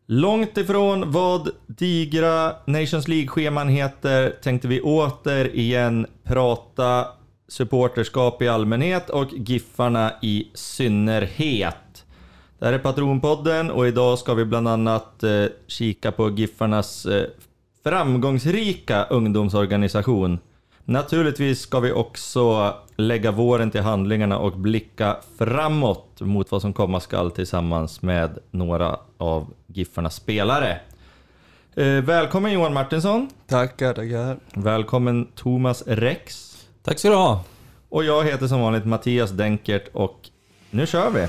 Långt ifrån vad digra Nations League-scheman heter tänkte vi återigen prata supporterskap i allmänhet och Giffarna i synnerhet. Det här är Patronpodden och idag ska vi bland annat kika på Giffarnas framgångsrika ungdomsorganisation. Naturligtvis ska vi också lägga våren till handlingarna och blicka framåt mot vad som komma skall tillsammans med några av Giffarnas spelare. Välkommen Johan Martinsson. Tackar. Välkommen Thomas Rex. Tack ska du ha. Och jag heter som vanligt Mattias Denkert och nu kör vi.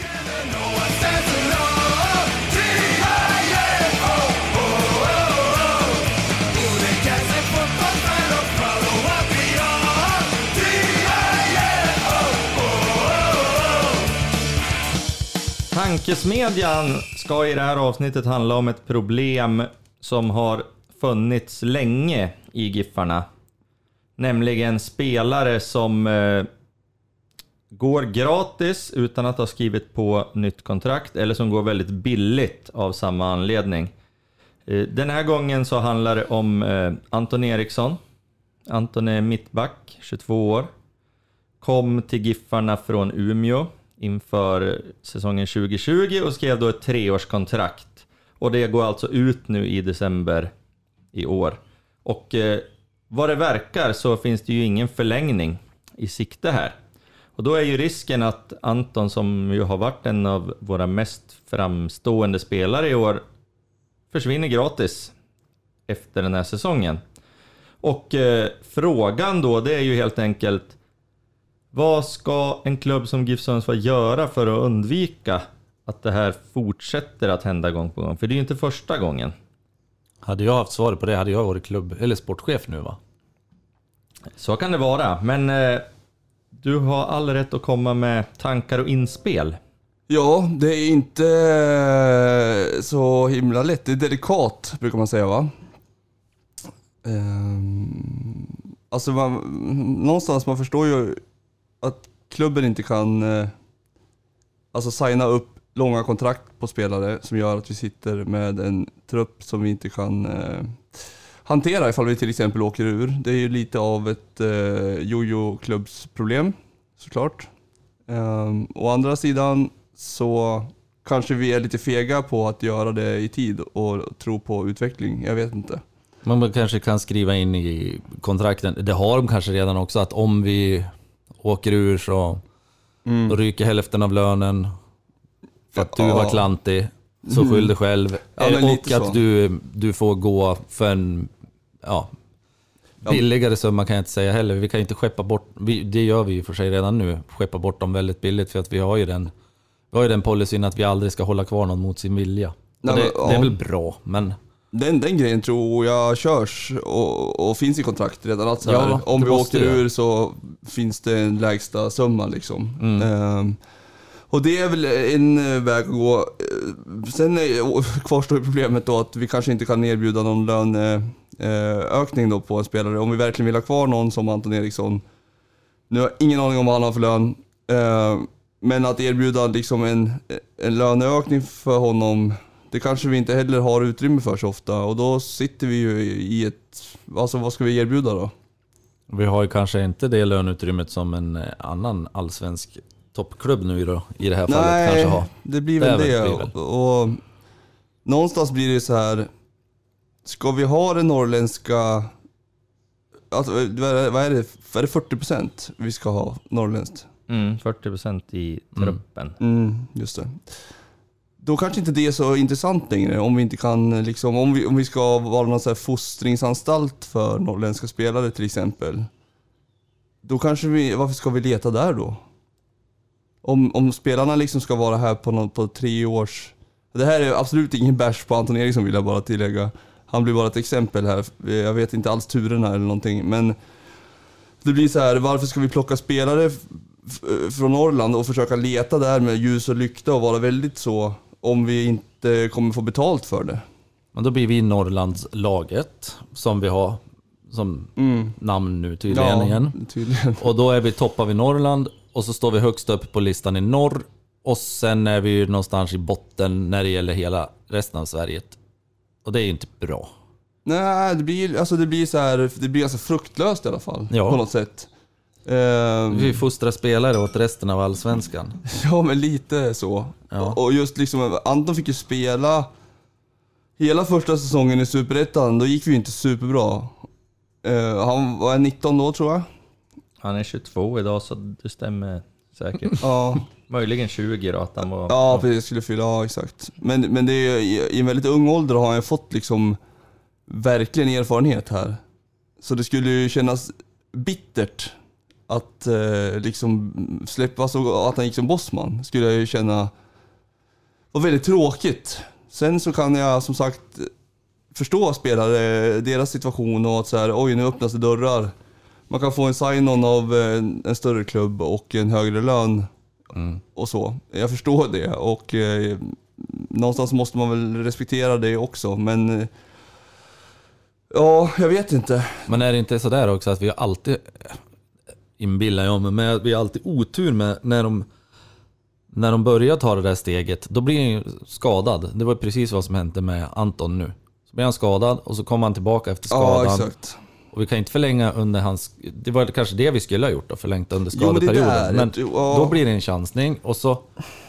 Tankesmedjan ska i det här avsnittet handla om ett problem som har funnits länge i Giffarna. Nämligen spelare som går gratis utan att ha skrivit på nytt kontrakt eller som går väldigt billigt av samma anledning. Den här gången så handlar det om Anton Eriksson. Anton är mittback, 22 år. Kom till Giffarna från Umeå inför säsongen 2020 och skrev då ett 3-årskontrakt. Och det går alltså ut nu i december i år. Och vad det verkar så finns det ju ingen förlängning i sikte här. Och då är ju risken att Anton, som ju har varit en av våra mest framstående spelare i år, försvinner gratis efter den här säsongen. Och frågan då, det är ju helt enkelt: vad ska en klubb som GIF Sundsvall göra för att undvika att det här fortsätter att hända gång på gång? För det är ju inte första gången. Hade jag haft svaret på det hade jag varit klubb eller sportchef nu, va? Så kan det vara, men du har all rätt att komma med tankar och inspel. Ja, det är inte så himla lätt. Det är delikat, brukar man säga, va? Alltså någonstans man förstår ju att klubben inte kan signa upp långa kontrakt på spelare som gör att vi sitter med en trupp som vi inte kan hantera ifall vi till exempel åker ur. Det är ju lite av ett jojo-klubbsproblem, såklart. Å andra sidan så kanske vi är lite fega på att göra det i tid och tro på utveckling. Jag vet inte. Man kanske kan skriva in i kontrakten, det har de kanske redan också, att om vi åker ur så då ryker hälften av lönen för att du var klantig, så skyll dig själv. Och att du får gå för en billigare summa kan jag inte säga heller. Vi kan inte skeppa bort, det gör vi ju för sig redan nu, skeppa bort dem väldigt billigt, för att vi har ju den policyn att vi aldrig ska hålla kvar någon mot sin vilja. Det är väl bra, men den grejen tror jag körs och finns i kontrakt redan. Att så här, om vi åker ur så finns det en lägsta summa liksom. Och det är väl en väg att gå. Sen kvarstår problemet då att vi kanske inte kan erbjuda någon löneökning då på en spelare. Om vi verkligen vill ha kvar någon som Anton Eriksson. Nu har jag ingen aning om vad han har för lön. Men att erbjuda liksom en löneökning för honom, det kanske vi inte heller har utrymme för så ofta. Och då sitter vi ju i ett... Alltså vad ska vi erbjuda då? Vi har ju kanske inte det löneutrymmet som en annan allsvensk toppklubb nu då, i det här fallet kanske har. Det blir väl det. Och någonstans blir det så här: ska vi ha det norrländska... Alltså, vad är det? Är det 40% vi ska ha norrländskt? 40% i truppen. Just det. Då kanske inte det är så intressant längre om vi inte kan liksom, om vi ska vara någon så här fostringsanstalt för norrländska spelare till exempel. Då kanske varför ska vi leta där då? Om spelarna liksom ska vara här på 3 års... Det här är absolut ingen bash på Anton Eriksson, vill jag bara tillägga. Han blir bara ett exempel här. Jag vet inte alls turerna eller någonting, men det blir så här: varför ska vi plocka spelare från Norrland och försöka leta där med ljus och lykta och vara väldigt så, om vi inte kommer få betalt för det? Men då blir vi Norrlandslaget som vi har som namn nu tydligen igen. Tydligen. Och då toppar vi Norrland och så står vi högst upp på listan i norr. Och sen är vi någonstans i botten när det gäller hela resten av Sverige. Och det är ju inte bra. Nej, det blir så här, det blir ganska fruktlöst i alla fall. Ja. På något sätt. Vi fostrar spelare åt resten av allsvenskan. Ja, men lite så. Ja. Och just liksom, Anton fick ju spela hela första säsongen i Superettan. Då gick vi ju inte superbra. Han var 19 då, tror jag. Han är 22 idag, så det stämmer säkert. Ja. Möjligen 20 då, att han var... Ja, precis. Skulle fylla, ja exakt. Men det är i en väldigt ung ålder har han fått liksom verkligen erfarenhet här. Så det skulle ju kännas bittert att liksom släppa så att han gick som bossman. Skulle jag ju känna var väldigt tråkigt. Sen så kan jag som sagt förstå spelare, deras situation och att så här, oj, nu öppnas det dörrar. Man kan få en sign-on av en större klubb och en högre lön och så. Jag förstår det och någonstans måste man väl respektera det också, men ja, jag vet inte. Men är det inte så där också att vi alltid inbillar jag mig, men vi har alltid otur med när de börjar ta det där steget, då blir han ju skadad. Det var precis vad som hände med Anton nu. Så blir han skadad och så kommer han tillbaka efter skadan. Ja, exakt. Och vi kan inte förlänga under hans... Det var kanske det vi skulle ha gjort då, förlängt under skadeperioden. Men då blir det en chansning och så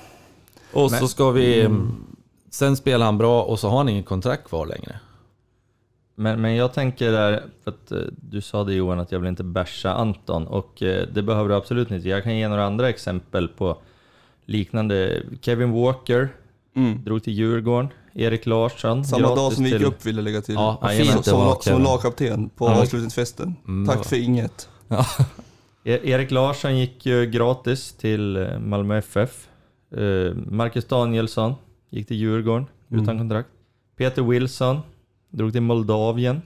ska vi... Sen spelar han bra och så har han ingen kontrakt kvar längre. Men jag tänker där, för att du sa det Johan, att jag vill inte basha Anton, och det behöver du absolut inte. Jag kan ge några andra exempel på liknande. Kevin Walker drog till Djurgården. Erik Larsson. Samma dag som vi gick upp, ville lägga till. Ja, fint det var, som lagkapten på avslutningsfesten. Tack för inget. Ja. Erik Larsson gick ju gratis till Malmö FF. Marcus Danielsson gick till Djurgården utan kontrakt. Peter Wilson drog till Moldavien.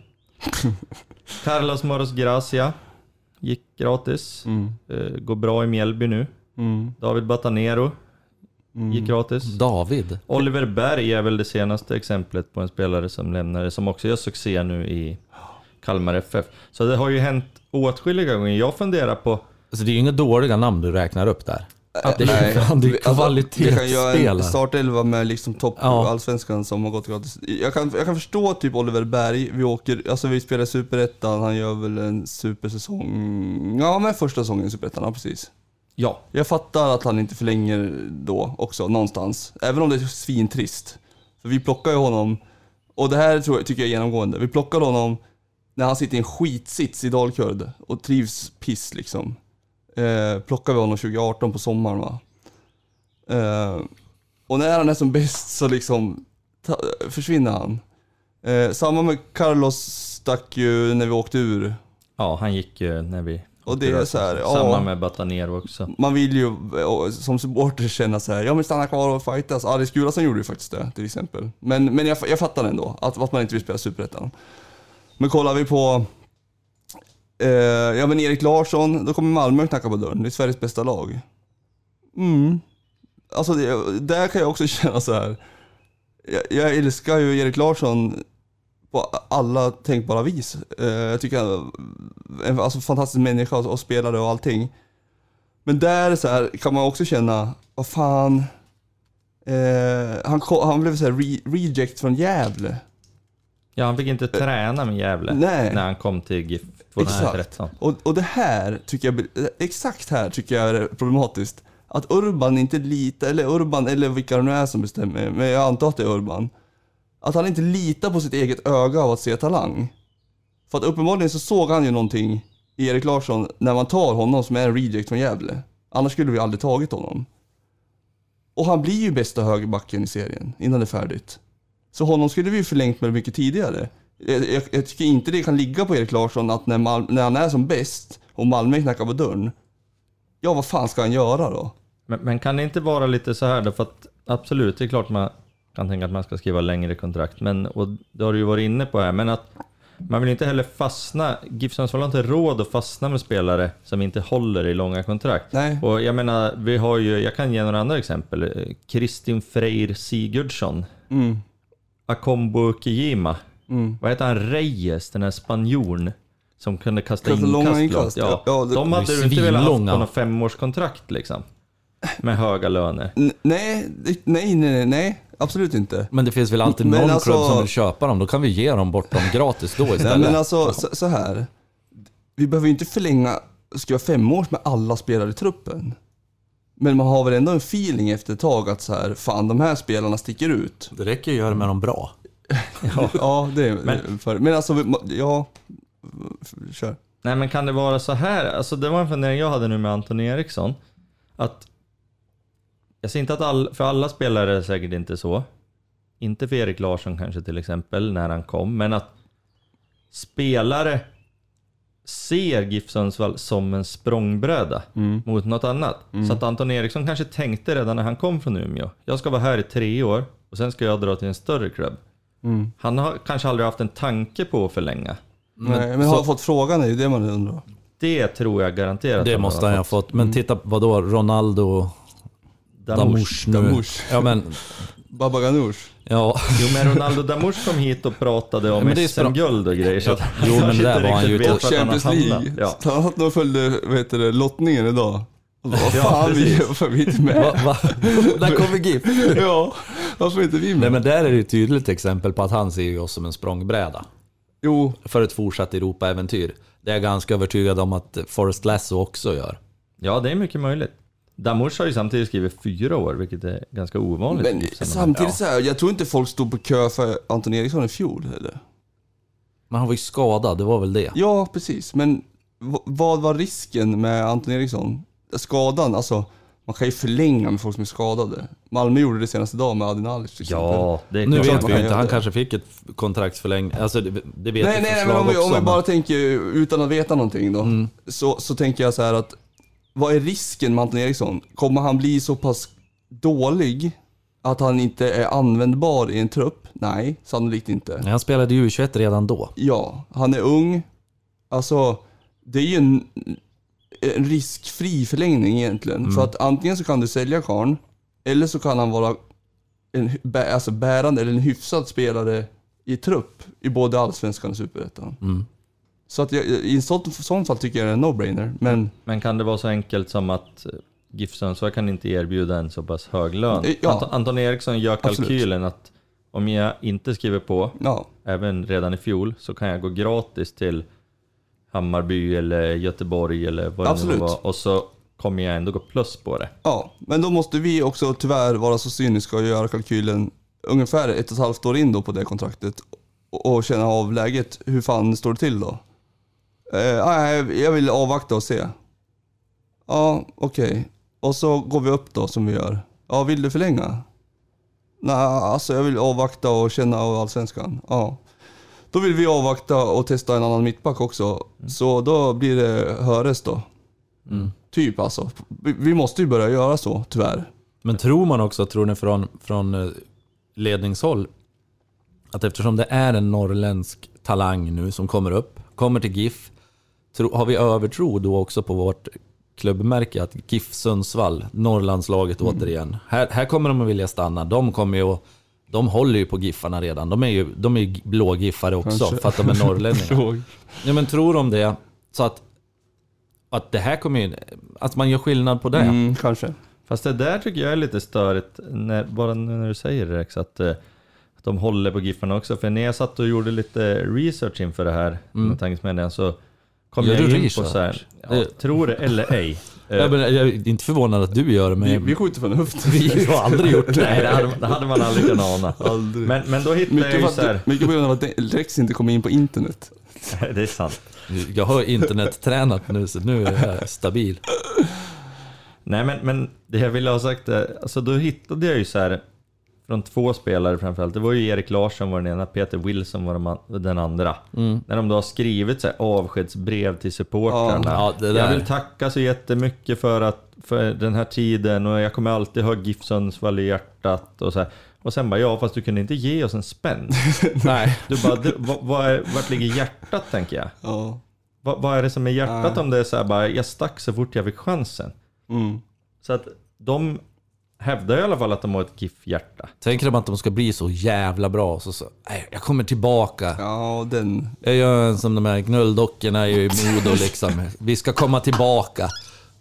Carlos Moros Gracia gick gratis. Går bra i Mjällby nu. David Batanero gick gratis. David. Oliver Berg är väl det senaste exemplet på en spelare som lämnade, som också gör succé nu i Kalmar FF. Så det har ju hänt åtskilliga gånger. Jag funderar på... Alltså det är ju inga dåliga namn du räknar upp där. Nej, det är kvalitetsspelare. Vi kan göra en startelva med liksom topp allsvenskan som har gått gratis. Jag kan förstå typ Oliver Berg. Vi spelar Superettan. Han gör väl en supersäsong. Ja, men första säsongen i Superettan, ja, precis. Ja. Jag fattar att han inte förlänger då också någonstans. Även om det är svintrist. För vi plockar ju honom, och det här tycker jag är genomgående. Vi plockar honom när han sitter i en skitsits i Dalkurd och trivs piss liksom. Plockar vi honom 2018 på sommaren, va? Och när han är som bäst så liksom försvinner han. Samma med Carlos stack ju när vi åkte ur. Ja, han gick ju när vi... Och det är så här, samma med Batanero också. Man vill ju som supporter känna så här, ja men stanna kvar och fightas. Aris Gulason gjorde ju faktiskt det, till exempel. Men jag fattar ändå att man inte vill spela Superettan. Men kollar vi på men Erik Larsson, då kommer Malmö knacka på dörren. Det är Sveriges bästa lag. Alltså där kan jag också känna så här. Jag älskar ju Erik Larsson på alla tänkbara vis. Jag tycker han är en fantastisk människa och spelare och allting. Men där så här kan man också känna, vad fan, han blev så här reject från Gävle. Ja, han fick inte träna med Gävle. Nej. När han kom till GIF 2013. Och det här tycker jag, exakt här tycker jag är problematiskt. Att Urban inte litar, eller vilka det nu är som bestämmer, men jag antar att det är Urban. Att han inte litar på sitt eget öga av att se talang. För att uppenbarligen så såg han ju någonting i Erik Larsson när man tar honom som är en reject från Gävle. Annars skulle vi aldrig tagit honom. Och han blir ju bästa högerbacken i serien innan det är färdigt. Så honom skulle vi ju förlängt med mycket tidigare. Jag tycker inte det kan ligga på Erik Larsson att när han är som bäst och Malmö knackar på dörren, ja, vad fan ska han göra då? Men kan det inte vara lite så här då? För att absolut, det är klart man kan tänka att man ska skriva längre kontrakt. Och det har du ju varit inne på här. Men att man vill inte heller fastna. GIF Sundsvall har inte råd att fastna med spelare som inte håller i långa kontrakt. Nej. Och jag menar, vi har ju, jag kan ge några andra exempel. Kristin Freyr Sigurdsson. Akombo Kijima. Vad heter han? Reyes, den här spanjorn som kunde kasta inkast långt. Ja, de hade du inte velat ha på någon 5-årskontrakt liksom. med höga löner. Nej, absolut inte. Men det finns väl alltid Men någon alltså- klubb som vill köpa dem. Då kan vi ge dem bort dem gratis då istället. Nej, men alltså så här. Vi behöver ju inte förlänga, ska jag 5 år med alla spelare i truppen. Men man har väl ändå en feeling efter ett tag att så här, fan de här spelarna sticker ut. Det räcker ju att göra med dem bra. Ja, det är men alltså, ja, kör. Nej, men kan det vara så här? Alltså det var en fundering jag hade nu med Anton Eriksson. Att jag ser inte att för alla spelare är det säkert inte så. Inte för Erik Larsson kanske till exempel när han kom. Men att spelare ser GIF Sundsvall som en språngbräda mot något annat. Så att Anton Eriksson kanske tänkte redan när han kom från Umeå. Jag ska vara här i 3 år och sen ska jag dra till en större klubb. Han har kanske aldrig haft en tanke på att förlänga. Men har jag fått frågan, är det man undrar. Det tror jag garanterat. Det måste han ha fått. Men titta, vadå? Ronaldo Damush nu. Damush. Ja, men... Baba Ganoush. Ja. Jo, men Ronaldo Damush kom hit och pratade om men det är SM-guld och grejer. Så att Jo, men det där var han ju vet vart han har Champions hamnat. League. Ja. Han satt och följde lottningen idag. Och då, vad fan, varför är vi inte med? Va? Där kommer GIF. Ja, varför är inte vi med? Nej, men där är det ett tydligt exempel på att han ser ju oss som en språngbräda Jo, för ett fortsatt Europa-äventyr. Det är jag ganska övertygad om att Forrest Lasso också gör. Ja, det är mycket möjligt. Damush har ju samtidigt skrivit 4 år, vilket är ganska ovanligt. men samtidigt så här, jag tror inte folk stod på kö för Anton Eriksson i fjol eller? Men han var ju skadad, det var väl det. Ja, precis. Men vad var risken med Anton Eriksson? Skadan, alltså man kan ju förlänga med folk som är skadade. Malmö gjorde det senaste dagen med Adin Alic till exempel. Ja, det är Nu klart. vet vi ju inte, göra han det. kanske fick ett kontraktsförlängning. Alltså det vet vi Nej, men om vi bara tänker utan att veta någonting då. Så tänker jag så här att vad är risken med Anton Eriksson? Kommer han bli så pass dålig att han inte är användbar i en trupp? Nej, sannolikt inte. Han spelade ju U21 redan då. Ja, han är ung. Alltså, det är ju en riskfri förlängning egentligen. För att antingen så kan du sälja karn, eller så kan han vara en bärande eller en hyfsad spelare i trupp i både Allsvenskan och Superettan. Så att i sånt fall tycker jag det är en no-brainer. Men kan det vara så enkelt som att GIF Sundsvall kan inte erbjuda en så pass hög lön? Ja. Anton Eriksson gör kalkylen att om jag inte skriver på, även redan i fjol, så kan jag gå gratis till Hammarby eller Göteborg eller vad det nu var. Och så kommer jag ändå gå plus på det. Ja, men då måste vi också tyvärr vara så cyniska och göra kalkylen ungefär 1,5 år in då på det kontraktet. Och känna av läget, hur fan står det till då? Jag vill avvakta och se. Ja, okej. Och så går vi upp då som vi gör. Ja, vill du förlänga? Nej, alltså jag vill avvakta och känna av Allsvenskan. Ja. Då vill vi avvakta och testa en annan mittback också. Så då blir det Höres då. Typ alltså. Vi måste ju börja göra så, tyvärr. Men tror man också, tror ni från ledningshåll, att eftersom det är en norrländsk talang nu som kommer till GIF, har vi övertro då också på vårt klubbmärke att GIF Sundsvall, Norrlandslaget återigen. Här kommer de att vilja stanna. De håller ju på GIFarna redan. De är ju blå GIFare också. Kanske. För att de är norrlänningar. Ja, men tror de det? Så att det här kommer ju, att man gör skillnad på det. Kanske. Fast det där tycker jag är lite störigt bara när du säger det, Rex, att de håller på GIFarna också. För när jag satt och gjorde lite research inför det här med tankesmedien, så kom jag in på så här, tror det eller ej. Jag är inte förvånad att du gör det, men vi skjuter från höften. Vi har aldrig gjort det. Nej, det hade man aldrig kunnat ana. Aldrig. Men då hittade jag ju så här. Mycket på grund av att Rex inte kom in på internet. Det är sant. Jag har internettränat nu, så nu är jag stabil. Nej, men det jag ville ha sagt är, alltså då hittade jag ju så här från 2 spelare framförallt. Det var ju Erik Larsson var den ena, Peter Wilson var den andra. När de då har skrivit så här avskedsbrev till supportrarna. Jag vill tacka så jättemycket för den här tiden, och jag kommer alltid ha GIF Sundsvall i hjärtat och så här. Och sen bara, fast du kunde inte ge oss en spänn. Nej. Du bara, vart ligger hjärtat, tänker jag? Ja. Vad är det som är hjärtat om det är så här bara, jag stack så fort jag fick chansen. Så att de hävdar i alla fall att de har ett GIF-hjärta. Tänker de att de ska bli så jävla bra, så jag kommer tillbaka. Ja, Jag gör som de här gnölldockorna i Modo liksom. Vi ska komma tillbaka.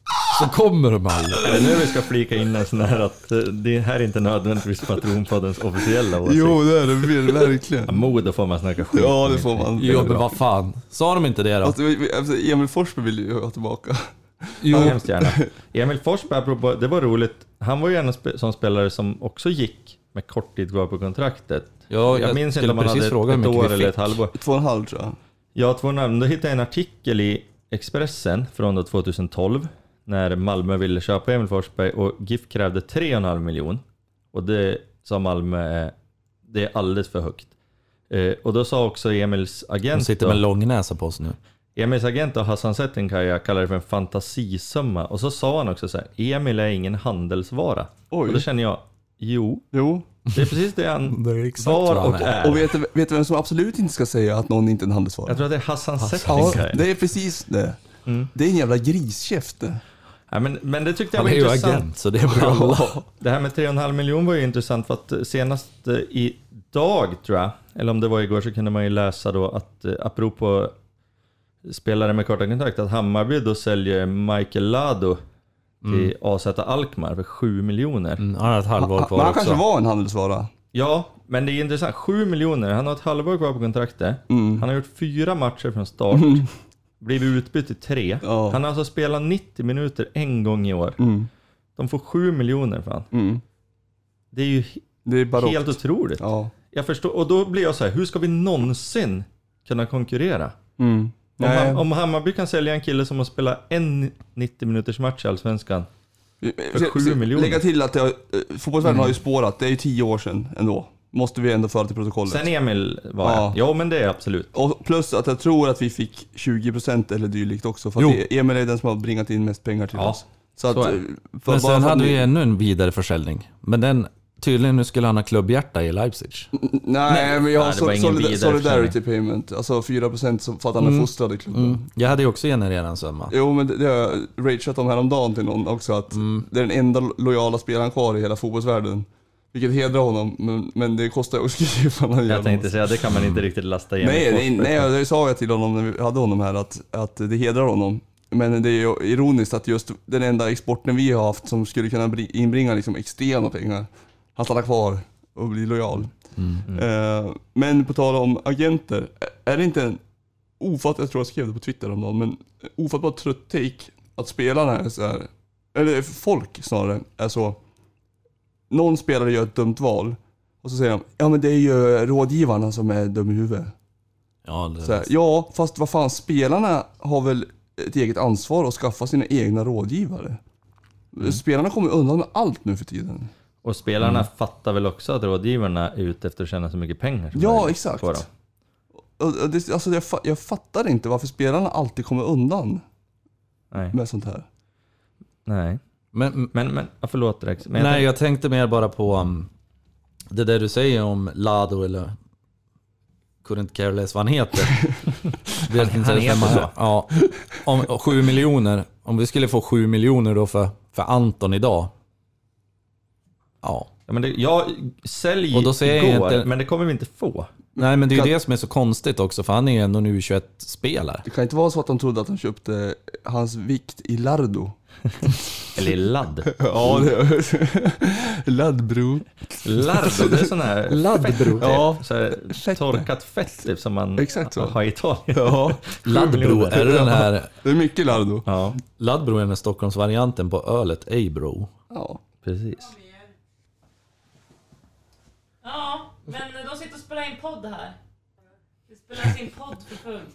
så kommer de aldrig. Är det nu vi ska flika in en sån här att det här är inte nödvändigtvis Patronpoddens officiella åsikt? Jo, det är det verkligen. Ja, mod får man snacka skit. Ja, det får man. Jo, men vad fan. Sa de inte det då? Alltså, Emil Forsberg vill ju ha tillbaka. Jo, hemskt gärna. Emil Forsberg, apropå, det var roligt. Han var ju en som spelare som också gick med kort tid kvar på kontraktet. Ja, jag minns inte om han hade ett år eller ett halvår. 2,5 tror jag. Ja, 2,5. Då hittade jag en artikel i Expressen från då 2012 när Malmö ville köpa Emil Forsberg och GIF krävde 3,5 miljon. Och det sa Malmö, det är alldeles för högt. Och då sa också Emils agent... De sitter med lång näsa på oss nu. Emils agent och Hassan Settinkaya kallar det för en fantasisumma. Och så sa han också så här: Emil är ingen handelsvara. Oj. Och då känner jag, jo. Det är precis det han Det är exakt var vad han och är. är. Och vet du vem som absolut inte ska säga att någon inte är en handelsvara? Jag tror att det är Hassan Ja, Settinkaya. det är precis det. Det är en jävla griskäft det. Ja, men det tyckte jag Han var är ju intressant. agent, så det är bra. Det här med 3,5 miljoner var ju intressant för att senast idag tror jag, eller om det var igår, så kunde man ju läsa då att apropå spelare med korta kontrakt, att Hammarby då säljer Michael Lado till AZ Alkmaar för 7 miljoner. Han har ett halvår kvar Men han också. kanske var en handelsvara. Ja, men det är intressant. 7 miljoner, han har ett halvår kvar på kontraktet. Han har gjort 4 matcher från start. Blivit utbytt i 3. Ja. Han har alltså spelat 90 minuter en gång i år. De får 7 miljoner fan. Det är ju Det är barockt. helt otroligt. Ja. Jag förstår, och då blir jag så här, hur ska vi någonsin kunna konkurrera? Om Hammarby kan sälja en kille som har spelat en 90 minuters match i Allsvenskan för 7 miljoner. Lägga till att fotbollsvärlden har ju spårat. Det är ju 10 år sedan ändå. Måste vi ändå föra till protokollet. Sen Emil var jag. Ja, men det är absolut. Och plus att jag tror att vi fick 20% eller dylikt också. För att Emil är den som har bringat in mest pengar till oss. Så att, Men sen hade vi ännu en vidare försäljning. Men den, tydligen nu skulle han ha klubbhjärta i Leipzig. Nej, men jag har det var ingen vidare solidarity payment. Alltså 4% för att han är fostrad i klubben. Jag hade ju också genererat en summa. Jo, men det har jag rageat om häromdagen till någon också. Att det är den enda lojala spelaren kvar i hela fotbollsvärlden. Vilket hedrar honom, men det kostar ju också skriva. Jag tänkte säga, det kan man inte riktigt lasta igen. Nej, det sa jag till honom när vi hade honom här, att det hedrar honom. Men det är ju ironiskt att just den enda exporten vi har haft som skulle kunna inbringa liksom extrema pengar, han stannar kvar och blir lojal. Men på tal om agenter, är det inte en jag tror jag skrev det på Twitter om dagen, men ofattbart trött take att spelarna är så här, eller folk snarare är så. Någon spelare gör ett dumt val och så säger de, ja men det är ju rådgivarna som är dum i huvudet. Ja, Så här, ja, fast vad fan, spelarna har väl ett eget ansvar att skaffa sina egna rådgivare. Spelarna kommer undan med allt nu för tiden. Och spelarna fattar väl också att rådgivarna är ute efter att tjäna så mycket pengar som Ja, möjligt exakt. på dem. Och det, alltså jag fattar inte varför spelarna alltid kommer undan med sånt här. Nej. Men Förlåt Rex. nej, jag tänkte mer bara på det där du säger om Lado eller couldn't care less vad han heter. Han heter så. Ja, om 7 miljoner. Om vi skulle få 7 miljoner då för Anton idag. Ja. Men jag säljer Och då säger jag igår, inte- men det kommer vi inte få. Nej, men det är ju det som är så konstigt också, för han är ju ändå nu 21-spelare. Det kan inte vara så att de trodde att de köpte hans vikt i Lardo. Eller i ladd. Ja, det är Laddbro. Lardo, det är sån här Laddbro. fett, Ja. så här Fett. torkat fett typ, som man Exakt så. har i Italien. Ja, Laddbro, är det den här... det är mycket Lardo. Ja, Laddbro är den här Stockholmsvarianten på ölet A-bro. Ja. precis. Ja, men de sitter och spelar in podd här. Det spelas in podd för fullt.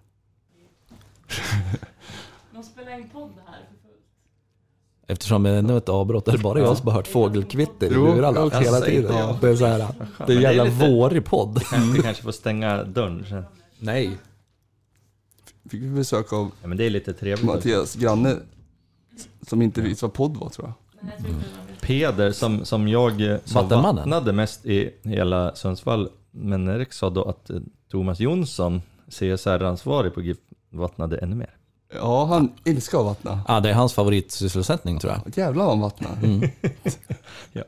De spelar in podd här för fullt. Eftersom det är ännu ett avbrott är det bara jag som har hört fågelkvitter i Jo, lurarna jag hela säger tiden. det, ja. Det är så här, det är Men det är jävla lite- vårig podd. Vi kanske får stänga dörren sen. Nej. Fick vi besök av Ja, men det är lite trevligt. Mattias granne som inte visste vad podd var, tror jag. Peder som jag som Vattenmannen. vattnade mest i hela Sundsvall. Men Erik sa då att Thomas Jonsson, CSR-ansvarig på GIF, vattnade ännu mer. Ja, han älskar att vattna. Ja, det är hans favoritsysselsättning tror jag. Jävlar vad han vattnar. Ja.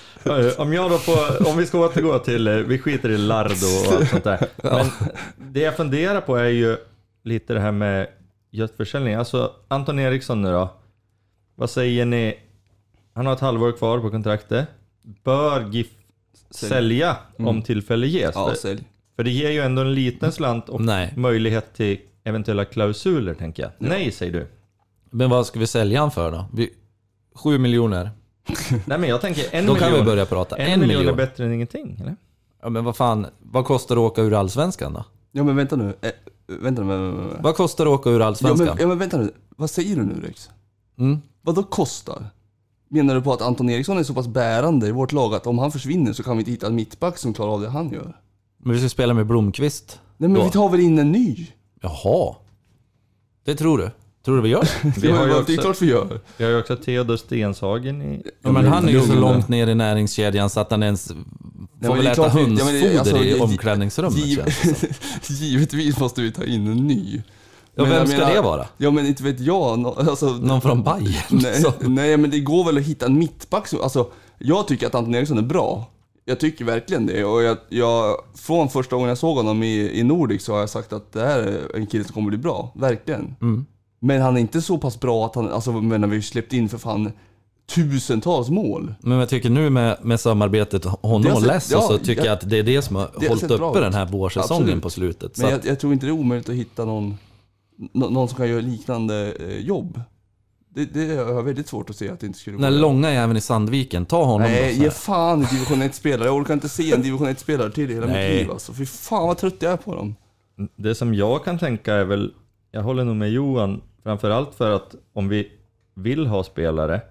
Om vi ska återgå till, vi skiter i Lardo och allt sånt där. Men det jag funderar på är ju lite det här med göttförsäljning. Alltså Anton Eriksson nu då. Vad säger ni? Han har ett halvår kvar på kontraktet. Bör GIF sälja om tillfälle ges? Ja, sälj. För det ger ju ändå en liten slant och möjlighet till eventuella klausuler, tänker jag. Nej, säger du. Men vad ska vi sälja han för då? 7 miljoner. Nej, men jag tänker 1 miljon. Då kan vi börja prata. 1 miljon är bättre än ingenting, eller? Ja, men vad fan, vad kostar det att åka ur Allsvenskan då? Ja, men vänta nu. Vad kostar det att åka ur Allsvenskan? Ja, men vänta nu. Vad säger du nu, Rex? Vad då kostar? Menar du på att Anton Eriksson är så pass bärande i vårt lag att om han försvinner så kan vi inte hitta en mittback som klarar av det han gör? Men vi ska spela med Blomqvist. Nej, men då. vi tar väl in en ny? Jaha. Det tror du? Tror du vi gör? Vi har ju också, det är klart vi gör. Vi har ju också Theodor Stenshagen i... Ja, men han är ju så långt ner i näringskedjan så att han ens får väl äta hönsfoder i omklädningsrummet. Givetvis måste vi ta in en ny. Ja, vem ska det vara? Ja, men inte vet jag. Någon från Bayern? Nej, men det går väl att hitta en mittback. Alltså, jag tycker att Anton Eriksson är bra. Jag tycker verkligen det. Och jag från första gången jag såg honom i Nordic så har jag sagt att det här är en kille som kommer bli bra. Verkligen. Men han är inte så pass bra att han... Alltså, men när vi släppt in för fan tusentals mål. Men jag tycker nu med samarbetet honom och Lesso så tycker jag att det är det som har hållit uppe den här vårsäsongen på slutet. Men jag tror inte det är omöjligt att hitta någon som kan göra liknande jobb. Det är väldigt svårt att se att det inte skulle gå. Den långa jäveln i Sandviken, ta honom. Nej, ge fan i division 1-spelare. Jag orkar inte se en division 1-spelare till i hela mitt liv. Alltså. Fy fan vad trött jag är på dem. Det som jag kan tänka är väl, jag håller nog med Johan, framförallt för att om vi vill ha spelare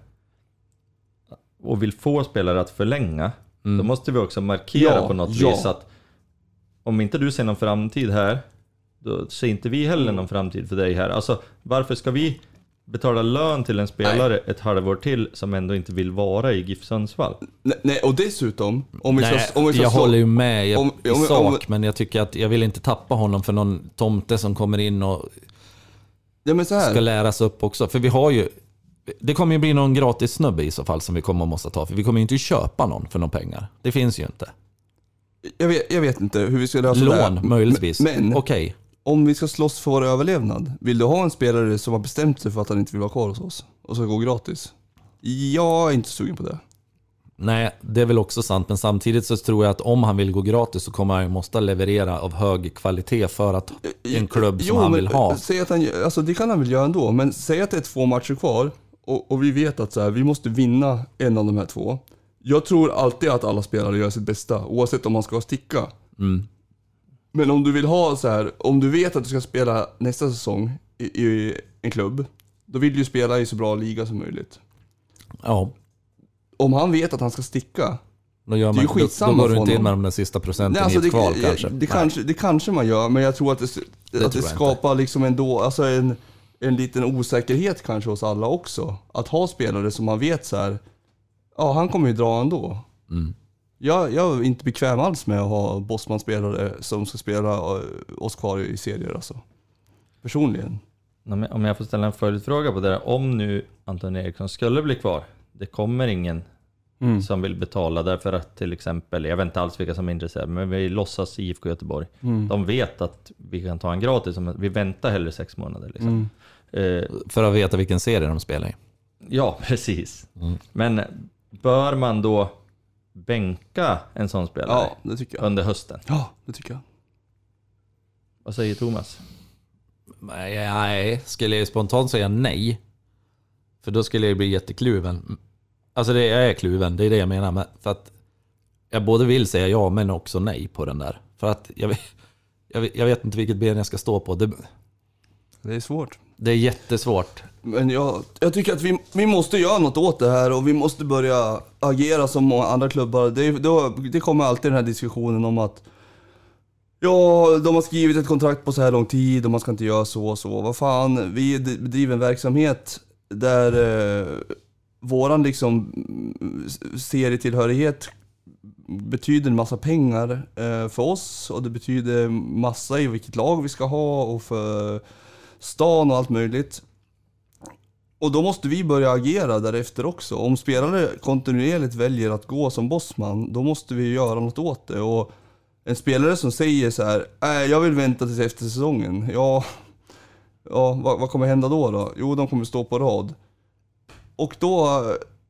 och vill få spelare att förlänga, då måste vi också markera på något vis att om inte du ser någon framtid här, då ser inte vi heller någon framtid för dig här. Alltså, varför ska vi betala lön till en spelare ett halvår till som ändå inte vill vara i GIF Sundsvall? Nej, och dessutom jag håller ju med i sak, men jag tycker att jag vill inte tappa honom för någon tomte som kommer in och ska läras upp också. För vi har ju, det kommer ju bli någon gratis snubbe i så fall som vi kommer att måste ta, för vi kommer ju inte köpa någon för någon pengar. Det finns ju inte. Jag vet inte hur vi ska lösa det här. Lån, möjligtvis. Men okej. Om vi ska slåss för vår överlevnad, vill du ha en spelare som har bestämt sig för att han inte vill vara kvar hos oss och ska gå gratis? Jag är inte sugen på det. Nej, det är väl också sant, men samtidigt så tror jag att om han vill gå gratis så kommer han måste leverera av hög kvalitet för att en klubb som han vill ha. Säg att han, alltså det kan han väl göra ändå, men säg att det är 2 matcher kvar och vi vet att så här, vi måste vinna en av de här 2. Jag tror alltid att alla spelare gör sitt bästa, oavsett om man ska sticka. Men om du vill ha så här, om du vet att du ska spela nästa säsong i en klubb, då vill du ju spela i så bra liga som möjligt. Ja. Om han vet att han ska sticka, då gör man, det är ju skitsamma. Då går du inte in med de sista procenten i ett kval kanske. Det kanske man gör, men jag tror att det skapar liksom ändå, alltså en liten osäkerhet kanske hos alla också. Att ha spelare som man vet så här, ja, han kommer ju dra ändå. Jag är inte bekväm alls med att ha Bosman-spelare som ska spela oss kvar i serier alltså. Personligen. Om jag får ställa en följdfråga på det där. Om nu Anton Eriksson skulle bli kvar, det kommer ingen som vill betala därför att till exempel, jag vet inte alls vilka som är intresserade, men vi låtsas IFK Göteborg. De vet att vi kan ta en gratis, vi väntar hellre 6 månader liksom. För att veta vilken serie de spelar i. Ja, precis. Men bör man då bänka en sån spelare? Ja, det tycker jag. Under hösten? Ja, det tycker jag. Vad säger Thomas? Nej, skulle jag spontant säga nej. För då skulle jag bli jättekluven. Alltså jag är kluven, det är det jag menar. Men för att jag både vill säga ja men också nej på den där. För att jag vet inte vilket ben jag ska stå på. Det är svårt. Det är jättesvårt. Men jag tycker att vi måste göra något åt det här och vi måste börja agera som många andra klubbar. Det kommer alltid den här diskussionen om att de har skrivit ett kontrakt på så här lång tid och man ska inte göra så och så. Vad fan, vi bedriver en verksamhet där våran liksom serietillhörighet betyder en massa pengar för oss och det betyder massa i vilket lag vi ska ha och för stan och allt möjligt. Och då måste vi börja agera därefter också. Om spelare kontinuerligt väljer att gå som bossman, då måste vi göra något åt det. Och en spelare som säger så här, jag vill vänta tills efter säsongen. Ja, vad kommer hända då? Jo, de kommer stå på rad. Och då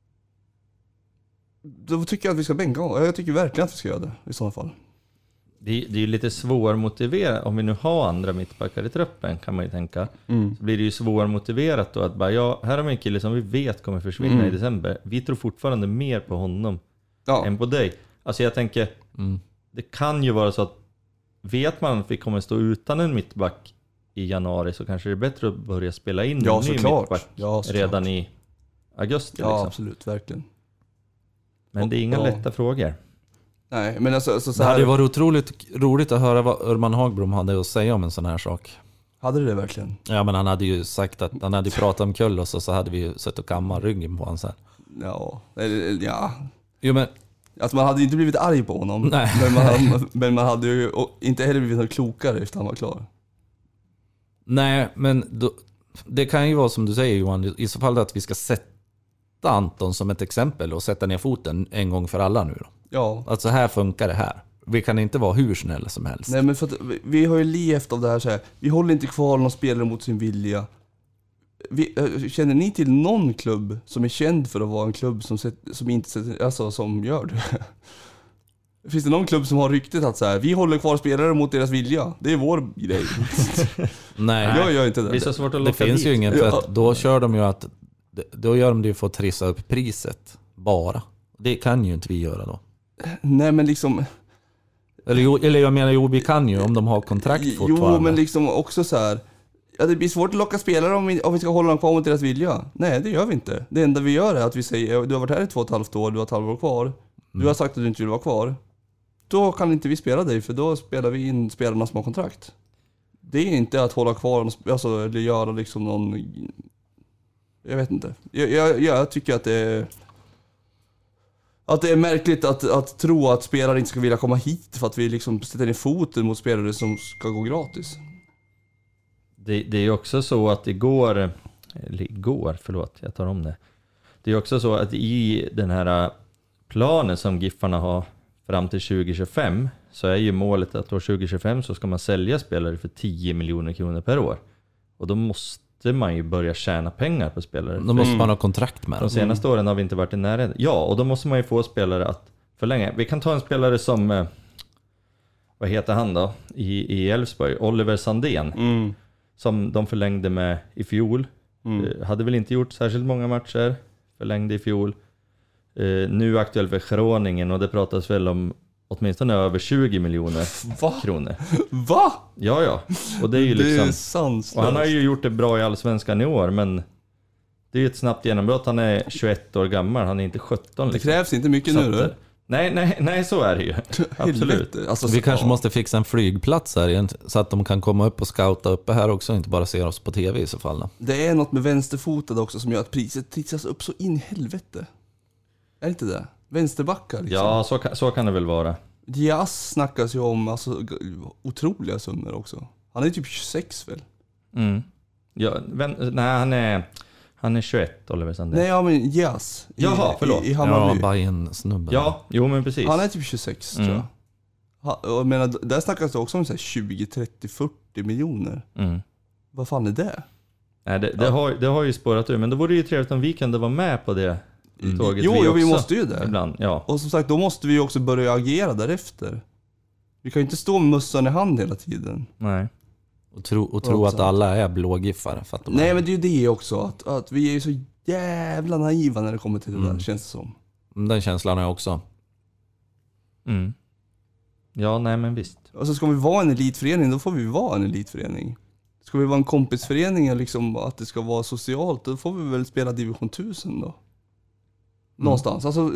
tycker jag att vi ska bänka. Jag tycker verkligen att vi ska göra det i sådana fall. Det är ju lite svårmotiverat. Om vi nu har andra mittbackar i truppen kan man ju tänka. Så blir det ju svårmotiverat då att bara, här har vi en kille som vi vet kommer försvinna i december. Vi tror fortfarande mer på honom än på dig. Alltså jag tänker, det kan ju vara så att vet man att vi kommer stå utan en mittback i januari så kanske det är bättre att börja spela in en ny mittback redan i augusti. Ja, liksom. absolut, verkligen. Men det är inga lätta frågor. Nej, men alltså så Det här... hade varit otroligt roligt att höra vad Urban Hagblom hade att säga om en sån här sak. Hade det verkligen? Ja, men han hade ju sagt att han hade pratat om Kullos och så hade vi ju sett och kamma ryggen på honom sen. Ja. Jo, men... Alltså man hade ju inte blivit arg på honom. Nej. Men man hade ju inte heller blivit något klokare efter han var klar. Nej, men då, det kan ju vara som du säger Johan, i så fall att vi ska sätta Anton som ett exempel och sätta ner foten en gång för alla nu då. Ja. Alltså här funkar det här. Vi kan inte vara hur snälla som helst. Nej, men för att vi har ju levt av det här så här. Vi håller inte kvar någon spelare mot sin vilja. Känner ni till någon klubb som är känd för att vara en klubb som inte alltså som gör det? Finns det någon klubb som har ryktet att så här, vi håller kvar spelare mot deras vilja? Det är vår grej. Nej, jag gör inte det. Det är så svårt att det locka finns dit. ju ingen, för att då kör de ju att då gör de det för att trissa upp priset bara. Det kan ju inte vi göra då. Nej, men liksom... Eller jag menar, vi kan ju om de har kontrakt fortfarande. Jo, men liksom också så här. Ja, det blir svårt att locka spelare om vi ska hålla dem kvar mot deras vilja. Nej, det gör vi inte. Det enda vi gör är att vi säger, du har varit här i 2,5 år, du har ett halvår kvar. Du har sagt att du inte vill vara kvar. Då kan inte vi spela dig, för då spelar vi in spelarna som har kontrakt. Det är inte att hålla kvar, alltså, eller göra liksom någon... Jag vet inte. Jag tycker att det är märkligt att tro att spelare inte ska vilja komma hit för att vi liksom sätter ner foten mot spelare som ska gå gratis. Det är ju också så att igår, jag tar om det. Det är också så att i den här planen som Giffarna har fram till 2025 så är ju målet att år 2025 så ska man sälja spelare för 10 miljoner kronor per år. Och då måste man ju börja tjäna pengar på spelare. Då måste man ha kontrakt med dem. De senaste åren har vi inte varit i närheten. Ja, och då måste man ju få spelare att förlänga. Vi kan ta en spelare som, vad heter han då? I Elfsborg, Oliver Sandén. Som de förlängde med i fjol. Hade väl inte gjort särskilt många matcher. Förlängde i fjol. Nu aktuell för Groningen och det pratas väl om åtminstone över 20 miljoner kronor. Va? Ja. Och det är ju liksom... Det är sanslöst. Och han har ju gjort det bra i Allsvenskan i år, men det är ju ett snabbt genombrott. Han är 21 år gammal, han är inte 17. Det liksom. krävs inte mycket nu då. Nej, så är det ju. Absolut. Alltså, Vi kanske måste fixa en flygplats här så att de kan komma upp och scouta uppe här också och inte bara se oss på tv i så fall. Då. Det är något med vänsterfotade också som gör att priset trissas upp så in i helvete. Är inte det? Vänsterbackar liksom. Ja, så kan det väl vara. Diaz snackas ju om alltså, otroliga summor också. Han är typ 26 väl? Ja, nej, han är 21, Oliver Sandén. Nej, ja, men Diaz. Jaha, förlåt. I Hammarby. Ja, Bayern-snubben. Ja, jo men precis. Han är typ 26 tror jag. Jag menar, där snackas det också om så här 20, 30, 40 miljoner. Vad fan är det? Nej, det har ju spårat ur, men då vore det ju trevligt om vi kunde vara med på det tåget. Jo, vi måste ju det. Ibland, ja. Och som sagt, då måste vi också börja agera därefter. Vi kan ju inte stå med mössan i hand hela tiden. Nej. Och tro att alla är blågiffare. För att Nej, men det är ju det också. Att vi är ju så jävla naiva när det kommer till det där, känns det som. Den känslan har jag också. Ja, nej men visst. Och så ska vi vara en elitförening, då får vi vara en elitförening. Ska vi vara en kompisförening och liksom att det ska vara socialt, då får vi väl spela division 1000 då. Någonstans. Alltså,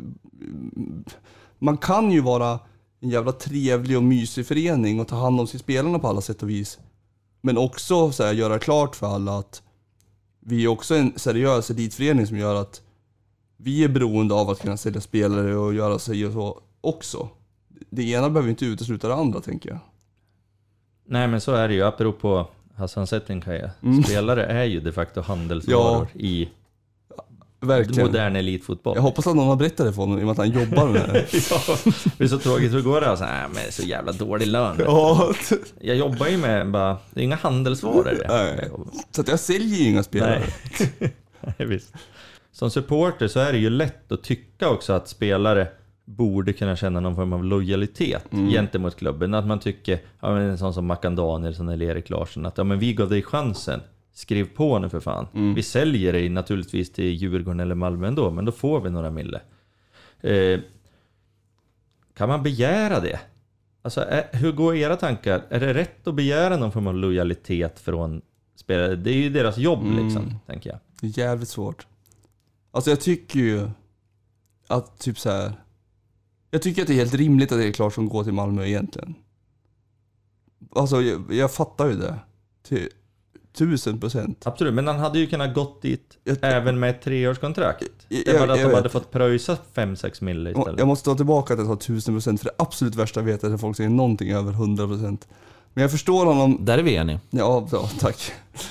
man kan ju vara en jävla trevlig och mysig förening och ta hand om sig spelarna på alla sätt och vis. Men också så här, göra klart för alla att vi är också en seriös elitförening som gör att vi är beroende av att kunna sälja spelare och göra sig och så också. Det ena behöver inte utesluta det andra, tänker jag. Nej, men så är det ju. Apropå Hassan Settinkaya. Spelare är ju de facto handelsvaror i verkligen modern elitfotboll. Jag hoppas att någon har berättat det för honom i och med att han jobbar med det. Ja, det är så tråkigt hur går det. Och så, men så jävla dålig lön. Ja. Jag jobbar ju med bara, det är inga handelsvaror. Nej. Så att jag säljer ju inga spelare. Nej, visst. som supporter så är det ju lätt att tycka också att spelare borde kunna känna någon form av lojalitet gentemot klubben. Att man tycker, ja, men en sån som Mackan Danielsson eller Erik Larsson, att ja, men vi gav dig chansen. Skriv på nu för fan. Vi säljer dig naturligtvis till Djurgården eller Malmö ändå, men då får vi några mille. Kan man begära det? Alltså, hur går era tankar? Är det rätt att begära någon form av lojalitet från spelare? Det är ju deras jobb liksom, tänker jag. Det är jävligt svårt. Alltså jag tycker ju att typ så här. Jag tycker att det är helt rimligt att Erik Larsson går till Malmö egentligen. Alltså jag fattar ju det. Till 1000%. Absolut, men han hade ju kunnat gått dit även med ett 3-årskontrakt. Det var att de hade fått pröjsa 5-6 mille istället. Jag måste ta tillbaka att jag tar 1000%, för det absolut värsta jag vet är att folk säger någonting över 100%. Men jag förstår honom. Där är vi eniga. Ja, tack.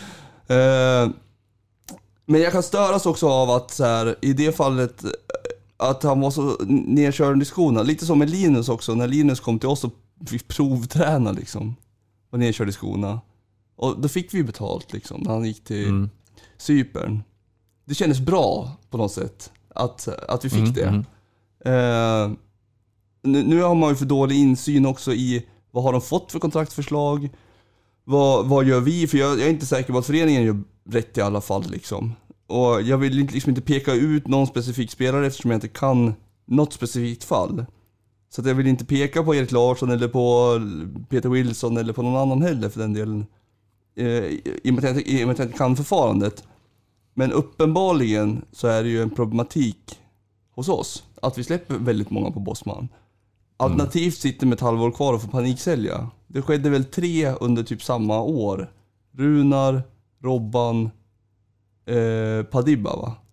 Men jag kan störas också av att så här, i det fallet att han var så nedkörd i skorna. Lite som med Linus också. När Linus kom till oss och fick provträna liksom. Var nedkörd i skorna. Och då fick vi betalt liksom när han gick till Cypern. Det kändes bra på något sätt att vi fick det. Nu har man ju för dålig insyn också i vad har de fått för kontraktförslag. Vad gör vi? För jag är inte säker på att föreningen gör rätt i alla fall liksom. Och jag vill liksom inte peka ut någon specifik spelare eftersom jag inte kan något specifikt fall. Så att jag vill inte peka på Erik Larsson eller på Peter Wilson eller på någon annan heller för den delen. I och med att jag inte kan förfarandet. Men uppenbarligen så är det ju en problematik hos oss att vi släpper väldigt många på Bosman. Alternativt sitter med ett halvår kvar och får paniksälja. Det skedde väl 3 under typ samma år. Runar, Robban, Padibba va?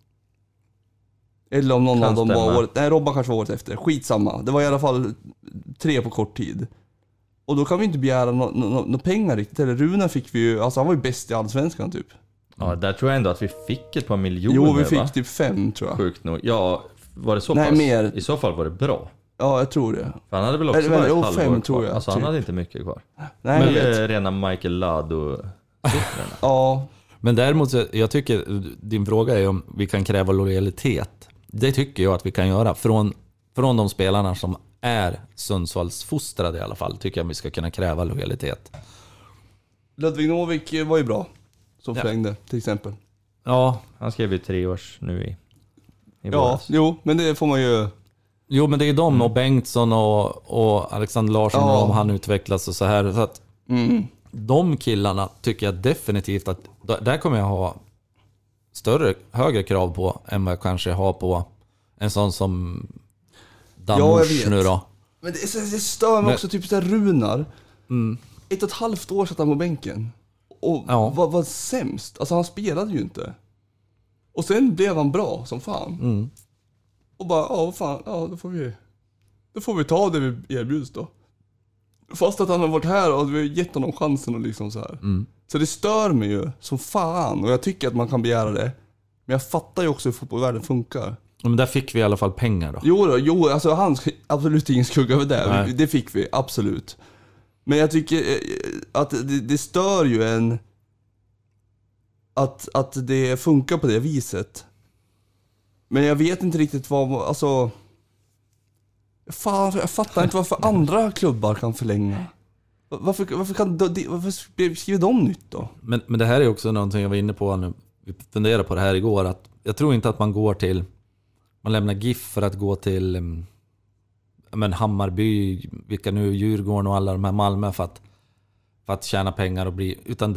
Eller om någon av dem var året. Nej, Robban kanske var året efter. Skitsamma. Det var i alla fall 3 på kort tid. Och då kan vi inte begära några pengar riktigt. Eller Runar fick vi ju, alltså han var ju bäst i Allsvenskan typ. Ja, där tror jag ändå att vi fick ett par miljoner. Jo, vi fick typ 5 tror jag. Sjukt nog. Ja, var det så Nej, pass? mer. I så fall var det bra. Ja, jag tror det. För han hade väl också varit ett halvår 5 kvar. tror jag. Alltså typ. han hade inte mycket kvar. Nej, Men jag vet. rena Michael Lado. Ja. Men däremot, jag tycker din fråga är om vi kan kräva lojalitet. Det tycker jag att vi kan göra. Från de spelarna som är Sundsvallsfostrade i alla fall, tycker jag vi ska kunna kräva lojalitet. Ludvig Novik var ju bra. Som förlängde till exempel. Ja, Han skrev ju 3 års nu i Ja, våras. jo, men det får man ju. jo men det är de och Bengtsson och Alexander Larsson om han utvecklas och så här. Så att de killarna tycker jag definitivt att där kommer jag ha högre krav på än vad jag kanske har på en sån som Dammors nu då. Men det stör mig också typ så här Runar. 1,5 år satt han på bänken. Och var sämst. Alltså han spelade ju inte. Och sen blev han bra som fan. Och bara, då får vi ta det vi erbjuds då. Fast att han har varit här och vi har gett honom chansen och liksom så här. Så det stör mig ju som fan. Och jag tycker att man kan begära det. Men jag fattar ju också hur fotbollsvärlden funkar. Men där fick vi i alla fall pengar då. Jo, alltså han absolut ingen skugga över det. Nej. Det fick vi, absolut. Men jag tycker att det stör ju en att det funkar på det viset. Men jag vet inte riktigt vad, alltså fan, jag fattar inte varför andra klubbar kan förlänga. Varför skriver de nytt då? Men det här är också någonting jag var inne på nu. Vi funderade på det här igår, att jag tror inte att man lämnar GIF för att gå till Hammarby, vilka nu, Djurgården och alla de här, Malmö för att tjäna pengar och bli, utan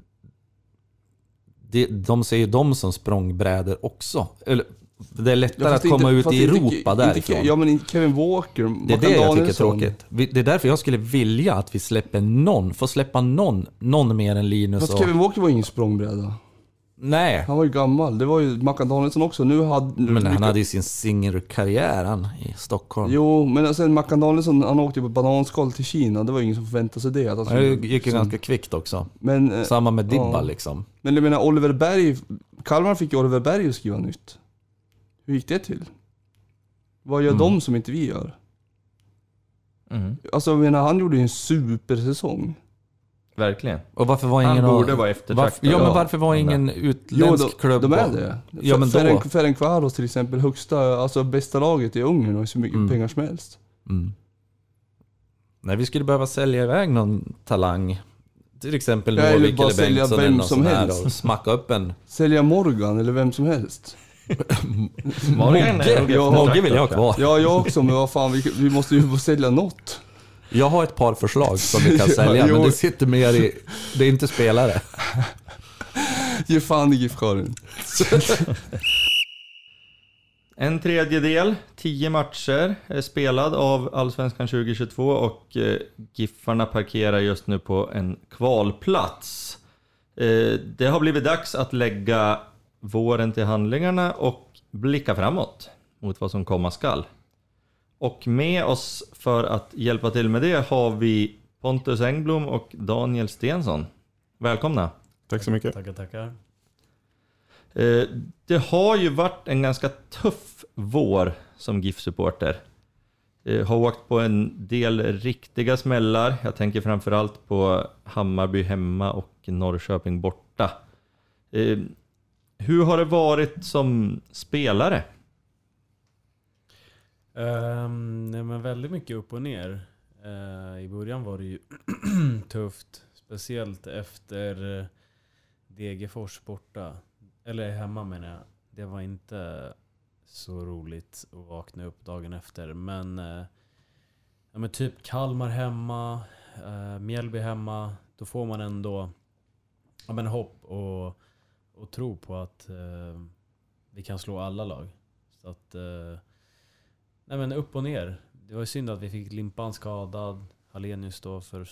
de ser ju dem som språngbrädor också. Eller, det är lättare att komma ut i Europa därifrån. Ja, men Kevin Walker, det är det jag tycker är tråkigt. Det är därför jag skulle vilja att vi får släppa någon mer än Linus. Fast Kevin Walker var ingen språngbräda. Nej. Han var ju gammal. Det var ju Mackan Danielsson också. Men han hade ju sin singelkarriär i Stockholm. Jo, men sen Mackan Danielsson, han åkte på bananskal till Kina. Det var ingen som förväntade sig det. Att Det gick ju ganska kvickt också. Men, samma med Dibba liksom. Men jag menar, Oliver Berg, Kalmar fick ju Oliver Berg att skriva nytt. Hur gick det till? Vad gör de som inte vi gör? Alltså jag menar, han gjorde ju en supersäsong. Verkligen. Och varför var Han ingen borde vara eftertraktad. men varför var ingen utländsk klubb? de är det. Ja, men då... Ferencvaros till exempel, alltså bästa laget i Ungern och så mycket pengar som helst. Nej, vi skulle behöva sälja iväg någon talang. Till exempel Novik eller Bengtsson eller någon sån här och smacka upp en... Sälja Morgan eller vem som helst. Mogge vill jag ha kvar. Ja, jag också, men vad fan, vi måste ju få sälja något. Jag har ett par förslag som vi kan sälja, men det sitter mer i... Det är inte spelare. Ge fan i GIF-karen. En tredjedel, 10 matcher är spelad av Allsvenskan 2022 och Giffarna parkerar just nu på en kvalplats. Det har blivit dags att lägga våren till handlingarna och blicka framåt mot vad som komma skall. Och med oss för att hjälpa till med det har vi Pontus Engblom och Daniel Stensson. Välkomna. Tack så mycket. Tackar. Det har ju varit en ganska tuff vår som GIF-supporter. Har åkt på en del riktiga smällar. Jag tänker framförallt på Hammarby hemma och Norrköping borta. Hur har det varit som spelare? Nej, men väldigt mycket upp och ner. I början var det ju tufft. Speciellt efter Degerfors borta. Eller hemma menar jag. Det var inte så roligt att vakna upp dagen efter. Men, men typ Kalmar hemma, Mjällby hemma. Då får man ändå hopp och tro på att vi kan slå alla lag. Så att, nej men upp och ner. Det var ju synd att vi fick Limpan skadad. Hallenius då för...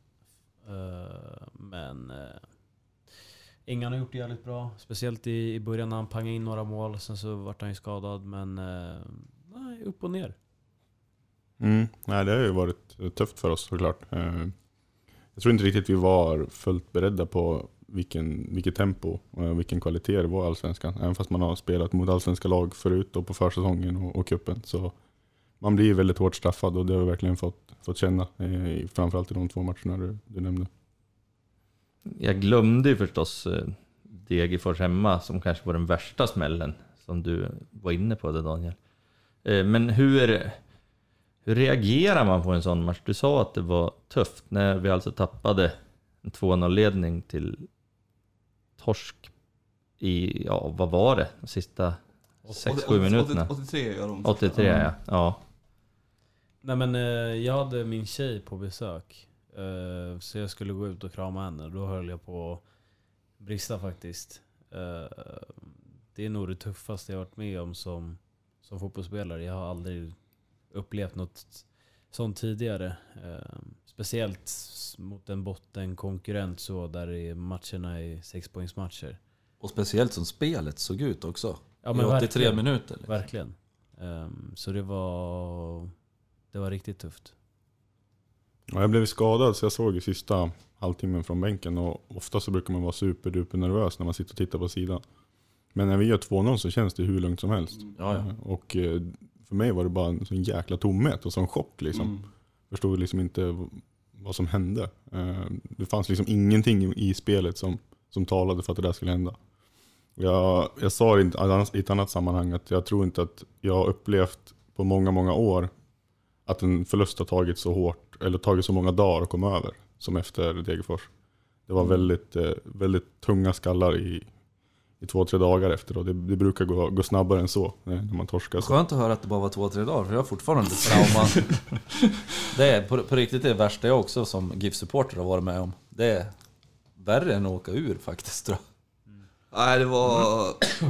men... Ingen har gjort det jävligt bra. Speciellt i början när han pangade in några mål. Sen så vart han ju skadad. Men nej, upp och ner. Nej, det har ju varit tufft för oss såklart. Jag tror inte riktigt vi var fullt beredda på vilket tempo och vilken kvalitet det var Allsvenskan. Även fast man har spelat mot allsvenska lag förut och på försäsongen och kuppen. Så man blir väldigt hårt straffad och det har vi verkligen fått känna. Framförallt i de 2 matcherna du nämnde. Jag glömde ju förstås Degerfors hemma som kanske var den värsta smällen som du var inne på det, Daniel. Men hur reagerar man på en sån match? Du sa att det var tufft när vi alltså tappade en 2-0-ledning till torsk i, vad var det? De sista 6-7 minuterna. 83 gör de. 83, ja. Nej men jag hade min tjej på besök. Så jag skulle gå ut och krama henne. Då höll jag på att brista faktiskt. Det är nog det tuffaste jag varit med om som fotbollsspelare. Jag har aldrig upplevt något sånt tidigare. Speciellt mot en bottenkonkurrent så där matcherna är 6-poängsmatcher. Och speciellt som spelet såg ut också. Ja, men i 83 minuter. Liksom. Verkligen. Så det var riktigt tufft. Ja, jag blev skadad så jag såg i sista halvtimmen från bänken och ofta så brukar man vara superduper nervös när man sitter och tittar på sidan. Men när vi gör 2-0 så känns det hur lugnt som helst. Ja. Och för mig var det bara en sån jäkla tomhet och sån chock liksom. Förstod liksom inte vad som hände. Det fanns liksom ingenting i spelet som talade för att det där skulle hända. Jag sa i ett annat sammanhang att jag tror inte att jag har upplevt på många år att en förlust har tagit så hårt eller tagit så många dagar att komma över som efter Degerfors. Det var väldigt tunga skallar i 2-3 dagar efter och det brukar gå snabbare än så när man torskar. Skönt att höra att det bara var 2-3 dagar för jag har fortfarande trauma. Det är på riktigt det värsta jag också som GIF-supporter har varit med om. Det är värre än att åka ur faktiskt tror jag. Nej, det var...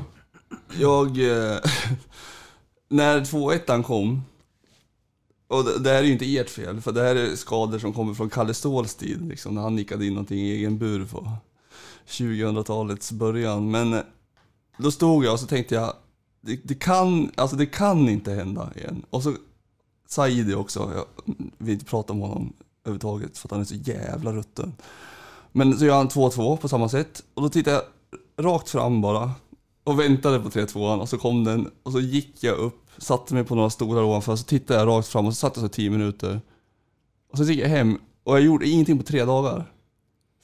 När 2-1 kom, och det här är ju inte ert fel, för det här är skador som kommer från Kalle Ståhls tid, liksom, när han nickade in någonting i egen bur på 2000-talets början. Men då stod jag och så tänkte jag, det kan inte hända igen. Och så Saidi också, jag vill inte prata om honom överhuvudtaget för att han är så jävla rutten. Men så gör han 2-2 på samma sätt, och då tittade jag rakt fram bara och väntade på 3-2 och så kom den och så gick jag upp, satte mig på några stolar ovanför, så tittade jag rakt fram och så satt jag så 10 minuter och så gick jag hem och jag gjorde ingenting på 3 dagar.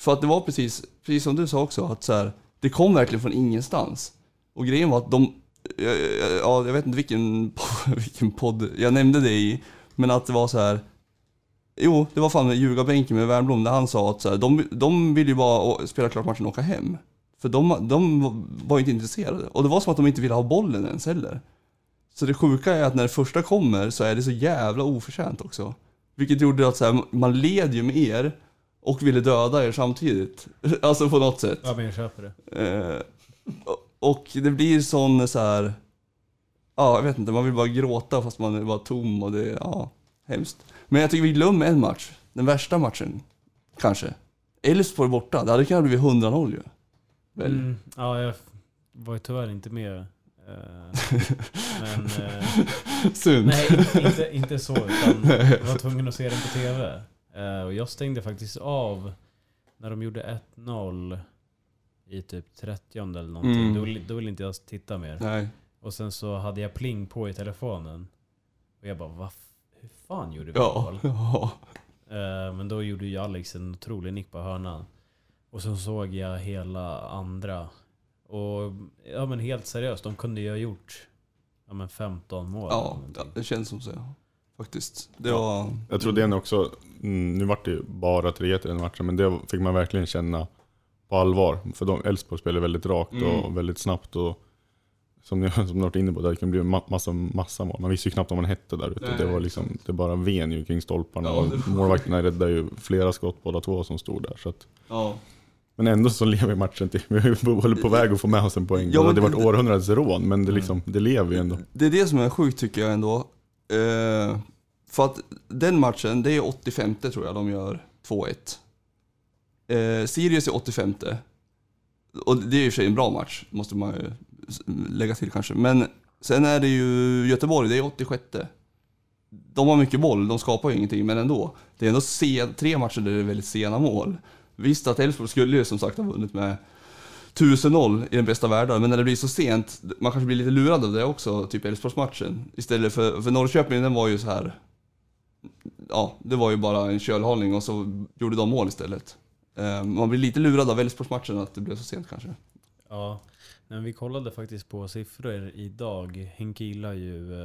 För att det var precis som du sa också, att så här, det kom verkligen från ingenstans. Och grejen var att jag vet inte vilken podd jag nämnde det i, men att det var så här. Jo, det var fan med Ljugarbänken med Wernbloom, där han sa att så här, de ville ju bara spela klart matchen och åka hem. För de var inte intresserade. Och det var som att de inte ville ha bollen ens heller. Så det sjuka är att när det första kommer så är det så jävla oförtjänt också. Vilket gjorde att så här, man led ju med er och ville döda er samtidigt. Alltså på något sätt. Ja, men jag köper det. Och det blir sån så här. Ja, jag vet inte, man vill bara gråta fast man är bara tom och det är hemskt. Men jag tycker vi glömmer en match. Den värsta matchen, kanske. Elfsborg borta, det hade kunnat bli 100-0 ju. Ja, jag var ju tyvärr inte med. Men synd. Nej, inte så, utan jag var tvungen att se den på tv. Och jag stängde faktiskt av när de gjorde 1-0 i typ 30 eller någonting. Då ville inte jag titta mer. Nej. Och sen så hade jag pling på i telefonen. Och jag bara, hur fan gjorde vi mål? Ja. Men då gjorde ju Alex en otrolig nick på hörnan. Och så såg jag hela andra. Och ja, men helt seriöst, de kunde ju ha gjort 15 mål. Ja, det känns som så. Faktiskt. Det var... Jag tror det är också, nu var det ju bara 3-1 i den matchen, men det fick man verkligen känna på allvar. För Elfsborg spelade väldigt rakt och väldigt snabbt. Och som ni har varit inne på, det kan bli massa mål. Man visste ju knappt om man hette där ute. Det var liksom, det bara ven ju kring stolparna. Ja, och målvakterna räddade ju flera skott, båda två som stod där. Så att, ja. Men ändå så lever matchen till. Vi håller på väg att få med oss en poäng. Ja, det har varit århundradets rån, men det, liksom, det lever ju ändå. Det är det som är sjukt tycker jag ändå. För att den matchen, det är 85 tror jag de gör 2-1. Sirius är 85. Och det är ju i och för sig en bra match, måste man ju lägga till kanske. Men sen är det ju Göteborg, det är 86. De har mycket boll, de skapar ju ingenting, men ändå. Det är ändå 3 matcher där det är väldigt sena mål. Visst att Elfsborg skulle ju som sagt ha vunnit med 1000-0 i den bästa världen, men när det blir så sent, man kanske blir lite lurad av det också, typ Elfsborgsmatchen. Istället för Norrköping, den var ju så här. Ja, det var ju bara en kölhållning och så gjorde de mål istället. Man blir lite lurad av Elfsborgsmatchen att det blev så sent kanske. Ja, men vi kollade faktiskt på siffror idag. Henke gillar ju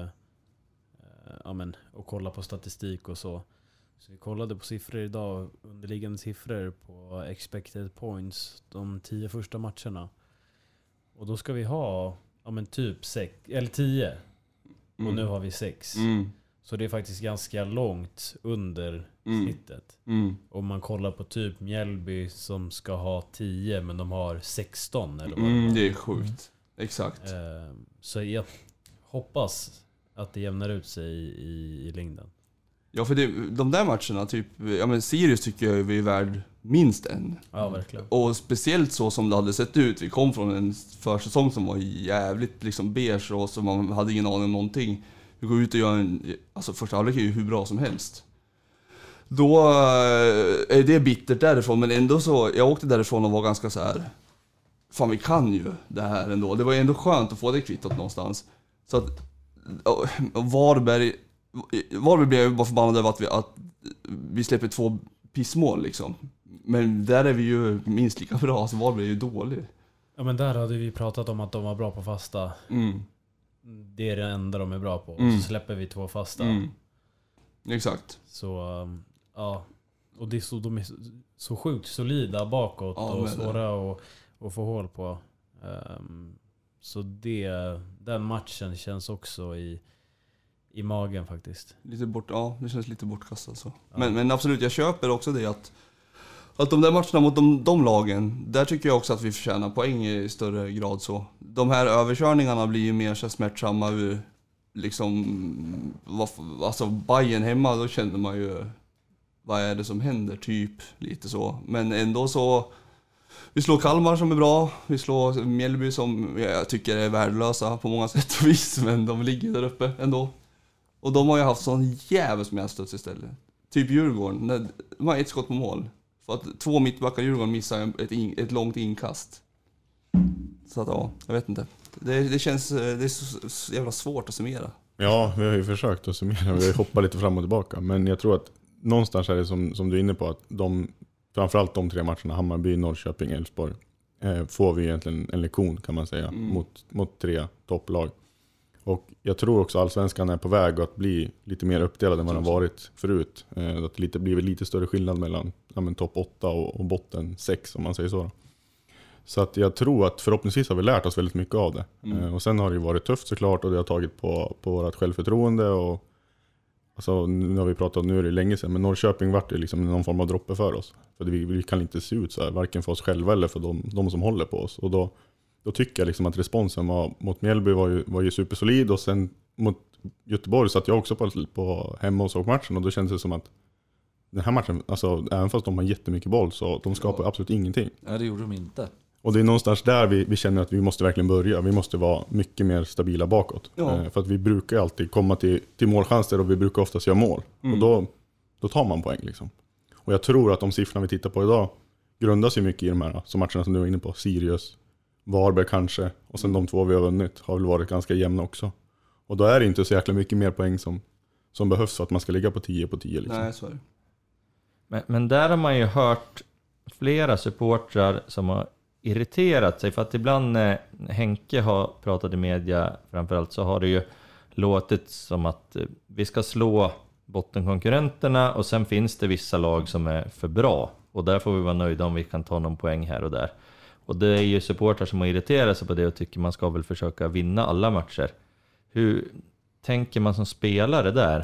och kolla på statistik och så. Så vi kollade på siffror idag, underliggande siffror på expected points de 10 första matcherna. Och då ska vi ha typ 6 eller 10. Och nu har vi 6. Så det är faktiskt ganska långt under snittet. Om man kollar på typ Mjällby som ska ha 10 men de har 16 eller vad det är sjukt. Exakt. Så jag hoppas att det jämnar ut sig i längden. Ja, för de där matcherna typ, Sirius tycker jag vi är värd minst en. Ja, verkligen. Och speciellt så som det hade sett ut. Vi kom från en försäsong som var jävligt liksom beige och så man hade ingen aning om någonting. Vi går ut och gör första halvlek är ju hur bra som helst. Då är det bittert därifrån, men ändå så, jag åkte därifrån och var ganska så här. Fan, vi kan ju det här ändå. Det var ju ändå skönt att få det kvittot någonstans. Så att Varberg blev jag bara förbannad över att vi släpper 2 pissmål liksom. Men där är vi ju minst lika bra, så Varberg är ju dålig. Ja, men där hade vi pratat om att de var bra på fasta. Det är det enda de är bra på. Och så släpper vi 2 fasta. Exakt. Så ja, och det är så, de är så sjukt solida bakåt och svåra att få hål på. Så den matchen känns också i magen faktiskt. Det känns lite bortkastat så. Ja. Men absolut, jag köper också det att de där matcherna mot de lagen, där tycker jag också att vi förtjänar poäng i större grad så. De här överkörningarna blir ju mer så smärtsamma ur liksom, Bayern hemma, då känner man ju vad är det som händer typ lite så. Men ändå så vi slår Kalmar som är bra, vi slår Mjällby som jag tycker är värdelösa på många sätt och vis, men de ligger där uppe ändå. Och de har ju haft sån jävligt med stöts istället. Typ Djurgården, de har 1 skott på mål. För att 2 mittbackar Djurgården missar ett långt inkast. Så att jag vet inte. Det känns, det är så jävla svårt att summera. Ja, vi har ju försökt att summera. Vi har hoppat lite fram och tillbaka. Men jag tror att någonstans är det som du är inne på, att de framförallt de 3 matcherna, Hammarby, Norrköping, Elfsborg, får vi egentligen en lektion kan man säga mot 3 topplag. Och jag tror också allsvenskan är på väg att bli lite mer uppdelad än vad den varit förut. Att det blir lite större skillnad mellan topp 8 och botten 6 om man säger så. Så att jag tror att förhoppningsvis har vi lärt oss väldigt mycket av det. Och sen har det ju varit tufft såklart och det har tagit på vårt självförtroende. Och, alltså, nu har vi pratat, nu är det länge sedan, men Norrköping vart det liksom någon form av droppe för oss. För vi kan inte se ut så här, varken för oss själva eller för de som håller på oss. Och då tycker jag liksom att responsen mot Mjällby var ju supersolid, och sen mot Göteborg satt jag också på hemma och såg matchen, och då kändes det som att den här matchen, alltså, även fast de har jättemycket boll så de skapar absolut ingenting. Nej, det gjorde de inte. Och det är någonstans där vi känner att vi måste verkligen börja. Vi måste vara mycket mer stabila bakåt. För att vi brukar alltid komma till målchanser och vi brukar oftast göra mål. Och då tar man poäng liksom. Och jag tror att de siffrorna vi tittar på idag grundas ju mycket i de här som matcherna som du var inne på. Sirius, Varberg kanske, och sen de 2 vi har vunnit har väl varit ganska jämna också. Och då är det inte så jäkla mycket mer poäng som behövs för att man ska ligga på 10 på 10 liksom. Nej, så är det. Men där har man ju hört flera supportrar som har irriterat sig, för att ibland när Henke har pratat i media framförallt så har det ju låtit som att vi ska slå bottenkonkurrenterna, och sen finns det vissa lag som är för bra och där får vi vara nöjda om vi kan ta någon poäng här och där. Och det är ju supportrar som har irriterat sig på det och tycker man ska väl försöka vinna alla matcher. Hur tänker man som spelare där?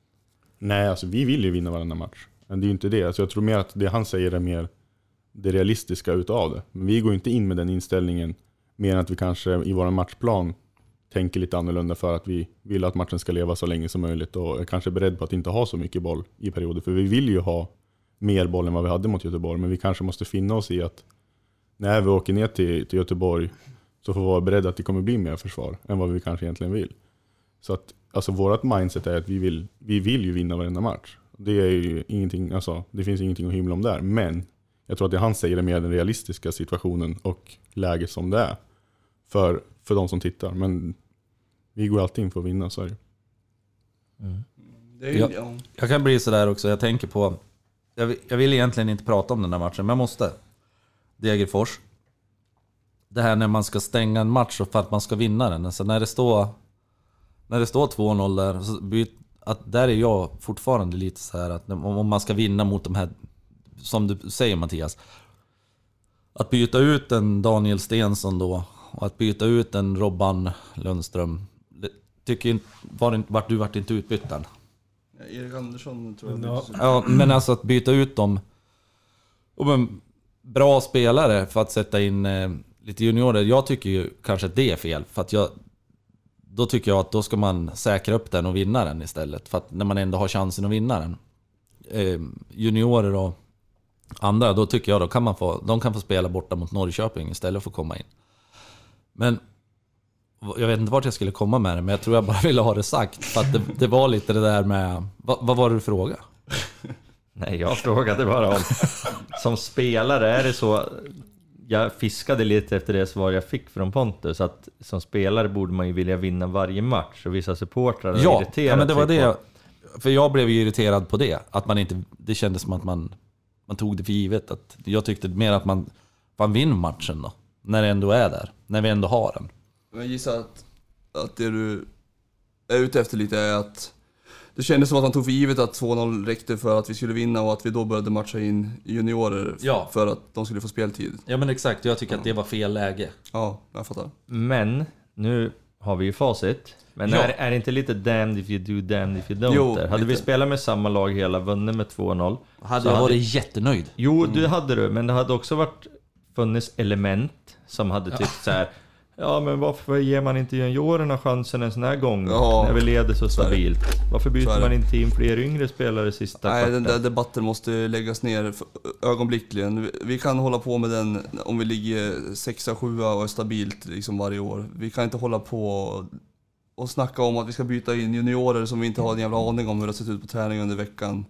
Nej, alltså vi vill ju vinna varenda match. Men det är ju inte det. Alltså jag tror mer att det han säger är mer det realistiska utav det. Men vi går inte in med den inställningen mer än att vi kanske i vår matchplan tänker lite annorlunda för att vi vill att matchen ska leva så länge som möjligt och är kanske beredd på att inte ha så mycket boll i perioder. För vi vill ju ha mer boll än vad vi hade mot Göteborg, men vi kanske måste finna oss i att när vi åker ner till Göteborg så får vi vara beredda att det kommer bli mer försvar än vad vi kanske egentligen vill. Så att alltså vårt mindset är att vi vill ju vinna varenda match. Det är ju ingenting, alltså det finns ingenting att hymla om där, men jag tror att det han säger är mer den realistiska situationen och läget som det är för de som tittar. Men vi går alltid in för att vinna, så är det. Det är ju, Jag kan bli sådär också. Jag tänker på, jag vill egentligen inte prata om den här matchen, men jag måste. Degerfors. Det här när man ska stänga en match och för att man ska vinna den. Alltså när det står 2-0 där, så där är jag fortfarande lite så här att om man ska vinna mot de här, som du säger Mattias, att byta ut en Daniel Stensson då och att byta ut en Robban Lundström, tycker vart inte utbytt den. Erik Andersson tror jag. Ja, men alltså att byta ut dem och en bra spelare för att sätta in lite juniorer, jag tycker ju kanske att det är fel, för att då tycker jag att då ska man säkra upp den och vinna den istället, för att när man ändå har chansen att vinna den. Juniorer och andra, då tycker jag de kan få spela borta mot Norrköping istället för att komma in. Men jag vet inte vart jag skulle komma med det, men jag tror jag bara ville ha det sagt, för att det var lite det där med, vad var det du frågade? Nej, jag frågade bara om som spelare är det så. Jag fiskade lite efter det svar jag fick från Pontus, att som spelare borde man ju vilja vinna varje match, och vissa supportrar har irriterat ja, men det var sig det. För jag blev ju irriterad på det, att man inte, det kändes som att man tog det för givet. Att jag tyckte mer att man vinner matchen då, när det ändå är där, när vi ändå har den. Jag gissar att det du är ute efter lite är att det kändes som att man tog för givet att 2-0 räckte för att vi skulle vinna, och att vi då började matcha in juniorer för att de skulle få speltid. Ja, men exakt, jag tycker att det var fel läge. Ja, jag fattar. Men nu har vi ju facit. Men är det inte lite damned if you do, damned if you don't där? Hade vi spelat med samma lag hela, vunnit med 2-0, hade jag varit jättenöjd. Jo, du hade du, men det hade också funnits element som hade tyckt så här: ja, men varför ger man inte juniorerna chansen en sån här gång när vi leder så stabilt? Varför byter man inte in fler yngre spelare sista kvarten? Nej, den där debatten måste läggas ner ögonblickligen. Vi kan hålla på med den om vi ligger 6-7 och är stabilt liksom varje år. Vi kan inte hålla på och snacka om att vi ska byta in juniorer som vi inte har en jävla aning om hur det har sett ut på träning under veckan.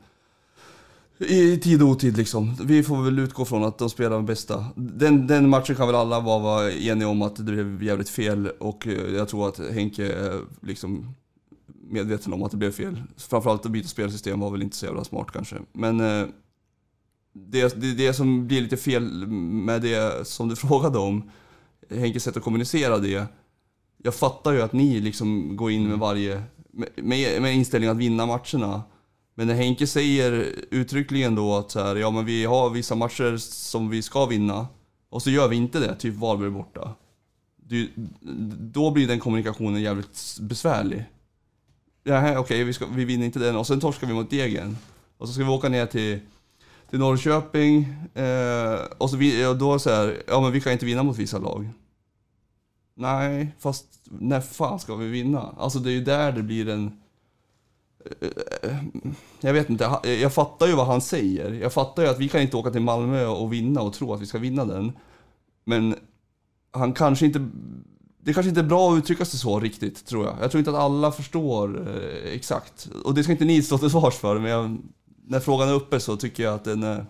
I tid och otid liksom. Vi får väl utgå från att de spelar med bästa. Den matchen kan väl alla vara eniga om att det blev jävligt fel, och jag tror att Henke är liksom medveten om att det blev fel. Framförallt att byta spelsystem var väl inte så jävla smart kanske. Men det som blir lite fel med det som du frågade om, Henkes sätt att kommunicera det. Jag fattar ju att ni liksom går in med med inställning att vinna matcherna. Men när Henke säger uttryckligen då att så här, ja men vi har vissa matcher som vi ska vinna och så gör vi inte det, typ Varberg borta. Då blir den kommunikationen jävligt besvärlig. Ja, okej, vi vinner inte den och sen torskar vi mot Degen. Och så ska vi åka ner till Norrköping och då så här, ja men vi kan inte vinna mot vissa lag. Nej, fast när fan ska vi vinna? Alltså det är ju där det blir en... Jag vet inte, jag fattar ju vad han säger. Jag fattar ju att vi kan inte åka till Malmö och vinna och tro att vi ska vinna den. Men han kanske inte... Det kanske inte är bra att uttrycka sig så riktigt, tror jag. Jag tror inte att alla förstår exakt. Och det ska inte ni stå till svars för, men när frågan är uppe så tycker jag att den är...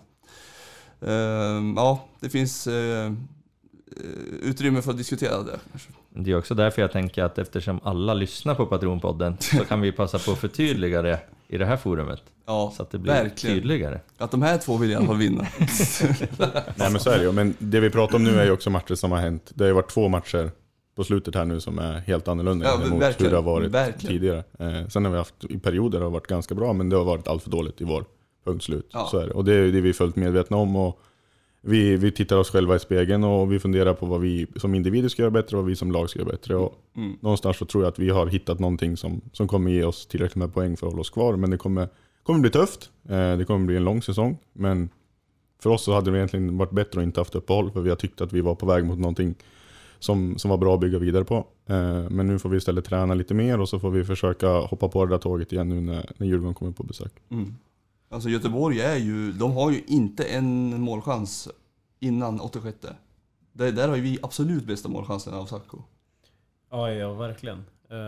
det finns utrymme för att diskutera det. Det är också därför jag tänker att eftersom alla lyssnar på Patronpodden så kan vi passa på att förtydliga det i det här forumet. Ja, så att det blir verkligen tydligare. Att de här två vill i alla fall vinna. Nej men så är det ju. Men det vi pratar om nu är ju också matcher som har hänt. Det har ju varit 2 matcher på slutet här nu som är helt annorlunda mot hur det har varit tidigare. Sen har vi haft i perioder har varit ganska bra, men det har varit allt för dåligt i vår punktslut. Ja. Så är det. Och det är det vi är fullt medvetna om. Och vi tittar oss själva i spegeln och vi funderar på vad vi som individer ska göra bättre och vad vi som lag ska göra bättre. Och någonstans så tror jag att vi har hittat någonting som kommer ge oss tillräckligt med poäng för att hålla oss kvar. Men det kommer bli tufft. Det kommer bli en lång säsong. Men för oss så hade det egentligen varit bättre att inte haft uppehåll, för vi har tyckt att vi var på väg mot någonting som var bra att bygga vidare på. Men nu får vi istället träna lite mer och så får vi försöka hoppa på det där tåget igen nu när Djurgården kommer på besök. Alltså Göteborg de har ju inte en målchans innan 86. Där har ju vi absolut bästa målchansen av Sacco. Ja, verkligen.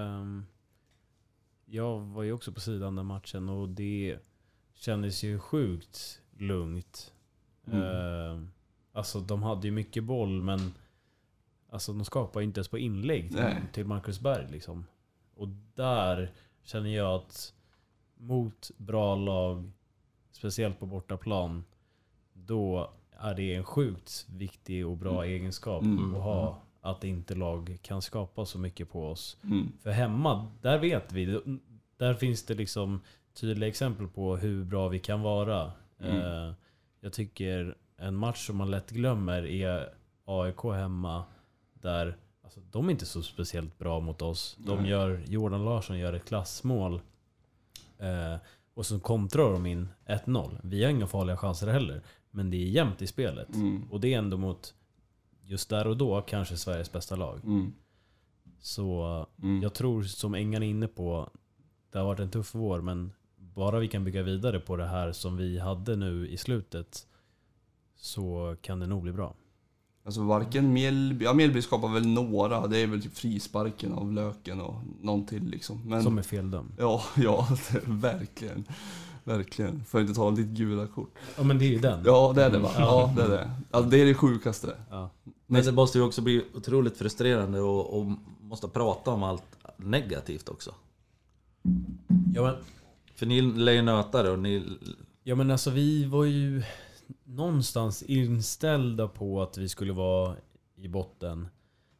Jag var ju också på sidan den matchen och det kändes ju sjukt lugnt. Alltså de hade ju mycket boll, men alltså de skapade inte ens på inlägg till Marcus Berg liksom. Och där känner jag att mot bra lag, speciellt på bortaplan, då är det en sjukt viktig och bra egenskap att ha, att inte lag kan skapa så mycket på oss. För hemma, där vet vi, där finns det liksom tydliga exempel på hur bra vi kan vara. Jag tycker en match som man lätt glömmer är AIK hemma, där alltså, de är inte så speciellt bra mot oss. Jordan Larsson gör ett klassmål och så kontrar de in 1-0. Vi har inga farliga chanser heller, men det är jämnt i spelet. Och det är ändå mot, just där och då, kanske Sveriges bästa lag. Så jag tror, som Engan är inne på, det har varit en tuff vår, men bara vi kan bygga vidare på det här som vi hade nu i slutet, så kan det nog bli bra. Alltså varken Mjällby skapar väl några. Det är väl typ frisparken av Löken och någon till liksom. Men, som är feldömd. Ja, verkligen. Verkligen. För att inte tala om ditt gula kort. Ja, men det är ju den. Ja, det är det va? Ja, det är det. Alltså, det är det sjukaste. Ja. Men det måste ju också bli otroligt frustrerande och måste prata om allt negativt också. Ja, men för ni lär ju nöta det och ni... Ja, men alltså vi var ju någonstans inställda på att vi skulle vara i botten.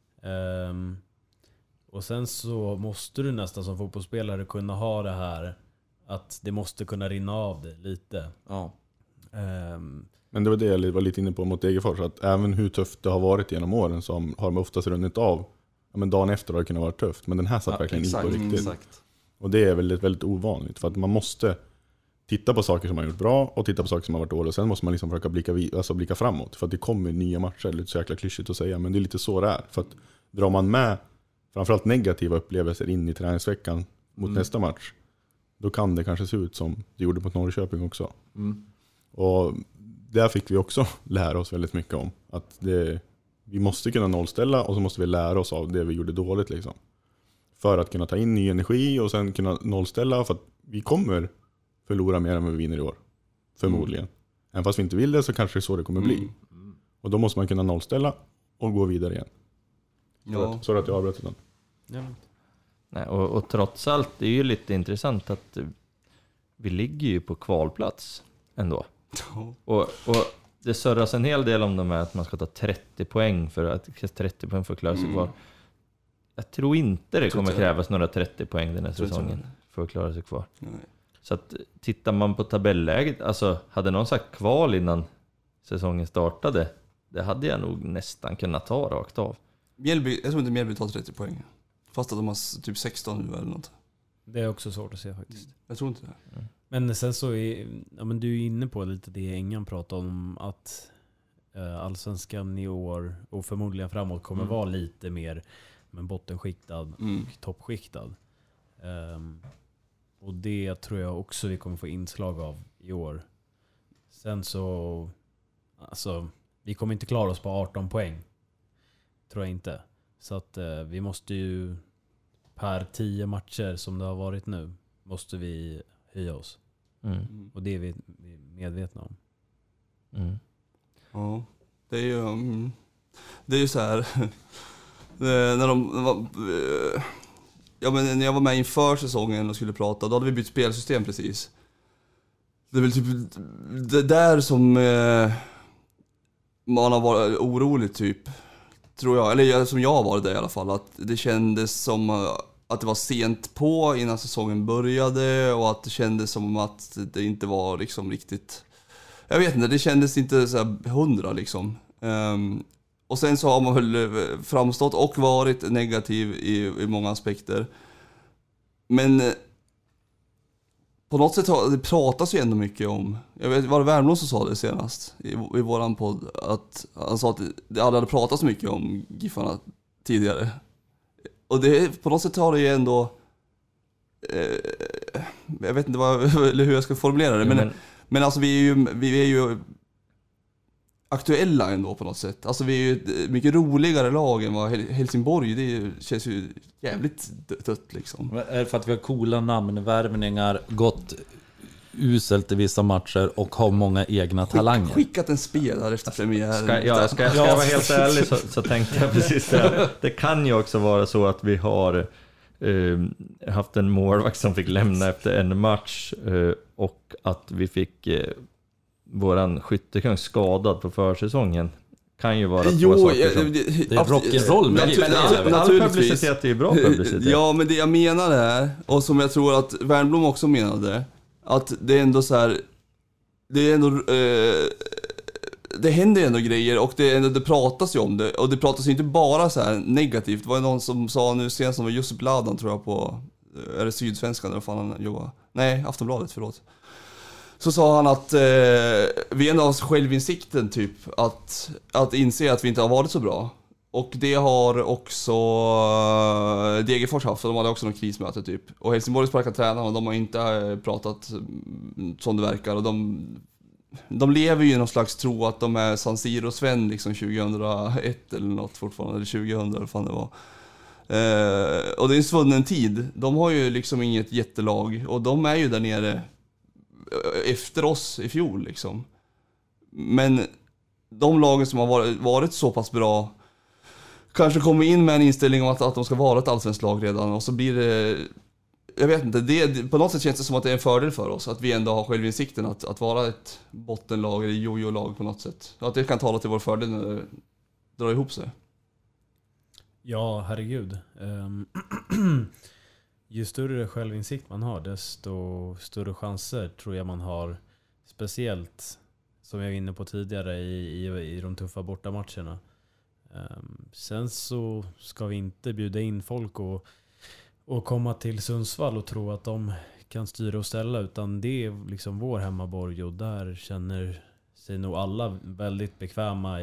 Och sen så måste du nästan som fotbollsspelare kunna ha det här, att det måste kunna rinna av det lite. Ja. Men det var det jag var lite inne på mot Degerfors, att även hur tufft det har varit genom åren så har man oftast runnit av. Ja, men dagen efter har det kunnat vara tufft, men den här satt verkligen in på riktigt. Exakt. Och det är väldigt, väldigt ovanligt, för att man måste titta på saker som man har gjort bra och titta på saker som har varit dåliga. Och sen måste man liksom försöka blicka framåt, för att det kommer nya matcher. Det är lite så jäkla klyschigt att säga, men det är lite så det är. För att drar man med framförallt negativa upplevelser in i träningsveckan mot nästa match, då kan det kanske se ut som det gjorde mot Norrköping också. Och där fick vi också lära oss väldigt mycket om att vi måste kunna nollställa, och så måste vi lära oss av det vi gjorde dåligt liksom. För att kunna ta in ny energi och sen kunna nollställa, för att vi kommer förlora mer än vad vi vinner i år. Förmodligen. Även fast vi inte vill det, så kanske det är så det kommer bli. Och då måste man kunna nollställa och gå vidare igen. Ja. Så att jag avbröt den. Ja. Nej, och trots allt, det är ju lite intressant att vi ligger ju på kvalplats ändå. Och det surras en hel del om de här att man ska ta 30 poäng för att klara sig kvar. Jag tror inte det kommer krävas några 30 poäng den här säsongen för att klara sig kvar. Nej. Så att tittar man på tabelläget, alltså hade någon sagt kval innan säsongen startade, det hade jag nog nästan kunnat ta rakt av. Mjällby, jag tror inte Mjällby tar 30 poäng. Fast att de har typ 16 nu eller något. Det är också svårt att se faktiskt. Jag tror inte det. Men sen så men du är inne på lite det Engan pratade om, att allsvenskan i år och förmodligen framåt kommer vara lite mer bottenskiktad och toppskiktad. Och det tror jag också vi kommer få inslag av i år. Sen så alltså, vi kommer inte klara oss på 18 poäng. Tror jag inte. Så att vi måste ju per 10 matcher som det har varit nu måste vi höja oss. Och det är vi medvetna om. Ja, det är ju så här när jag var med inför säsongen och skulle prata, då hade vi bytt spelsystem precis. Det är väl typ det där som man har varit orolig typ, tror jag, eller som jag har varit där i alla fall, att det kändes som att det var sent på innan säsongen började och att det kändes som att det inte var liksom riktigt, jag vet inte, det kändes inte så här 100 liksom. Och sen så har man väl framstått och varit negativ i många aspekter. Men på något sätt det pratas ju ändå mycket om, jag vet, var det Värmlund som sa det senast i våran podd, att han sa att det aldrig hade pratats mycket om Giffarna tidigare. Och det, på något sätt har det ju ändå jag vet inte eller hur jag ska formulera det, men alltså vi är ju aktuella ändå på något sätt. Alltså vi är ju ett mycket roligare lag än vad Helsingborg, det känns ju jävligt dött liksom. Men är det för att vi har coola namnvärvningar, gått uselt i vissa matcher och har många egna talanger? Skickat en spelare efter premiär. Ska jag vara helt ärlig så tänkte jag precis det. Det kan ju också vara så att vi har haft en målvakt som fick lämna efter en match och att vi fick våran skyttekung skadad på försäsongen. Kan ju vara två saker som... Det är rock'n'roll, men all publicitet är ju bra publicitet. Ja, men det jag menar är, och som jag tror att Värnblom också menade, att det är ändå så här, det är ändå det händer ändå grejer och det pratas ju om det, och det pratas ju inte bara så här negativt. Det var någon som sa nu senast, som var Josip Ladan tror jag, på är det Sydsvenskan eller fan han jobbar. Nej, Aftonbladet, förlåt. Så sa han att vi ändå har självinsikten typ att inse att vi inte har varit så bra. Och det har också Degerfors haft, för de hade också någon krismöte typ. Och Helsingborg sparkar tränarna och de har inte pratat som det verkar. Och de lever ju i någon slags tro att de är San Siro-Sven liksom 2001 eller något fortfarande, eller 2000 eller fan det var. Och det är en svunnen tid. De har ju liksom inget jättelag och de är ju där nere efter oss i fjol liksom. Men de lagen som har varit så pass bra kanske kommer in med en inställning om att de ska vara ett allsvenskt lag redan, och så blir det, jag vet inte, det på något sätt känns det som att det är en fördel för oss att vi ändå har självinsikten att vara ett bottenlag eller jojo-lag på något sätt. Att det kan tala till vår fördel när det drar ihop sig. Ja, herregud. Ju större självinsikt man har, desto större chanser tror jag man har. Speciellt, som jag var inne på tidigare, i de tuffa bortamatcherna. Sen så ska vi inte bjuda in folk och komma till Sundsvall och tro att de kan styra och ställa, utan det är liksom vår hemmaborg, och där känner sig nog alla väldigt bekväma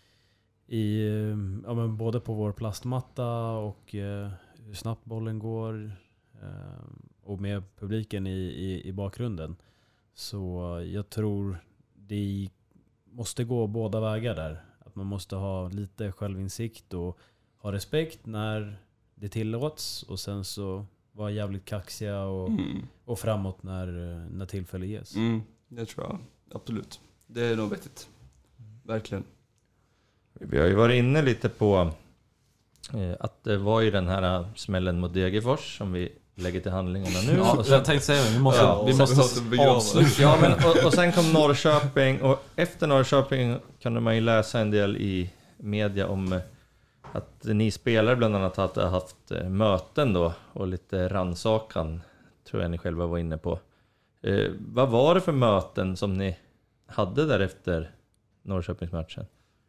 ja, men både på vår plastmatta och hur snabbt bollen går, och med publiken i bakgrunden. Så jag tror det måste gå båda vägar där. Att man måste ha lite självinsikt och ha respekt när det tillåts, och sen så vara jävligt kaxiga och framåt när tillfälle ges. Det tror jag, absolut. Det är nog vettigt. Verkligen. Vi har ju varit inne lite på att det var ju den här smällen mot Degerfors som vi lägger till handlingarna nu. Ja, och sen, jag tänkte säga, vi måste avsluta. ja, men, och sen kom Norrköping, och efter Norrköping kunde man ju läsa en del i media om att ni spelare bland annat hade haft möten då och lite rannsakan, tror jag ni själva var inne på. Vad var det för möten som ni hade där efter Norrköpingsmatchen?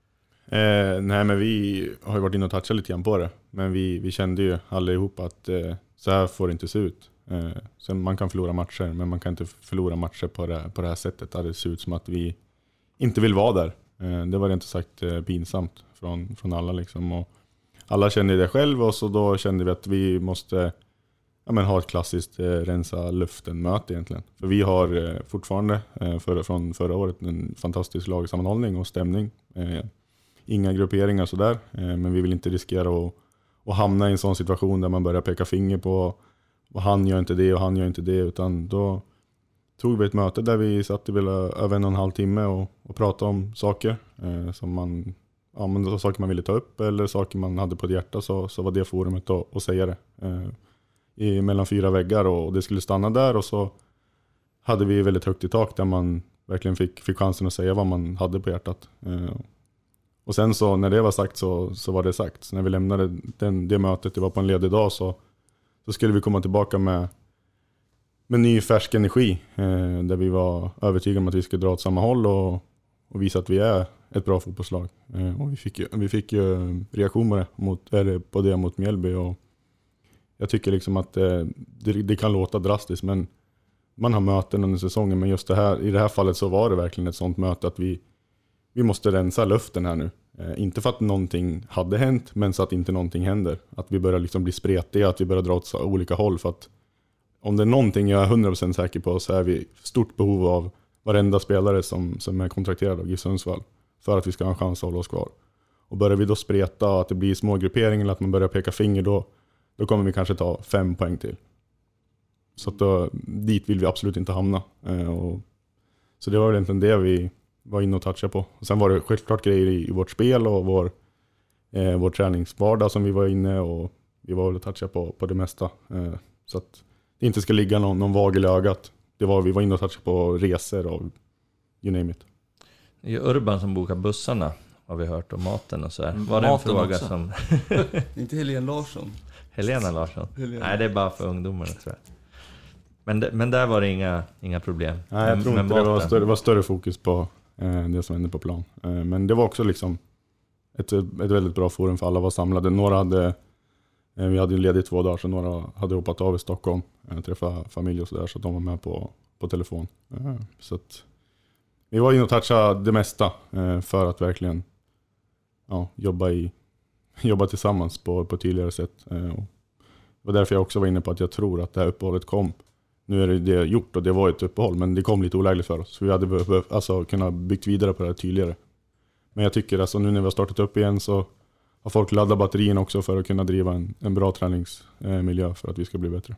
Nej, men vi har ju varit inne och touchat lite grann på det. Men vi kände ju allihopa att så här får det inte se ut. Sen man kan förlora matcher, men man kan inte förlora matcher på det här sättet. Det ser ut som att vi inte vill vara där. Det var inte sagt pinsamt från alla liksom. Och alla kände det själv, och så då kände vi att vi måste ha ett klassiskt rensa luften-möte egentligen. För vi har fortfarande från förra året en fantastisk lagsammanhållning och stämning. Inga grupperingar sådär, men vi vill inte riskera att hamna i en sån situation där man börjar peka finger på och han gör inte det och han gör inte det, utan då tog vi ett möte där vi satt i väl över 1,5 timme och pratade om saker som saker man ville ta upp eller saker man hade på ett hjärta, så var det forumet att säga det mellan 4 väggar, och det skulle stanna där, och så hade vi väldigt högt i tak där man verkligen fick chansen att säga vad man hade på hjärtat. Och sen så när det var sagt så var det sagt. Så när vi lämnade det mötet, det var på en ledig dag, så skulle vi komma tillbaka med ny färsk energi. Där vi var övertygade om att vi skulle dra åt samma håll och visa att vi är ett bra fotbollslag. Och vi fick ju reaktion på det mot Mjällby. Och jag tycker liksom att det kan låta drastiskt, men man har möten under säsongen. Men just i det här fallet så var det verkligen ett sånt möte att vi måste rensa luften här nu. Inte för att någonting hade hänt, men så att inte någonting händer. Att vi börjar liksom bli spretiga, att vi börjar dra åt olika håll. För att om det är någonting jag är 100% säker på, så är vi stort behov av varenda spelare som är kontrakterad av GIF Sundsvall för att vi ska ha en chans att hålla oss kvar. Och börjar vi då spreta, att det blir små grupperingar eller att man börjar peka finger, då kommer vi kanske ta 5 poäng till. Så att dit vill vi absolut inte hamna. Så det var väl egentligen det vi var inne och touchade på. Och sen var det självklart grejer i vårt spel och vår träningsvardag som vi var inne, och vi var och touchade på det mesta. Så att det inte ska ligga någon vagel i ögat. Vi var inne och touchade på resor och you name it. Det är Urban som bokar bussarna, har vi hört, om maten och så här. Var det en fråga också som... Inte Helena Larsson. Helena Larsson? Nej, det är bara för ungdomarna, tror jag. Men där var det inga problem. Nej, jag tror inte det var större fokus på det som hände på plan. Men det var också liksom ett väldigt bra forum för alla var samlade. Vi hade ledigt 2 dagar, så några hade hoppat av i Stockholm, träffa familj och sådär, så de var med på telefon. Så att vi var inne och touchade det mesta för att verkligen jobba tillsammans på ett tydligare sätt. Och det var därför jag också var inne på att jag tror att det här uppehållet kom. Nu är det gjort, och det var ett uppehåll, men det kom lite olägligt för oss. Så vi hade behövt kunna byggt vidare på det här tydligare. Men jag tycker nu när vi har startat upp igen, så har folk laddat batterien också för att kunna driva en bra träningsmiljö för att vi ska bli bättre.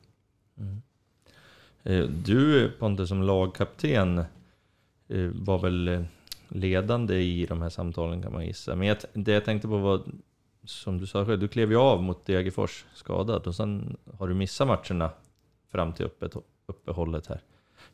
Du, Pontus, som lagkapten var väl ledande i de här samtalen, kan man gissa. Men det jag tänkte på var, som du sa själv, du klev ju av mot Degerfors skadad, och sen har du missat matcherna fram till uppehållet här.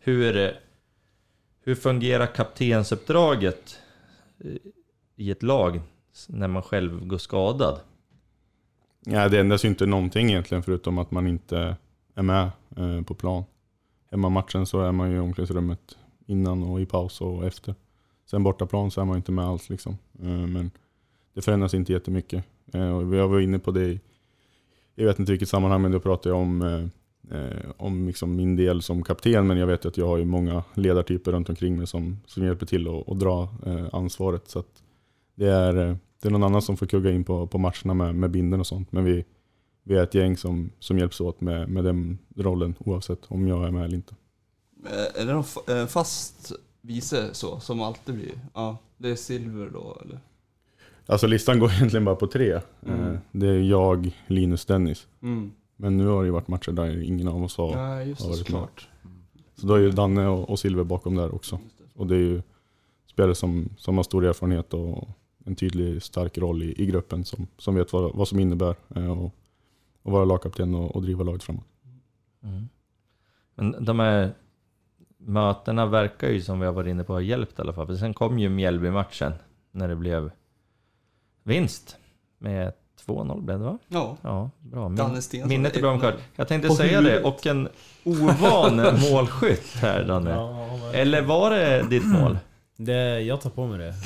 Hur fungerar kaptensuppdraget i ett lag när man själv går skadad? Ja, det ändras ju inte någonting egentligen, förutom att man inte är med på plan. Hemmamatchen så är man ju i omklädningsrummet innan och i paus och efter. Sen bortaplan så är man inte med alls liksom. Men det förändras inte jättemycket. Och vi var inne på det, jag vet inte vilket sammanhang, men då pratar jag om liksom min del som kapten, men jag vet att jag har ju många ledartyper runt omkring mig som hjälper till att dra ansvaret, så att det är någon annan som får kugga in på matcherna med binden och sånt, men vi är ett gäng som hjälps åt med den rollen, oavsett om jag är med eller inte. Är det någon fast vice så som alltid blir? Ja, det är Silver då, eller? Alltså listan går egentligen bara på 3. Det är jag, Linus, Dennis. Men nu har det ju varit matcher där ingen av oss har varit klart. Så då är ju Danne och Silver bakom där också. Och det är ju spelare som har stor erfarenhet och en tydlig, stark roll i gruppen som vet vad som innebär och vara lagkapten och driva laget framåt. Men de här mötena verkar ju som vi har varit inne på har hjälpt i alla fall. För sen kom ju Mjällby-matchen när det blev vinst med 2-0 blev det, va? Ja. Ja, bra. Danne Stensson, Minnet är bra omkört. Jag tänkte på säga huvudet. det. Och en ovan målskytt här, Danne. Eller var det ditt mål? Jag tar på mig det.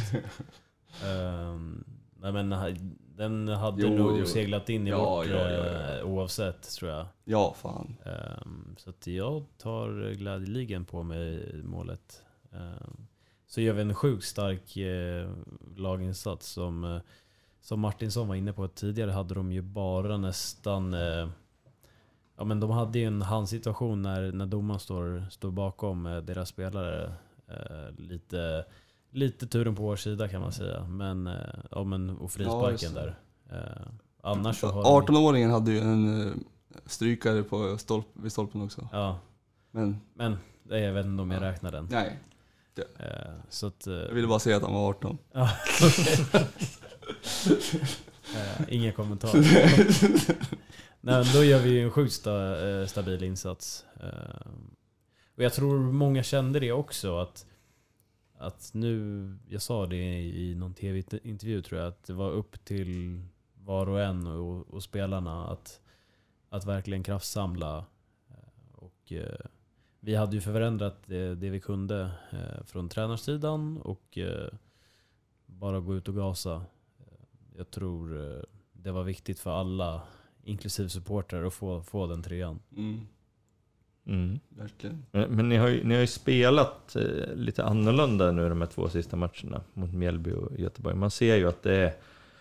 Nej, men den hade nog seglat in i vårt oavsett, tror jag. Ja, fan. Så att jag tar glädjeligen på mig målet. Så gör vi en sjukt stark laginsats som Martinsson var inne på tidigare. Hade de ju bara nästan ja, men de hade ju en handsituation när domaren står bakom deras spelare. Lite turen på vår sida, kan man säga. Men och frisparken där. Annars så har 18-åringen hade ju en strykare vid stolpen också. Ja. Men jag vet inte om jag räknar den. Nej. Så att, Jag ville bara säga att han var 18. Ja, okay. Ingen kommentar. Nej, då gör vi en sjukt stabil insats. Och jag tror många kände det också, att nu, jag sa det i någon tv-intervju, tror jag, att det var upp till var och en och spelarna att verkligen kraftsamla. Och vi hade ju förändrat det vi kunde från tränarsidan och bara gå ut och gasa. Jag tror det var viktigt för alla, inklusive supportrar, att få den 3:an. Verkligen. Men ni har ju spelat lite annorlunda nu de här 2 sista matcherna mot Mjällby och Göteborg. Man ser ju att det är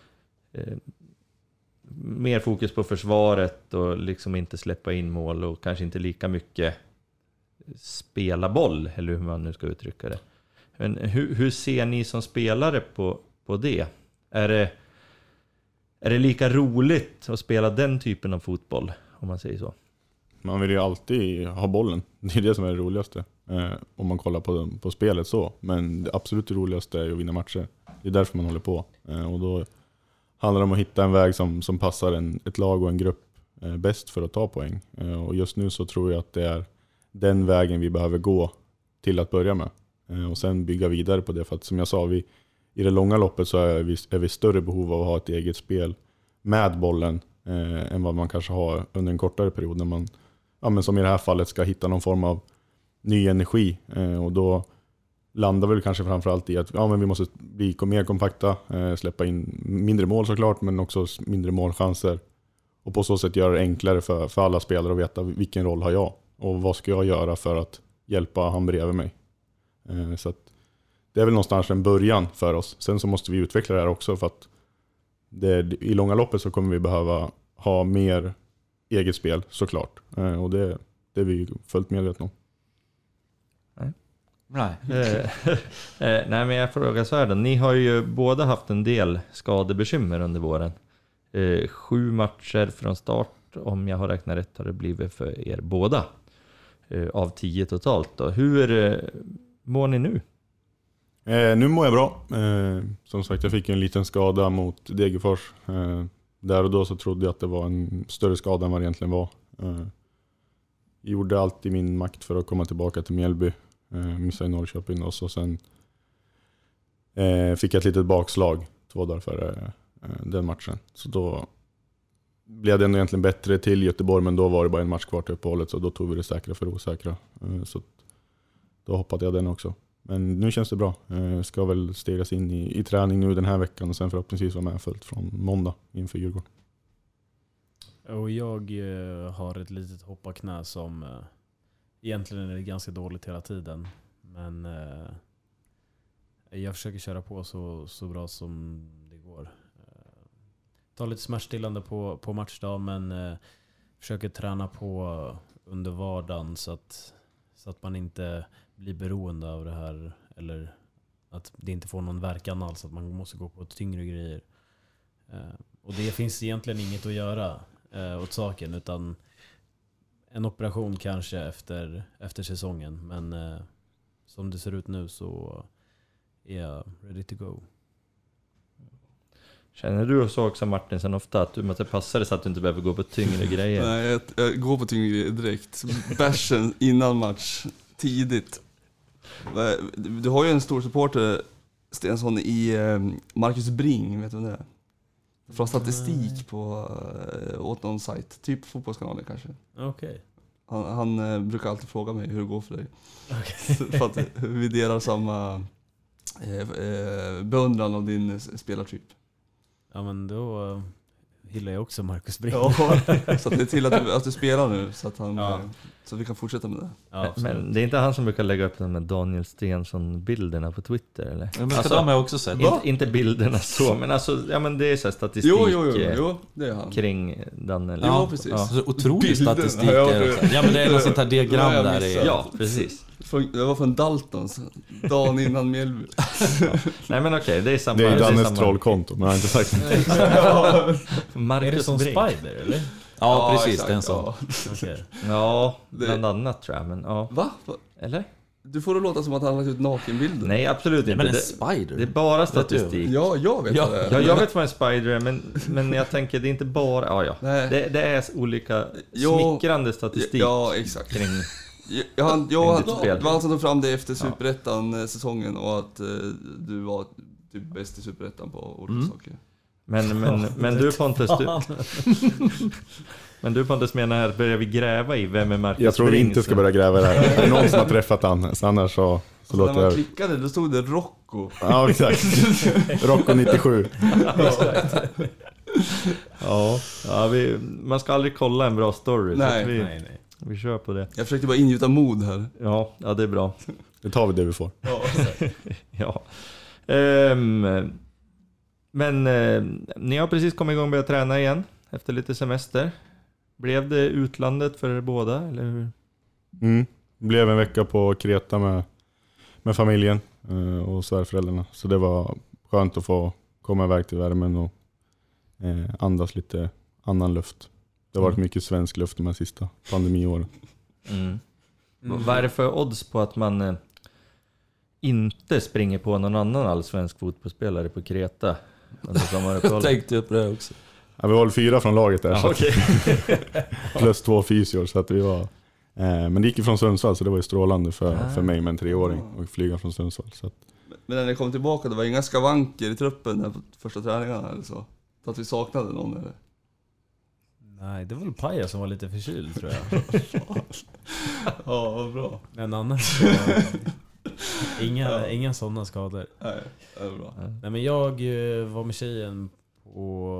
mer fokus på försvaret och liksom inte släppa in mål och kanske inte lika mycket spela boll, eller hur man nu ska uttrycka det. Men hur ser ni som spelare på det? Är det lika roligt att spela den typen av fotboll, om man säger så? Man vill ju alltid ha bollen. Det är det som är det roligaste. Om man kollar på spelet så. Men det absolut roligaste är att vinna matcher. Det är därför man håller på. Och då handlar det om att hitta en väg som passar ett lag och en grupp bäst för att ta poäng. Och just nu så tror jag att det är den vägen vi behöver gå till att börja med. Och sen bygga vidare på det. För att som jag sa, i det långa loppet så är vi större behov av att ha ett eget spel med bollen än vad man kanske har under en kortare period, när man, men som i det här fallet, ska hitta någon form av ny energi. Och då landar väl kanske framförallt i att men vi måste bli mer kompakta, släppa in mindre mål såklart, men också mindre målchanser. Och på så sätt göra det enklare för alla spelare att veta vilken roll har jag och vad ska jag göra för att hjälpa han bredvid mig. Så att det är väl någonstans en början för oss. Sen så måste vi utveckla det här också, för att i långa loppet så kommer vi behöva ha mer eget spel såklart. Och det är vi fullt medvetna om. Nej. Nej, men jag frågar så här då. Ni har ju båda haft en del skadebekymmer under våren. 7 matcher från start, om jag har räknat rätt, har det blivit för er båda. Av 10 totalt då. Hur mår ni nu? Nu mår jag bra. Som sagt, jag fick en liten skada mot Degerfors. Där och då så trodde jag att det var en större skada än vad det egentligen var. Gjorde allt i min makt för att komma tillbaka till Mjällby. Missade i Norrköping och så sen fick jag ett litet bakslag 2 dagar före den matchen. Så då blev det ändå egentligen bättre till Göteborg, men då var det bara en match kvar till uppehållet, så då tog vi det säkra för osäkra. Så då hoppade jag den också. Men nu känns det bra. Ska väl stegas in i träning nu den här veckan och sen förhoppningsvis vara med fullt från måndag inför Djurgården. Och jag har ett litet hopparknä som egentligen är ganska dåligt hela tiden. Men jag försöker köra på så bra som det går. Ta lite smärtstillande på matchdag, men försöker träna på under vardagen så att man inte blir beroende av det här, eller att det inte får någon verkan alls, att man måste gå på tyngre grejer. Och det finns egentligen inget att göra åt saken, utan en operation kanske efter säsongen, men som det ser ut nu så är jag ready to go. Känner du så också, Martin, ofta att du måste passa dig så att du inte behöver gå på tyngre grejer? Nej, jag går på tyngre grejer direkt. Bärsen innan match, tidigt. Du har ju en stor supporter, Stensson, i Marcus Bring, vet du vad det är? Från statistik på åt någon sajt, typ Fotbollskanalen kanske. Okej. Han brukar alltid fråga mig hur det går för dig. För att vi delar samma beundran av din spelartyp. Ja, men då gillar jag också Marcus Brink. Ja, så att det är till att du spelar nu så att, så att vi kan fortsätta med det. Ja, men det är inte han som brukar lägga upp de med Daniel Stensson-bilderna på Twitter, eller? Men alltså, de har jag också sett. Inte bilderna så, men alltså, ja, men det är så här statistik Jo, det är han. kring Daniel. Ja, precis. Ja. Så otrolig Bilderna, statistik. ja, Ja, men det är något sånt här diagram Ja, jag där. missade. Ja, precis. Det var från Daltons, dagen innan Mjällby. Nej, men okej, det är samma. Det är Dannes samma. trollkonto, men jag har inte sagt det. Är det som Brink. Spider, eller? Ja, precis. exakt, Det är en sån. ja. Okej. Ja, bland annat tror jag, men ja. Va? Eller? Du får det låta som att han har lagt ut nakenbilder. Nej, absolut inte. Men en Det spider? är bara statistik. Ja, jag vet vad det är. Ja, jag vet vad en spider är, men jag tänker det är inte bara... Ja. Nej. Det är olika Jo. smickrande statistik Ja, exakt. kring... Han ditt spel. det var han som tog fram det efter Superettan-säsongen och att du var typ bäst i Superettan på olika saker. Men du Pontus, men du Pontus menar här, börjar vi gräva i vem är Marcus Jag tror vi Brink, inte ska så- börja gräva i det här. Det är någon som har träffat han, så annars så Så låter när man jag... klickade, då stod det Rocco. Ja, exakt. Rocco 97. Ja, man ska aldrig kolla en bra story. Så Nej. att Nej. vi kör på det. Jag försökte bara ingjuta mod här. Ja, det är bra. Det tar vi det vi får. Ja. Men ni har precis kommit igång och börjat träna igen efter lite semester. Blev det utlandet för er båda, eller hur? Det blev en vecka på Kreta med familjen och svärföräldrarna. Så det var skönt att få komma iväg till värmen och andas lite annan luft. Det har varit mycket svensk luft de här sista pandemiåren. Vad är det för odds på att man inte springer på någon annan allsvensk fotbollsspelare på Kreta under Jag sommaruppehållet? tänkte upp det också. Ja, vi var 4 från laget där, Ja, så okej. plus 2 fysior, så att vi var... men det gick ju från Sundsvall, så det var ju strålande för mig med en 3-åring och flyga från Sundsvall. Så att, Men när ni kom tillbaka, det var inga skavanker i truppen där på första träningarna eller så? Så att vi saknade någon eller? Nej, det var väl Paja som var lite förkyld, tror jag. Ja, vad bra. Men annars inga sådana skador. Nej, det är bra. Nej, men jag var med tjejen på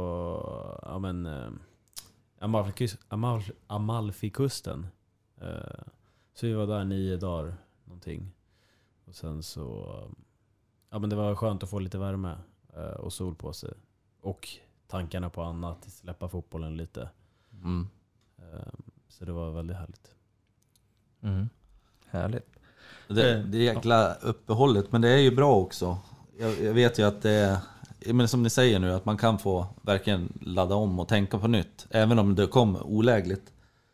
Amalfikusten. Så vi var där 9 dagar någonting. Och sen så men det var skönt att få lite värme och sol på sig. Och tankarna på annat, släppa fotbollen lite. Så det var väldigt härligt. Härligt. Det jäkla uppehållet, men det är ju bra också. Jag vet ju att det är, men som ni säger nu, att man kan få verkligen ladda om och tänka på nytt, även om det kom olägligt.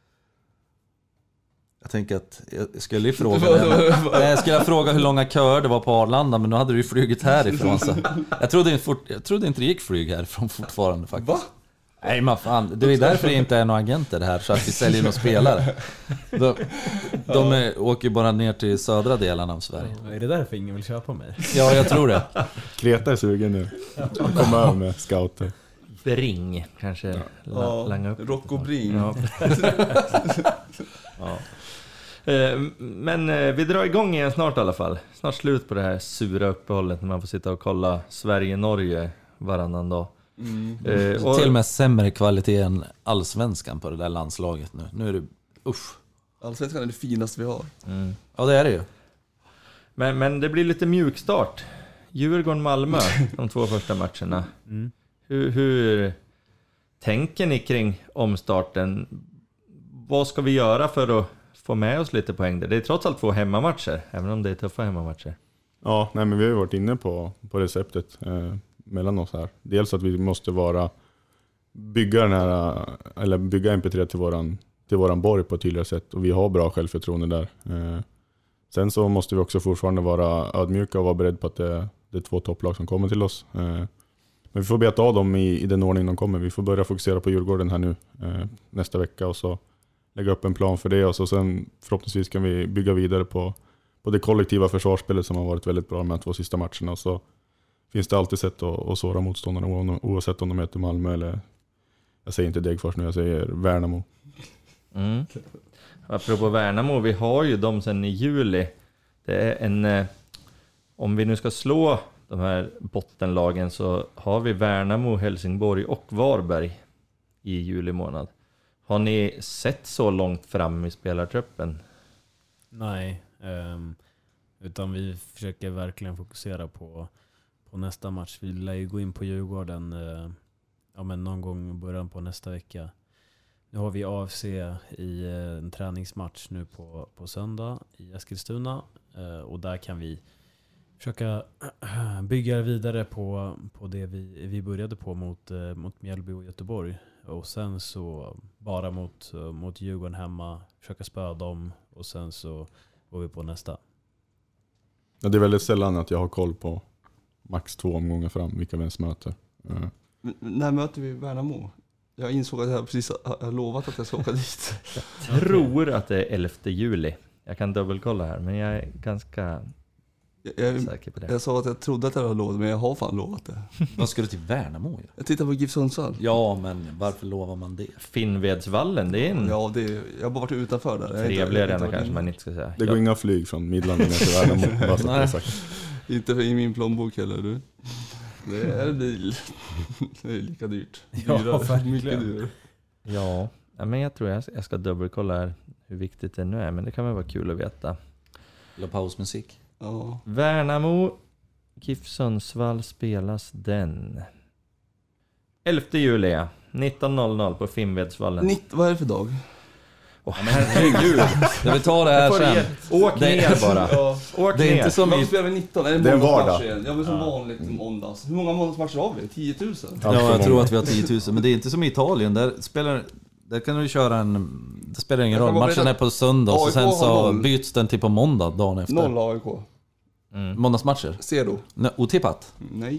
Jag tänker att jag skulle fråga hur långa köer det var på Arlanda, men nu hade du ju flugit härifrån, så jag trodde inte det gick flyg härifrån fortfarande faktiskt. Va? Nej, men fan, det är därför det inte är några agenter det här, så att vi säljer några spelare. De åker ju bara ner till södra delarna av Sverige. Är det därför ingen vill köpa mig? Ja, jag tror det. Kreta är sugen nu. Komma över med scouter. Bring kanske langa upp. Rocco Bring. Ja. Ja. Men vi drar igång igen snart i alla fall. Snart slut på det här sura uppehållet när man får sitta och kolla Sverige-Norge varannan dag. Och Till och med sämre kvalitet än allsvenskan på det där landslaget nu. Nu är det usch. Allsvenskan är det finaste vi har. Ja, det är det ju. Men det blir lite mjukstart. Djurgården-Malmö, de 2 första matcherna. Hur tänker ni kring omstarten? Vad ska vi göra för att få med oss lite poäng där? Det är trots allt 2 hemmamatcher, även om det är tuffa hemmamatcher. Ja, nej, men vi har ju varit inne på receptet mellan oss här. Dels att vi måste bygga MP3 till våran borg på ett tydligare sätt, och vi har bra självförtroende där. Sen så måste vi också fortfarande vara ödmjuka och vara beredda på att det är 2 topplag som kommer till oss. Men vi får beta av dem i den ordning de kommer. Vi får börja fokusera på Djurgården här nu nästa vecka och så lägga upp en plan för det. Och så sen förhoppningsvis kan vi bygga vidare på det kollektiva försvarsspelet som har varit väldigt bra med de 2 sista matcherna. Och så finns det alltid sätt att såra motståndarna oavsett om de heter Malmö eller, jag säger inte Degerfors nu, jag säger Värnamo. Apropå Värnamo, vi har ju dem sedan i juli. Det är om vi nu ska slå de här bottenlagen så har vi Värnamo, Helsingborg och Varberg i juli månad. Har ni sett så långt fram i spelartruppen? Nej, utan vi försöker verkligen fokusera på nästa match. Vi lär ju gå in på Djurgården men någon gång i början på nästa vecka. Nu har vi AFC i en träningsmatch nu på söndag i Eskilstuna. Och där kan vi försöka bygga vidare på det vi började på mot Mjällby och Göteborg. Och sen så bara mot Djurgården hemma, försöka spöa dem och sen så går vi på nästa. Ja, det är väldigt sällan att jag har koll på max 2 omgångar fram vilka vi ens möter. När möter vi Värnamo? Jag insåg att jag precis har lovat att jag ska åka dit. Jag tror att det är 11 juli. Jag kan dubbelkolla här, men jag är ganska säker på det. Jag sa att jag trodde att jag hade lovat, men jag har fan lovat det. Vad ska du till Värnamo? Jag tittar på GIF Sundsvall. Ja, men varför lovar man det? Finnvedsvallen, det är en Ja, jag har bara varit utanför där. trevlig arena kanske man inte ska säga. Det går inga flyg från Midlanden ner till Värnamo. Bara så att det är sagt. Inte i min plånbok heller, du. Det är bil. Det är lika dyrt. Verkligen. Mycket dyrare. Ja, men jag tror jag ska dubbelkolla här hur viktigt det nu är, men det kan väl vara kul att veta. Eller pausmusik. Ja. Värnamo, GIF Sundsvall spelas den 11 juli, 19.00 på Finnvedsvallen. Vad är det för dag? Herregud. Jag vill ta det här sen. Åk ner bara. Ja. Åk Det är ner. inte som Varför i... spelar vi 19? Är Det är en vardag. Ja, men som vanligt måndags. Hur många måndagsmatcher har vi? 10 000? Ja, jag tror att vi har 10 000. Men det är inte som i Italien. Där kan du köra det spelar ingen roll. Matchen är på söndag och sen så byts den till på måndag dagen efter. 0 AIK. Måndagsmatcher. Zero. Otippat. Nej.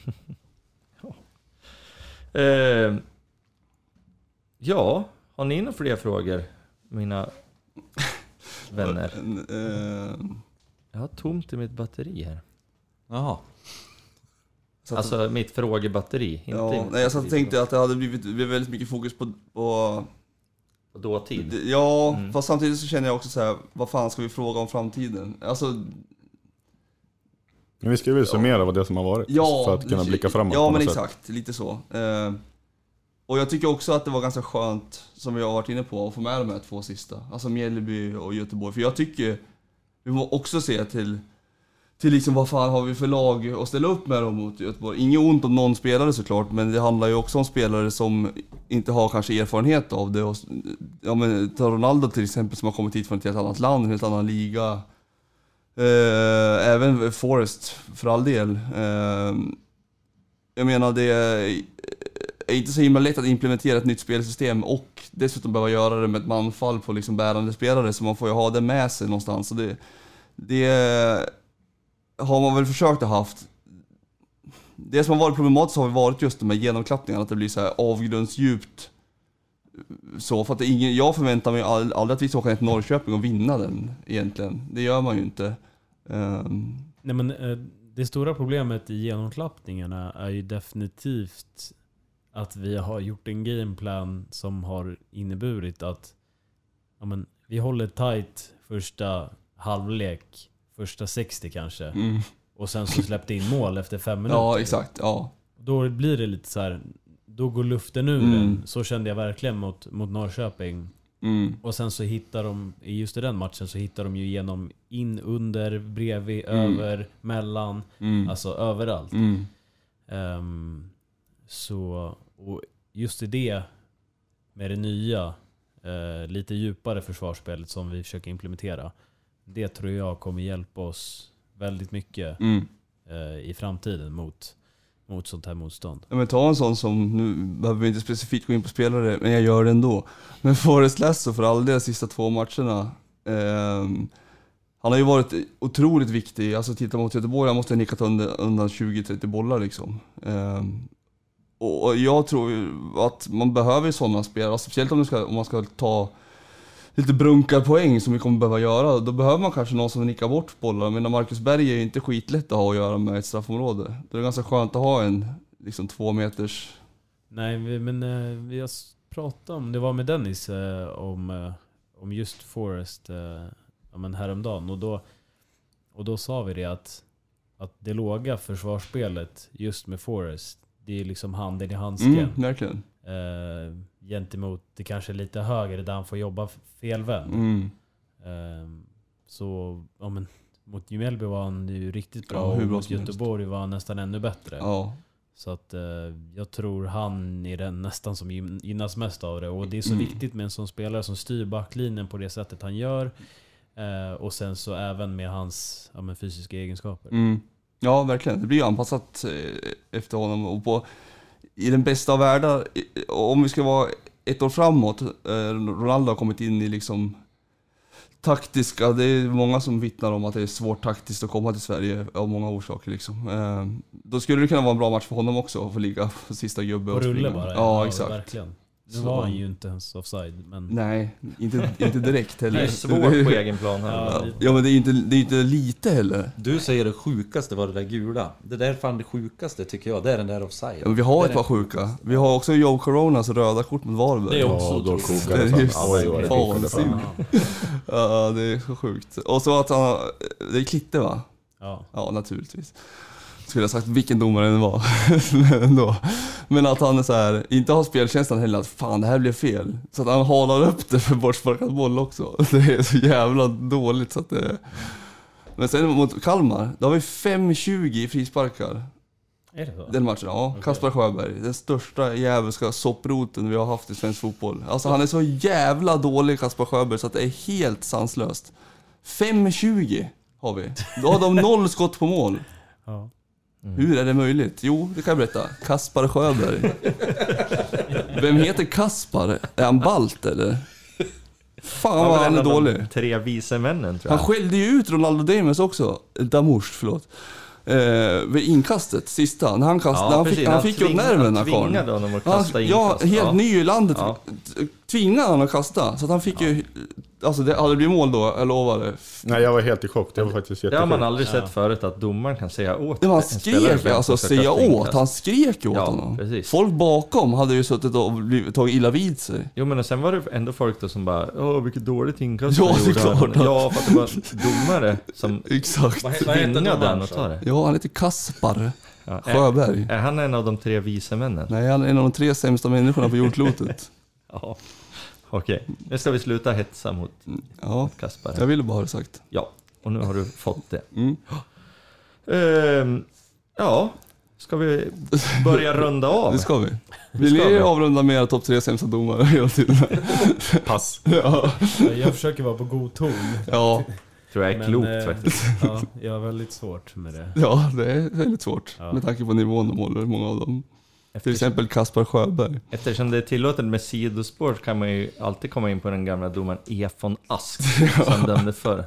Ja, har ni några fler frågor, mina vänner? Jag har tomt i mitt batteri här. Jaha. Alltså mitt frågebatteri. Jag tänkte att det hade blivit väldigt mycket fokus på dåtid. Ja, fast samtidigt så känner jag också så här: vad fan ska vi fråga om framtiden? Alltså, Men vi ska väl summera vad det som har varit för att kunna blicka framåt. Ja, men sätt. exakt, lite så. Och jag tycker också att det var ganska skönt, som vi har varit inne på, att få med de här 2 sista. Alltså Mjällby och Göteborg. För jag tycker vi må också se till liksom vad fan har vi för lag att ställa upp med dem mot Göteborg. Inget ont om någon spelare såklart, men det handlar ju också om spelare som inte har kanske erfarenhet av det. Och, ja, men ta Ronaldo till exempel, som har kommit hit från ett helt annat land, en helt annan liga. Även Forrest för all del. Jag menar, det är inte så himla lätt att implementera ett nytt spelsystem och dessutom behöva göra det med ett manfall på liksom bärande spelare, så man får ju ha det med sig någonstans. Så det har man väl försökt att haft. Det som har varit problematiskt har varit just de här genomklappningarna, att det blir så här avgrundsdjupt. Så för att jag förväntar mig aldrig att vi ska åka ner till Norrköping och vinna den egentligen. Det gör man ju inte. Nej, men det stora problemet i genomklappningarna är ju definitivt att vi har gjort en gameplan som har inneburit att vi håller tight första halvlek, första 60 kanske. Och sen så släppte in mål efter 5 minuter. Ja, exakt. Ja. Då blir det lite så här, då går luften ur den. Så kände jag verkligen mot Norrköping. Och sen så hittar de, just i den matchen så hittar de ju igenom in, under, bredvid, över, mellan, alltså överallt. Så, och just i det med det nya lite djupare försvarsspelet som vi försöker implementera, det tror jag kommer hjälpa oss väldigt mycket i framtiden mot sånt här motstånd. Ja, men ta en sån som, nu behöver vi inte specifikt gå in på spelare, men jag gör det ändå. Men Forrest Lasso för all de sista 2 matcherna. Han har ju varit otroligt viktig. Alltså titta mot Göteborg, han måste ha nickat undan 20-30 bollar liksom. Och jag tror ju att man behöver sådana spelare, speciellt om man ska ta lite brunkarpoäng som vi kommer behöva göra. Då behöver man kanske någon som nickar bort bollar. Men Marcus Berg är ju inte skitlätt att ha att göra med ett straffområde. Det är ganska skönt att ha en liksom 2 meters... Nej, men vi har pratat om, det var med Dennis om just Forrest häromdagen. Och då sa vi det att det låga försvarsspelet just med Forrest, det är liksom handen i handsken. Verkligen. Gentemot det kanske lite högre där han får jobba felvänd. Så mot New Mjällby var han ju riktigt bra, och mot Göteborg var han nästan ännu bättre. Ja. Så att jag tror han är den nästan som gynnas mest av det. Och det är så viktigt med en sån spelare som styr backlinjen på det sättet han gör. Och sen så även med hans fysiska egenskaper. Ja, verkligen. Det blir ju anpassat efter honom. Och i den bästa av världar, om vi ska vara ett år framåt, Ronaldo har kommit in i liksom taktiska, det är många som vittnar om att det är svårt taktiskt att komma till Sverige av många orsaker liksom. Då skulle det kunna vara en bra match för honom också, att få ligga på sista gubbe och rulla bara. Ja, exakt. Verkligen. Nu var han ju inte ens offside, men... Nej, inte direkt heller. Det är svårt på egen plan här. Ja, men det är inte lite heller. Du säger det sjukaste var det där gula. Det där fan det sjukaste tycker jag, det är den där offside. Ja, men vi har ett par sjuka. Vi har också Joe Coronas röda kort mot Varberg. Det är också då kokar det det. Ja, det är så sjukt. Och så att han... Det är Klitte, va? Ja, naturligtvis. Skulle jag sagt vilken domare den var. Men att han är så här, inte har spelkänslan heller, att fan det här blev fel. Så att han halar upp det för bortsparkad boll också. Det är så jävla dåligt så att det... Men sen mot Kalmar, då har vi 5-20 i frisparkar. Är det så? Den matchen, ja. Okay. Kasper Sjöberg, den största jävelska sopproten vi har haft i svensk fotboll. Alltså han är så jävla dålig, Kasper Sjöberg, så att det är helt sanslöst. 5-20 har vi. Då har de 0 skott på mål. Ja. Hur är det möjligt? Jo, det kan jag berätta. Kaspar Sjöberg. Vem heter Kaspar? Är han balt eller? Fan vad han är dålig. 3 vise männen tror jag. Han skällde ju ut Ronaldo Damus också. Damus, förlåt. Vid inkastet, sista. När han kastade, han fick ju nerven. Han tvingade honom att kasta inkast. Ja, helt ny i landet. Ja. Tvingade han att kasta. Så att han fick ju... Alltså det hade blivit mål då, jag lovar det. Nej, jag var helt i chock. Det var faktiskt jättechock. Det har man aldrig sett förut, att domaren kan säga åt. Det var skrek, alltså säga åt. Han skrek åt honom. Precis. Folk bakom hade ju suttit och tagit illa vid sig. Jo, men sen var det ändå folk då som bara, vilket dåligt inkast. Ja, det är klart. Ja, för att det var domare som exakt tvingade den att ta det. Ja, han heter Kaspar Sjöberg. Är han en av de 3 vise männen? Nej, han är en av de 3 sämsta människorna på jordklotet. Ja. Okej, nu ska vi sluta hetsa mot Kaspar. Jag ville bara ha det sagt. Ja, och nu har du fått det. Mm. Ska vi börja runda av? Det ska vi. Vill ni avrunda med era topp 3 sämsta domare hela tiden? Pass. Ja. Jag försöker vara på god ton. Ja. Tror jag är klokt faktiskt. Ja, jag har väldigt svårt med det. Ja, det är väldigt svårt. Med tanke på nivån de håller, många av dem. Till exempel Kaspar Sjöberg. Eftersom det är tillåtet med sidospår kan man ju alltid komma in på den gamla domaren E. von Ask som dömde för.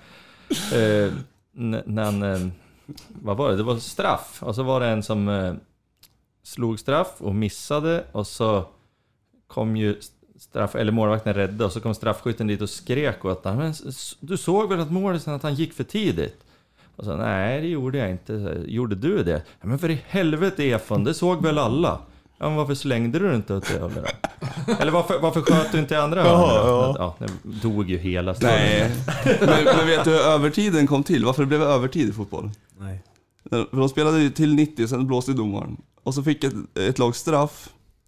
Vad var det? Det var straff. Och så var det en som slog straff och missade. Och så kom ju målvakten rädda. Och så kom straffskytten dit och skrek åt honom. Men du såg väl att målet att han gick för tidigt? Och så, nej det gjorde jag inte. Gjorde du det? Ja, men för i helvete Efon, det såg väl alla. Ja, men varför slängde du inte åt det hållet? Eller varför sköt du inte i andra hörnet? Ja, det dog ju hela storyn. Nej, men vet du hur övertiden kom till? Varför det blev övertid i fotboll? Nej. För de spelade ju till 90, sen blåste domaren. Och så fick ett lag straff.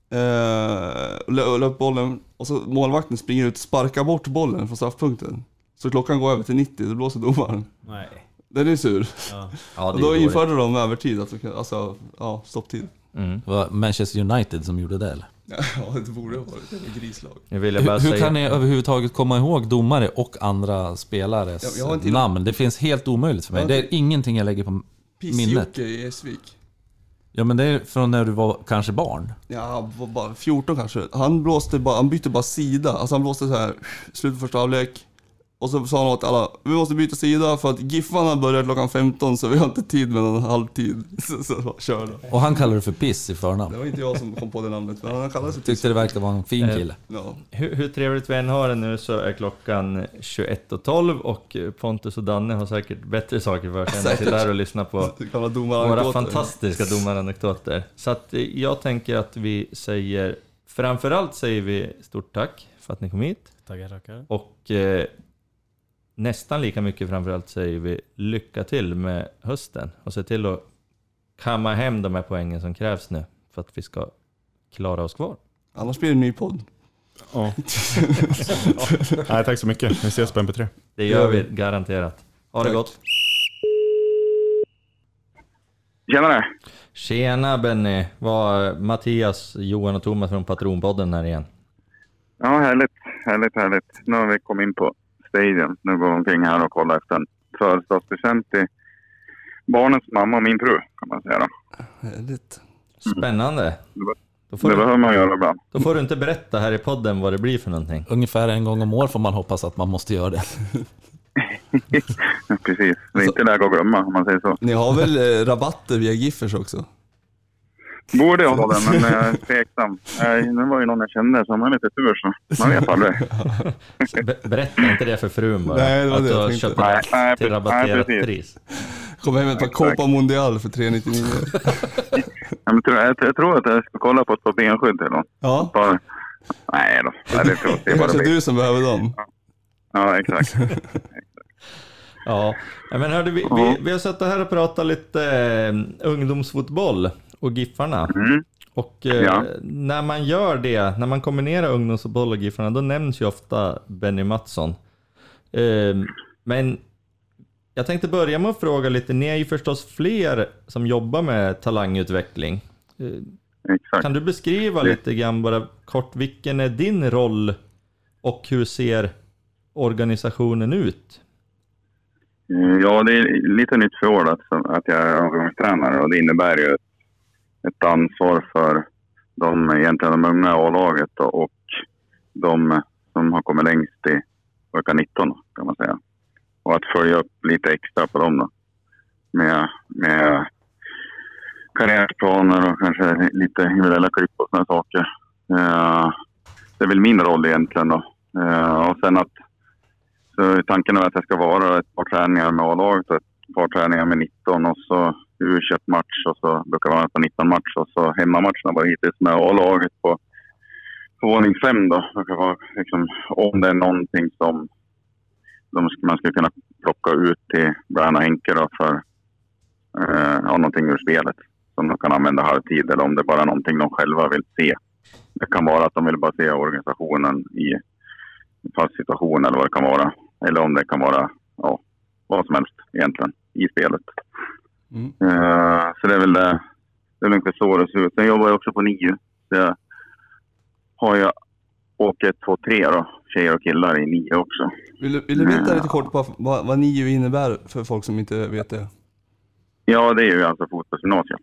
Löp bollen. Och så målvakten springer ut och sparkar bort bollen från straffpunkten. Så klockan går över till 90, då blåser domaren. Nej. Den är sur. Ja, och då införde de övertid, alltså stopptid. Det var Manchester United som gjorde det, eller? Ja, det borde ha varit ett grislag. Hur kan ni överhuvudtaget komma ihåg domare och andra spelares namn? Det finns helt omöjligt för mig. Det är ingenting jag lägger på minnet. Jocke i Esvik. Ja, men det är från när du var kanske barn. Ja, bara 14 kanske. Han bytte bara sida. Alltså han blåste så här, slut på första avlek. Och så sa han åt alla, vi måste byta sida för att Giffarna börjar klockan 15 så vi har inte tid med någon halvtid. Så kör då. Och han kallade det för piss i förnamn. Det var inte jag som kom på det namnet, men han kallade sig Tyckte det verkade vara en fin kille. Ja. Hur trevligt vi än har det nu så är klockan 21:12 och Pontus och Danne har säkert bättre saker för sig än att sitta där och lyssna på våra fantastiska domaranekdoter. Så att jag tänker att vi säger, framförallt säger vi stort tack för att ni kom hit. Tackar. Och nästan lika mycket framförallt säger vi lycka till med hösten och se till att kamma hem de här poängen som krävs nu för att vi ska klara oss kvar. Annars blir det en ny podd. Ja. Nej, tack så mycket. Vi ses på MP3. Det gör vi garanterat. Ha det gott. Tjenare. Tjena Benny. Var Mattias, Johan och Thomas från Patronpodden här igen. Ja, härligt. Nu har vi kommit in på stadion. Nu går vi omkring här och kollar efter en födelsedagspresent till barnens mamma och min fru, kan man säga då. Härligt. Spännande. Det behöver man göra ibland. Då får du inte berätta här i podden vad det blir för någonting. Ungefär en gång om år får man hoppas att man måste göra det. Precis, det är inte läge att glömma om man säger så. Ni har väl rabatter via Giffers också? Borde jag ha den, men jag är tveksam. Nu var ju någon jag kände som har lite tur, så man vet aldrig. Berätta inte det för frun bara. Nej, det var att det du jag har tänkte. köpt till rabatterat pris. Kom hem med ett par Copa Mundial för 399. Jag tror att jag ska kolla på ett par benskydd till dem. Ja. Nej då, det tror jag. Det är kanske du som behöver dem. Ja, exakt. Ja, men hörde, vi har suttit här och pratat lite ungdomsfotboll och Giffarna. Och när man gör det, när man kombinerar ungdomsfotboll och Giffarna, då nämns ju ofta Benny Mattsson. Men jag tänkte börja med att fråga lite, ni är ju förstås fler som jobbar med talangutveckling. Exakt. Kan du beskriva lite grann bara kort, vilken är din roll och hur ser organisationen ut? Ja, det är lite nytt för år att jag är avgångstränare, och det innebär ju ett ansvar för de unga A-laget och de som har kommit längst i vecka 19, kan man säga. Och att följa upp lite extra på dem då. Med karriärsplaner och kanske lite individuella klipp och sådana saker. Det är väl min roll egentligen då. Och sen så tanken är att det ska vara ett par träningar med A-laget och ett par träningar med 19 och så U21-match och så brukar det vara på 19-match och så hemmamatcherna var hittills med A-laget på våning 5 då. Det kan vara liksom, om det är någonting som man ska kunna plocka ut till Brian och Henke då för någonting ur spelet som de kan använda halvtid, eller om det är bara någonting de själva vill se. Det kan vara att de vill bara se organisationen i fast situation eller vad det kan vara. Eller om det kan vara vad som helst egentligen i spelet. Så det är väl det. Det är väl ungefär så det ser ut. Sen jobbar jag också på 9. Så jag har jag åkt 1, 2, 3 då. Tjejer och killar i 9 också. Vill du veta lite kort på vad 9 innebär för folk som inte vet det? Ja, det är ju alltså fotbollsgymnasiet.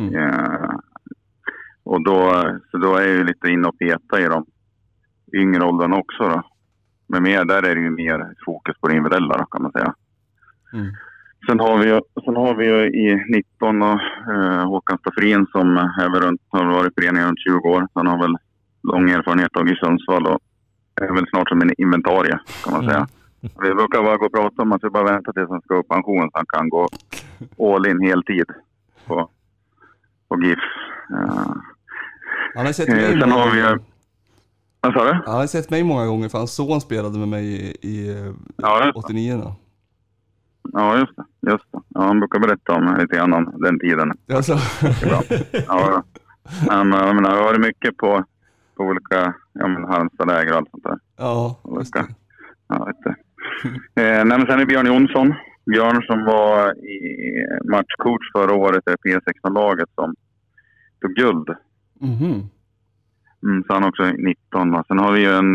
Och då är jag ju lite inne och peta i de yngre åldern också då. Men där är det ju mer fokus på det individuella då, kan man säga. Sen har vi ju i 19 och Håkan Staffrin som har varit i föreningen runt 20 år. Han har väl lång erfarenhet av i Sundsvall och är väl snart som en inventarie, kan man säga. Vi brukar bara gå och prata om att vi bara väntar tills han ska upp pension så han kan gå all in heltid på GIF. Han har sett mig sen har vi vad sa du? Han har sett mig många gånger för hans son spelade med mig i 89. Ja, just det. Ja, han brukar berätta om lite grann om den tiden. Ja, så. Ja, men jag har varit mycket på olika Halmstad-läger och allt sånt där. Ja, just det. Ja, vet du. Men sen är Björn Jonsson. Björn som var i matchcoach förra året i P16-laget som tog guld. Så han också 19. Och sen har vi ju en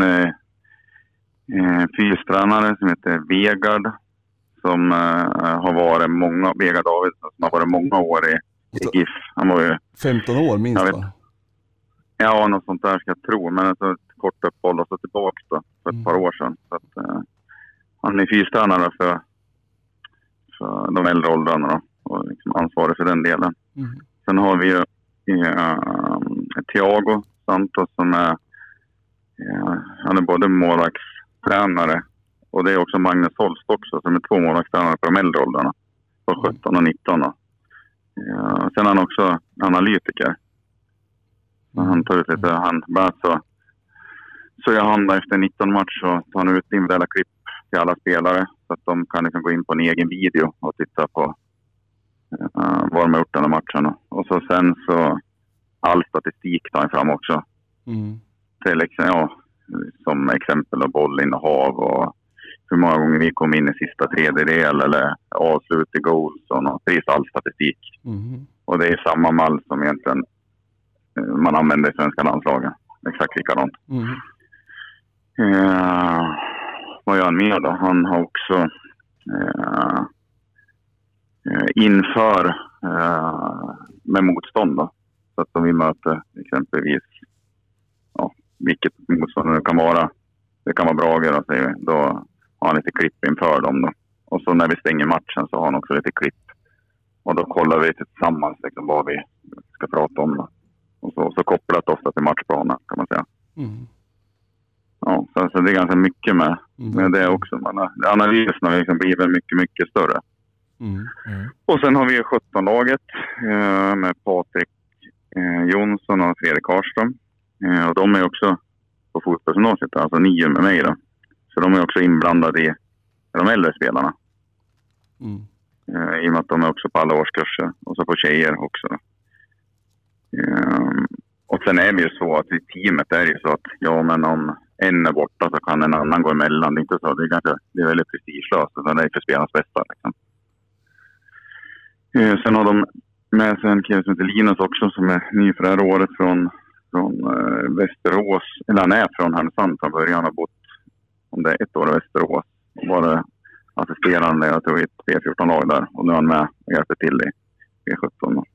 fystränare som heter Vegard. Som har varit Vegard Davidsson som har varit många år i GIF. Han var ju 15 år minst va? Ja, något sånt där ska jag tro. Men alltså ett kort uppehåll och så tillbaka då, för ett par år sedan. Så att, han är fystränare för de äldre åldrarna då, och liksom ansvarig för den delen. Sen har vi ju Thiago Santos som är han är både målvaktstränare och det är också Magnus Holst också som är 2 målvaktstränare på de äldre åldrarna på 17 och 19 då. Sen är han också analytiker. Han tar ut lite så jag handlar efter 19 match och tar han ut individuella klipp till alla spelare så att de kan liksom gå in på en egen video och titta på vad de har gjort den här matchen. Och så sen så all statistik tar han fram också. Till som exempel då, bollinnehav och hur många gånger vi kom in i sista tredjedel eller avslut i goals och precis all statistik. Och det är samma mall som egentligen man använder i svenska landslagen. Exakt likadant. Vad gör han mer då? Han har också inför med motstånd då. Så att om vi möter exempelvis vilket motstånd det kan vara. Det kan vara Brage då, säger vi. Då har han lite klipp inför dem då. Och så när vi stänger matchen så har han också lite klipp. Och då kollar vi tillsammans liksom vad vi ska prata om då. Och så kopplat ofta till matchplanen kan man säga. Ja, så det är ganska mycket med det också. Analysen har liksom blivit mycket, mycket större. Och sen har vi 17-laget med Patrik Jonsson och Fredrik Karlström. Och de är också på fotbollsgymnasiet, alltså 9 med mig då. Så de är också inblandade i de äldre spelarna. I och med att de är också på alla årskurser. Och så på tjejer också. Och sen är det ju så att i teamet är det ju så att men om en är borta så kan en annan gå emellan. Det är inte så, det är väldigt prestigelöst. Utan det är för spelarnas bästa liksom. Sen har de med sig en kille som heter Linus också som är ny för det här året från Västerås. Eller han är från Härnösand från början. Han har bott om det är 1 år i Västerås. Var assisterande, jag tror, i ett P14-lag där. Och nu är han med och hjälper till i P17.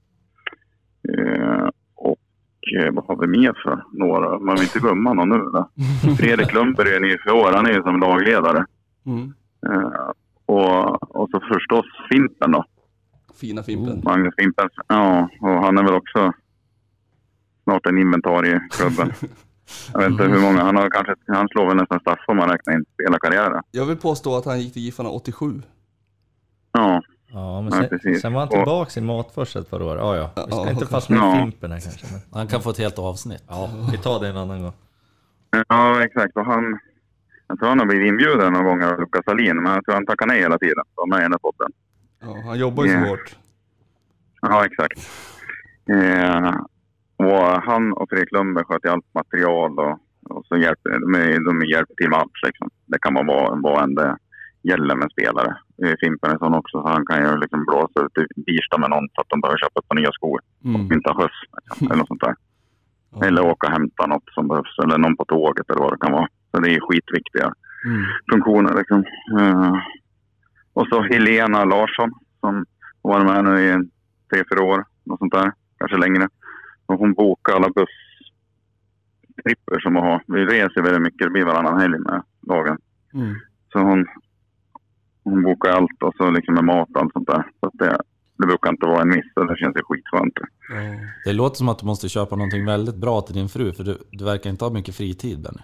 Och vad har vi mer för några? Man vill inte glömma någon nu då. Fredrik Lundberg är ny för år. Han är ju som lagledare. Och så förstås Fimpen då. Fina Fimpen. Magnus Fimpen. Ja, och han är väl också snart en inventarie i klubben. Jag vet inte hur många. Han slår väl nästan straff om man räknar in spelarkarriären. Jag vill påstå att han gick till Giffarna 87. Ja. Ja, men sen var han tillbaka i Matfors ett par år. Vi ska inte fastna i Fimpen här kanske. Men... Han kan få ett helt avsnitt. Ja, vi tar det en annan gång. Ja, exakt. Och jag tror han har blivit inbjuden någon gång av Lukas Salin. Men jag tror han tackar nej hela tiden. De är i den här podden. Ja, han jobbar ju så hårt. Ja, exakt. Och han och Fredrik Lundberg sköter allt material och så hjälper de hjälper till med allt liksom. Det kan vara vad än det gäller med spelare. Fimpen är sån också så han kan ju liksom blåsa ut i Birsta med någon så att de behöver köpa ett par nya skor och inte ha skjuts liksom, eller något sånt där. Eller åka och hämta något som behövs eller någon på tåget eller vad det kan vara. Så det är skitviktiga funktioner liksom. Och så Helena Larsson som var med nu i 3-4 år, något sånt där, kanske längre. Och hon bokar alla busstripper som hon har. Vi reser väldigt mycket, det blir varannan helg med lagen. Så hon bokar allt och så liksom med mat och allt sånt där. Så att det brukar inte vara en miss och det känns ju skitskönt. Det låter som att du måste köpa någonting väldigt bra till din fru för du verkar inte ha mycket fritid, Benny.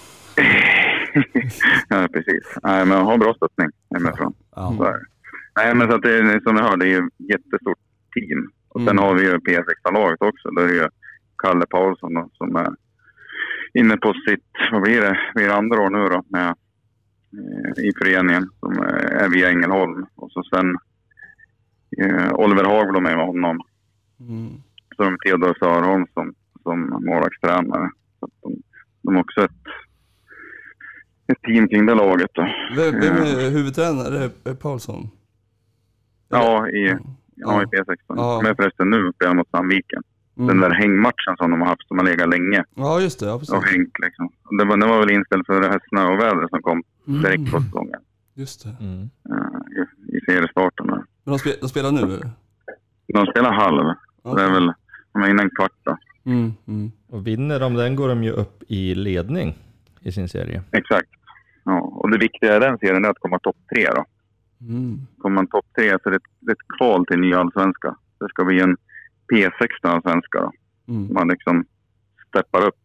Ja, precis. Nej, men ha bra stöttning hemifrån. Nej, men så att det är som ni hör, det är ju ett jättestort team. Och sen har vi ju P16-laget också. Där är ju Kalle Paulsson då, som är inne på sitt, vad blir det andra år nu då, med, i föreningen som är via Ängelholm. Och så sen Oliver Hagblom är med honom. Så de Theodor Sörholm som målvaktstränare. Så att de är också ett team kring det laget då. Vem är huvudtränare? Är Paulsson? Ja, i P16. Ja. Men förresten nu spelar mot Sandviken. Den där hängmatchen som de har haft som har legat länge. Ja, just det. Ja, precis. Och hängt liksom. Den var väl inställd för det här snö och vädret som kom direkt på säsongen. Just det. I seriestarten där. Men de spelar nu? De spelar halv. Okay. Det är väl innan en kvart då. Och vinner de den går de ju upp i ledning i sin serie. Exakt. Ja, och Och det viktiga i den serien är att komma topp 3 då. Kommer man topp 3 så är det ett kval till nya allsvenska. Det ska bli en P16 allsvenska då. Man liksom steppar upp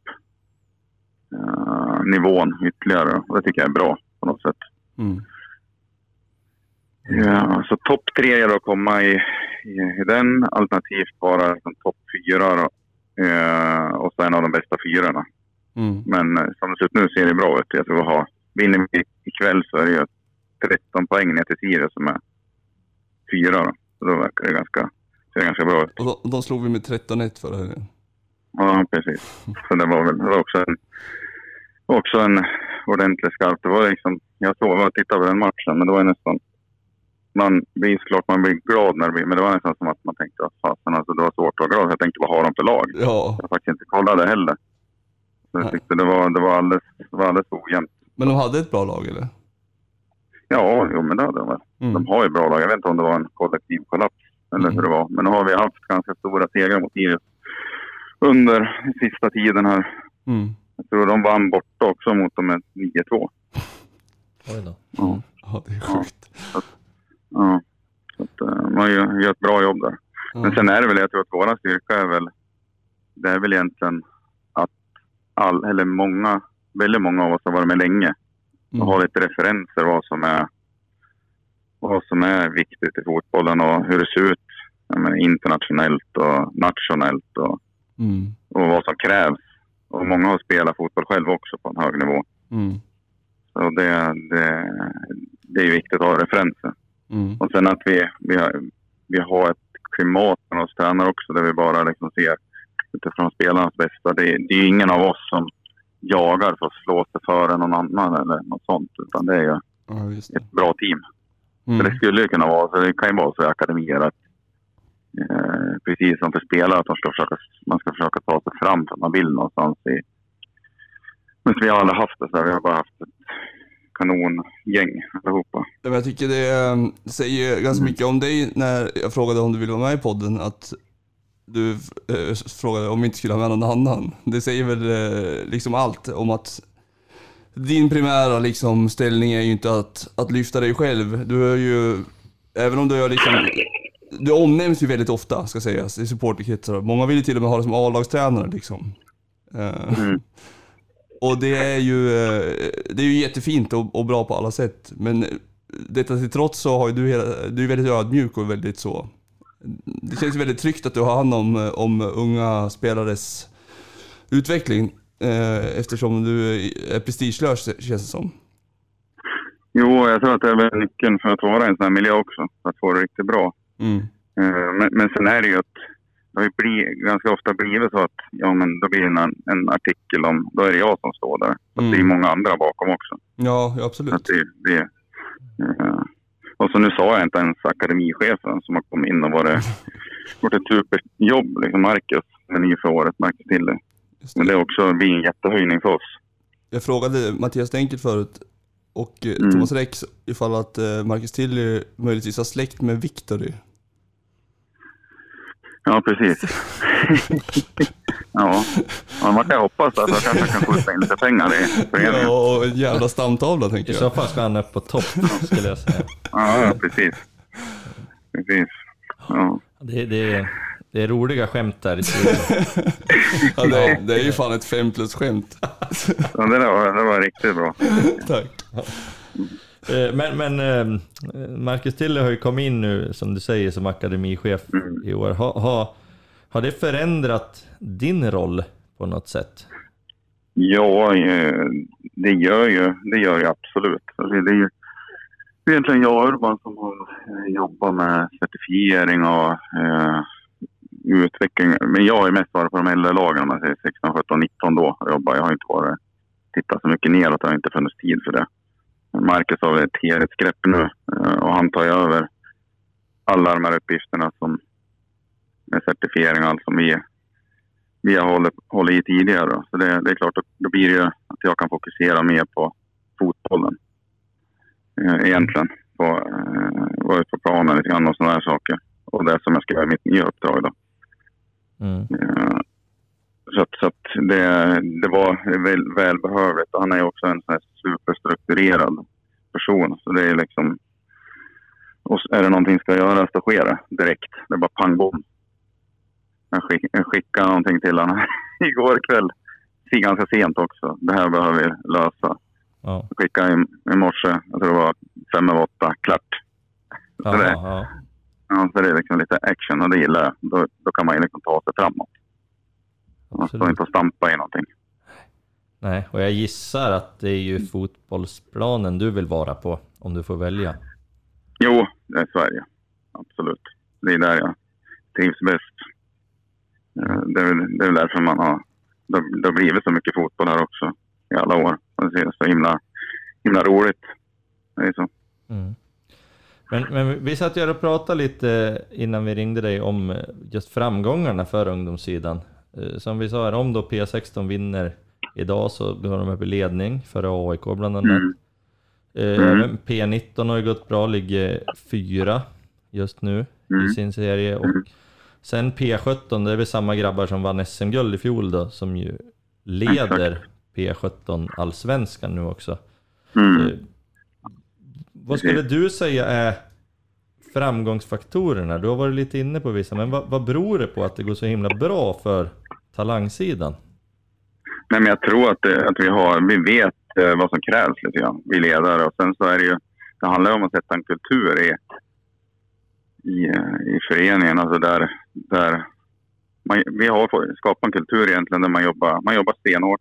nivån ytterligare. Och det tycker jag är bra på något sätt. Ja, så topp 3 är att komma i den, alternativt bara liksom topp 4 då. Och så en av de bästa 4:orna. Men som det ser ut nu ser det bra ut. Jag tror vinner vi ikväll så är det 13 poäng ner till Sirius som är 4 då. Så då verkar det ganska bra ut. Och de slog vi med 13-1 förra helgen. Ja, precis. Så det var också en ordentlig skarp. Det var liksom, jag såg och tittade på den matchen, men det var nästan man blir glad när det blir, men det var nästan som att man tänkte att alltså, det var svårt att vara glad. Jag tänkte, vad har de för lag? Ja. Jag faktiskt inte kollade heller. Så jag tyckte det var alldeles ojämnt. Men de hade ett bra lag, eller? Ja, men det hade de väl. De har ju bra lag. Jag vet inte om det var en kollektiv kollaps eller hur det var. Men nu har vi haft ganska stora segrar mot Sirius under sista tiden här. Jag tror de vann borta också mot dem med 9-2. Oj då. Ja, det är sjukt. Ja, så att man gör ett bra jobb där. Men sen är det väl, jag tror att våran styrka är väl egentligen att väldigt många av oss har varit med länge och har lite referenser vad som är viktigt i fotbollen och hur det ser ut internationellt och nationellt och vad som krävs. Och många har spelat fotboll själv också på en hög nivå. Så det är viktigt att ha referenser. Och sen att vi har ett klimat med oss tränare också där vi bara liksom ser utifrån spelarnas bästa. Det är ju ingen av oss som jagar för att slå sig före någon annan eller något sånt, utan det är ju ett bra team. Så det skulle ju kunna vara, så det kan ju vara så i akademier att precis som för spelare att man ska försöka ta sig fram för att man vill någonstans men vi har aldrig haft det så här. Vi har bara haft ett kanongäng allihopa. Jag tycker det säger ganska mycket om dig när jag frågade om du ville vara med i podden, att du frågade om vi inte skulle ha med någon annan. Det säger väl liksom allt om att din primära liksom ställning är ju inte att lyfta dig själv. Du är ju, även om du är liksom, du omnämns ju väldigt ofta, ska sägas, i supporterkretsar. Många vill ju till och med ha det som A-lagstränare liksom. Och det är ju jättefint och bra på alla sätt. Men detta till trots så har ju du är väldigt ödmjuk och väldigt så. Det känns väldigt tryggt att du har hand om unga spelares utveckling, eftersom du är prestigelös, känns det som. Jo, jag tror att det är väl nyckeln för att vara i en sån här miljö också, för att få det riktigt bra. Men sen är det ju att det ganska ofta blivit så att men då blir det en artikel om, då är det jag som står där. Så det är många andra bakom också. Ja, absolut. Att och så nu sa jag inte ens akademichefen som har kommit in och varit ett superjobb, liksom Marcus, den nya för året, Marcus Tille. Men det är också blir en jättehöjning för oss. Jag frågade Mattias Denkert förut och Thomas Rex ifall att Marcus Tille möjligtvis har släkt med Victory. Ja, precis. Ja, man kan hoppas att jag kanske kan få in lite pengar i föreningen. Ja, och en jävla stamtavla, tänker jag. I så fall ska han upp på topp, skulle jag säga. Ja, precis. Ja. Det är roliga skämt där i ja, det är ju fan ett 5+-skämt. Ja, det var riktigt bra. Tack. Men Marcus Tille har ju kommit in nu, som du säger, som akademichef i år. Har det förändrat din roll på något sätt? Ja, det gör ju absolut. Alltså, det är ju egentligen jag och Urban som har jobbat med certifiering och utveckling. Men jag är mest varit på de äldre lagen, man säger 16, 17, 19 då. Jag har inte tittat så mycket neråt, det har inte funnits tid för det. Marcus har ett helhetsgrepp nu och han tar över alla de här uppgifterna som med certifiering och allt som vi har hållit i tidigare. Så det är klart att då blir det att jag kan fokusera mer på fotbollen egentligen. Vara ute på planen lite grann och sådana här saker. Och det som jag ska göra mitt nya uppdrag då. Så att det var välbehövligt. Han är också en sån här superstrukturerad person. Så det är liksom, och är det någonting ska göras, då sker det direkt. Det är bara pang bom. Jag skickade någonting till honom igår kväll. Ganska sent också. Det här behöver vi lösa. Ja. Jag skickade i morse, jag tror det var 5:08, klart. Så det är liksom lite action och det gillar jag. Då kan man ju liksom ta sig framåt. Man står inte och stampa i någonting. Nej, och jag gissar att det är ju fotbollsplanen du vill vara på om du får välja. Jo, det är Sverige. Absolut. Det är där jag trivs bäst. Det är därför man har det har blivit så mycket fotboll här också i alla år. Det är så himla roligt. Det är så. Mm. Men vi satt ju och pratade lite innan vi ringde dig om just framgångarna för ungdomssidan. Som vi sa, om då P16 vinner idag så går de upp i ledning för AIK bland annat. Även P19 har ju gått bra, ligger 4 just nu i sin serie. Och sen P17, det är väl samma grabbar som vann SM-guld i fjol då, som ju leder P17 allsvenskan nu också. Vad skulle du säga är framgångsfaktorerna? Du har varit lite inne på vissa, men vad beror det på att det går så himla bra för talangsidan? Nej, men jag tror att vi vet vad som krävs lite grann. Vi ledare, och sen så är det handlar om att sätta en kultur i föreningen, alltså där vi har skapat en kultur egentligen där man jobbar stenhårt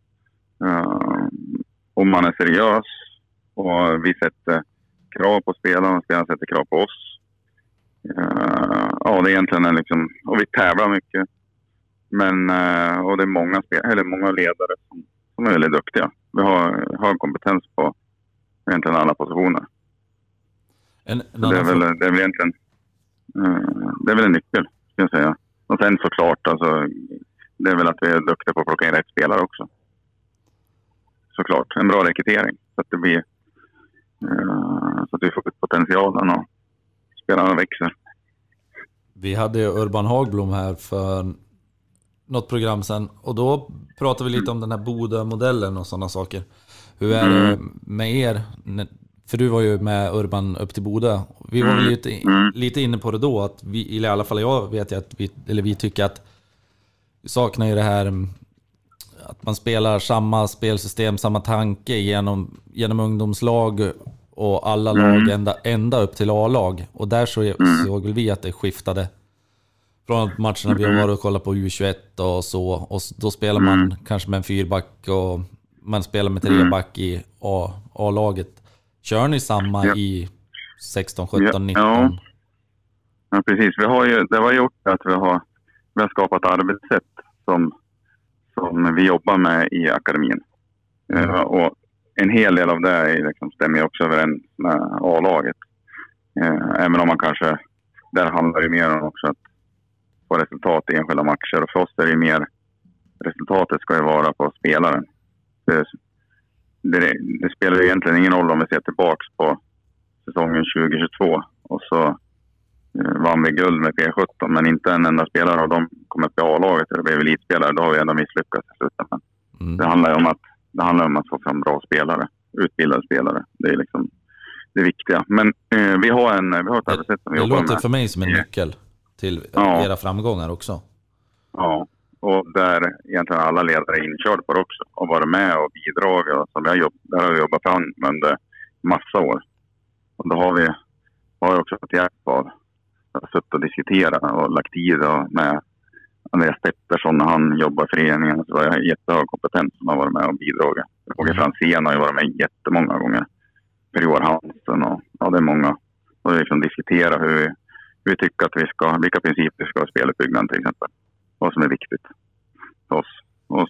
och man är seriös och vi sätter krav på spelarna och spelarna sätter krav på oss. Det är egentligen liksom, och vi tävlar mycket, men och det är många ledare som är väldigt duktiga. Vi har hög kompetens på egentligen alla positioner. Det är väl egentligen det är väl en nyckel, ska jag säga. Och sen såklart, alltså, det är väl att vi är duktiga på att plocka in rätt spelare också. Såklart, en bra rekrytering. Så att det blir så att vi får ut potentialen och spelarna växer. Vi hade Urban Hagblom här för något program sen. Och då pratade vi lite om den här Bodö-modellen och sådana saker. Hur är det med er? För du var ju med Urban upp till Bodö. Vi var väl lite inne på det då. Att vi, i alla fall jag vet att vi tycker att vi saknar ju det här att man spelar samma spelsystem, samma tanke genom ungdomslag och alla lag ända upp till A-lag. Och där såg vi att det skiftade från matcherna vi har varit och kollat på U21 och så. Och då spelar man kanske med en 4-back och man spelar med 3-back i A-laget. Kör ni samma i 16, 17, 19? Ja, precis. Det har gjort att vi har skapat arbetssätt som vi jobbar med i akademin. Och en hel del av det liksom stämmer också överens med A-laget. Även om man kanske, där handlar det mer om också att få resultat i enskilda matcher. Och för oss är det mer, resultatet ska ju vara på spelaren. Det spelar ju egentligen ingen roll om vi ser tillbaks på säsongen 2022 och så vann vi guld med P17, men inte en enda spelare av dem kom upp i A-laget eller blev elitspelare. Då har vi ändå misslyckats i slutändan. Det handlar ju om att få fram bra spelare, utbildade spelare. Det är liksom det viktiga. Men vi har ett arbetssätt som vi jobbar med. Det låter för mig som en nyckel till era framgångar också. Ja. Och där egentligen alla ledare är inkörda på det också. Och varit med och bidragit. Och där har vi jobbat fram under massa år. Och då har vi också fått hjälp av att suttit och diskutera och lagt tid med Andreas Pettersson när han jobbar i föreningen. Så var jag jättehög kompetens som har varit med och bidragit. Roger Franzén har ju varit med jättemånga gånger. Per-Johan Hansen och det är många. Och vi liksom diskutera hur vi tycker att vilka principer vi ska ha i speluppbyggnaden till exempel. Vad som är viktigt för oss. Och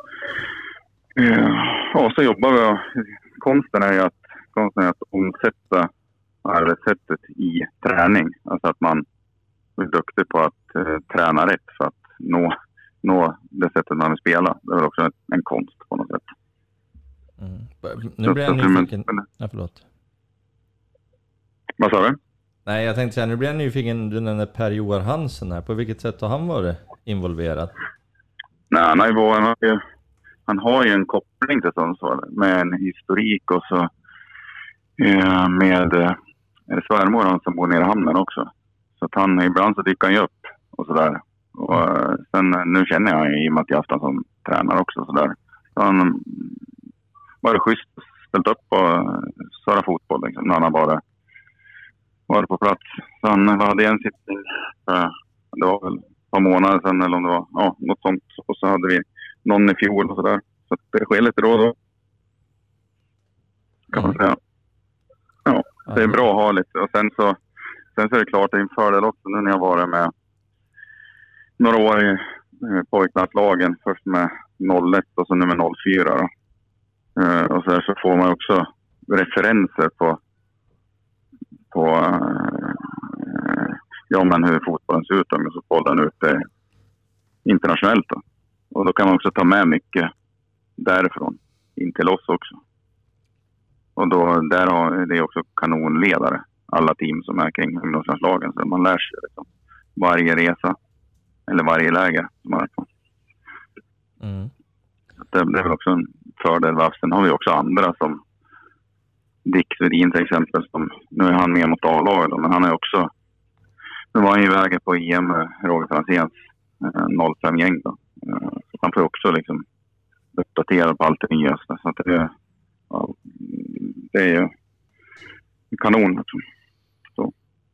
så jobbar vi. Konsten är att omsätta arbetssättet i träning. Alltså att man är duktig på att träna rätt för att nå det sättet man vill spela. Det är också en konst på något sätt. Nu blir jag nyfiken. Förlåt. Vad sa du? Nej, jag tänkte säga, nu blir jag nyfiken, du nämnde Per-Johan Hansen här. På vilket sätt har han varit involverad? Nej, han har ju en koppling till Sundsvall med en historik och så med är det svärmor som bor nere i hamnen också. Så att han ibland så dyker han ju upp och sådär. Och sen nu känner jag i Mattias som tränar också sådär. Så han var schysst ställt upp och köra fotboll liksom, när han bara var på plats. Så han hade en sittning, det var väl ett par månader sedan eller om det var något sånt. Och så hade vi någon i fjol och sådär. Så det sker lite då. Kan man säga. Ja, det är bra att ha lite. Och sen så är det klart, det är en fördel också nu när jag varit med några år i pojklandslagen. Först med 01 och så nu med 04 då. Och så får man också referenser på men hur fotbollen ser ut om fotbollen ute internationellt då. Och då kan man också ta med mycket därifrån in till oss också. Och då där har det också kanonledare, alla team som är kring ungdomslandslagen, så man lär sig liksom varje resa eller varje läger som man är på. Det är väl också en fördel. Sen har vi också andra som Dick Svedin till exempel, som nu är han med mot A-laget, men han är också, nu var han ju vägen på EM med Roger Franzéns 05-gäng då. Så han får också liksom uppdatera på allt det nya. Så att det är ju kanon liksom. Så.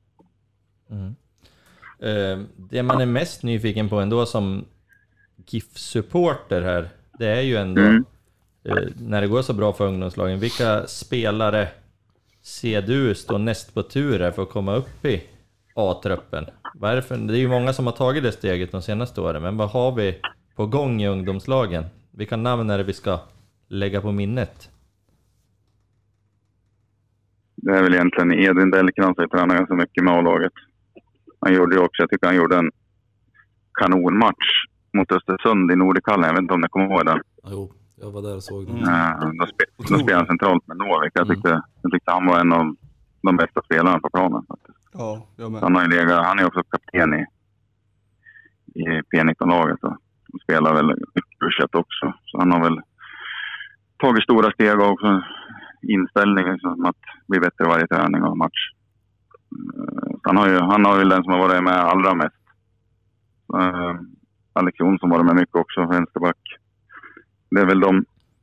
Det man är mest nyfiken på ändå som GIF-supporter här, det är ju ändå när det går så bra för ungdomslagen, vilka spelare ser du stå näst på tur för att komma upp i A-truppen? Varför? Det är ju många som har tagit det steget de senaste åren, men vad har vi på gång i ungdomslagen? Vilka namn är det vi ska lägga på minnet? Det är väl egentligen Edvin Delkrans som tränar ganska mycket med A-laget. Han gjorde ju också, jag tycker han gjorde en kanonmatch mot Östersund i Nordikallen. Jag vet inte om ni kommer ihåg den. Jo, jag var där och såg den. Då spelade han centralt med Novik. Jag tyckte han var en av de bästa spelarna på planen faktiskt. Ja, jag med. Han är också kapten i P19-laget och spelar väl U21 också. Så han har väl tagit stora steg och också inställning liksom, att bli bättre varje träning och match. Han har ju den som har varit med allra mest. Alex Jonsson var med mycket också, vänsterback. Det är väl de...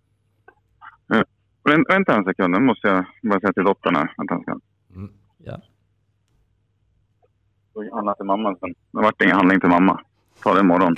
Vänta en sekund, nu måste jag bara säga till dottern här. Vänta en sekund. Ja. Så handla till mamma sen. Det vart ingen handling till mamma. Ta det imorgon.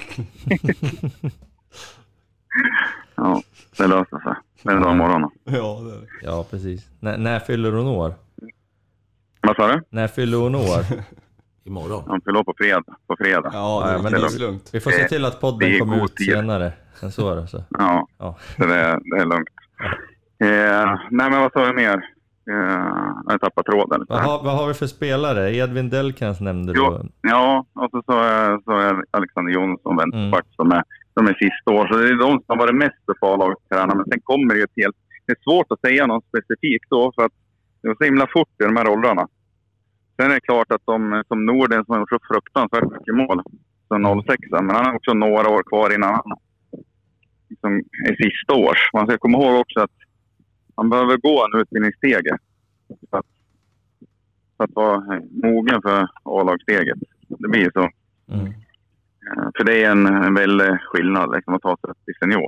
Ja, det löser sig. Det är en dag imorgon. Ja, det är det. Ja, precis. När fyller hon år? Vad sa du? När fyller hon år? Imorgon. Han fyller år på fredag. Ja, men det är lugnt. Vi får se till att podden kommer ut senare än så. Då, så. Ja. Så det är lugnt. Nej, men vad sa jag mer? Jag tappar tråden. Vad har vi för spelare? Edvin Delkrans nämnde du. Ja, och så är Alexander Jonsson vänsterback som är sista år. Så det är de som har varit mest för A-laget tränare. Men sen kommer det ju det är svårt att säga något specifikt då, för att det var så himla fort i de här rollerna. Sen är det klart att som Norden som har gjort så fruktansvärt mycket mål, som 06, men han har också några år kvar innan han liksom är sista års. Man ska komma ihåg också att han behöver gå en utbildningsstege för att vara mogen för A-lagssteget. Det blir så. För det är en väldigt skillnad liksom, att ta sig upp till senior.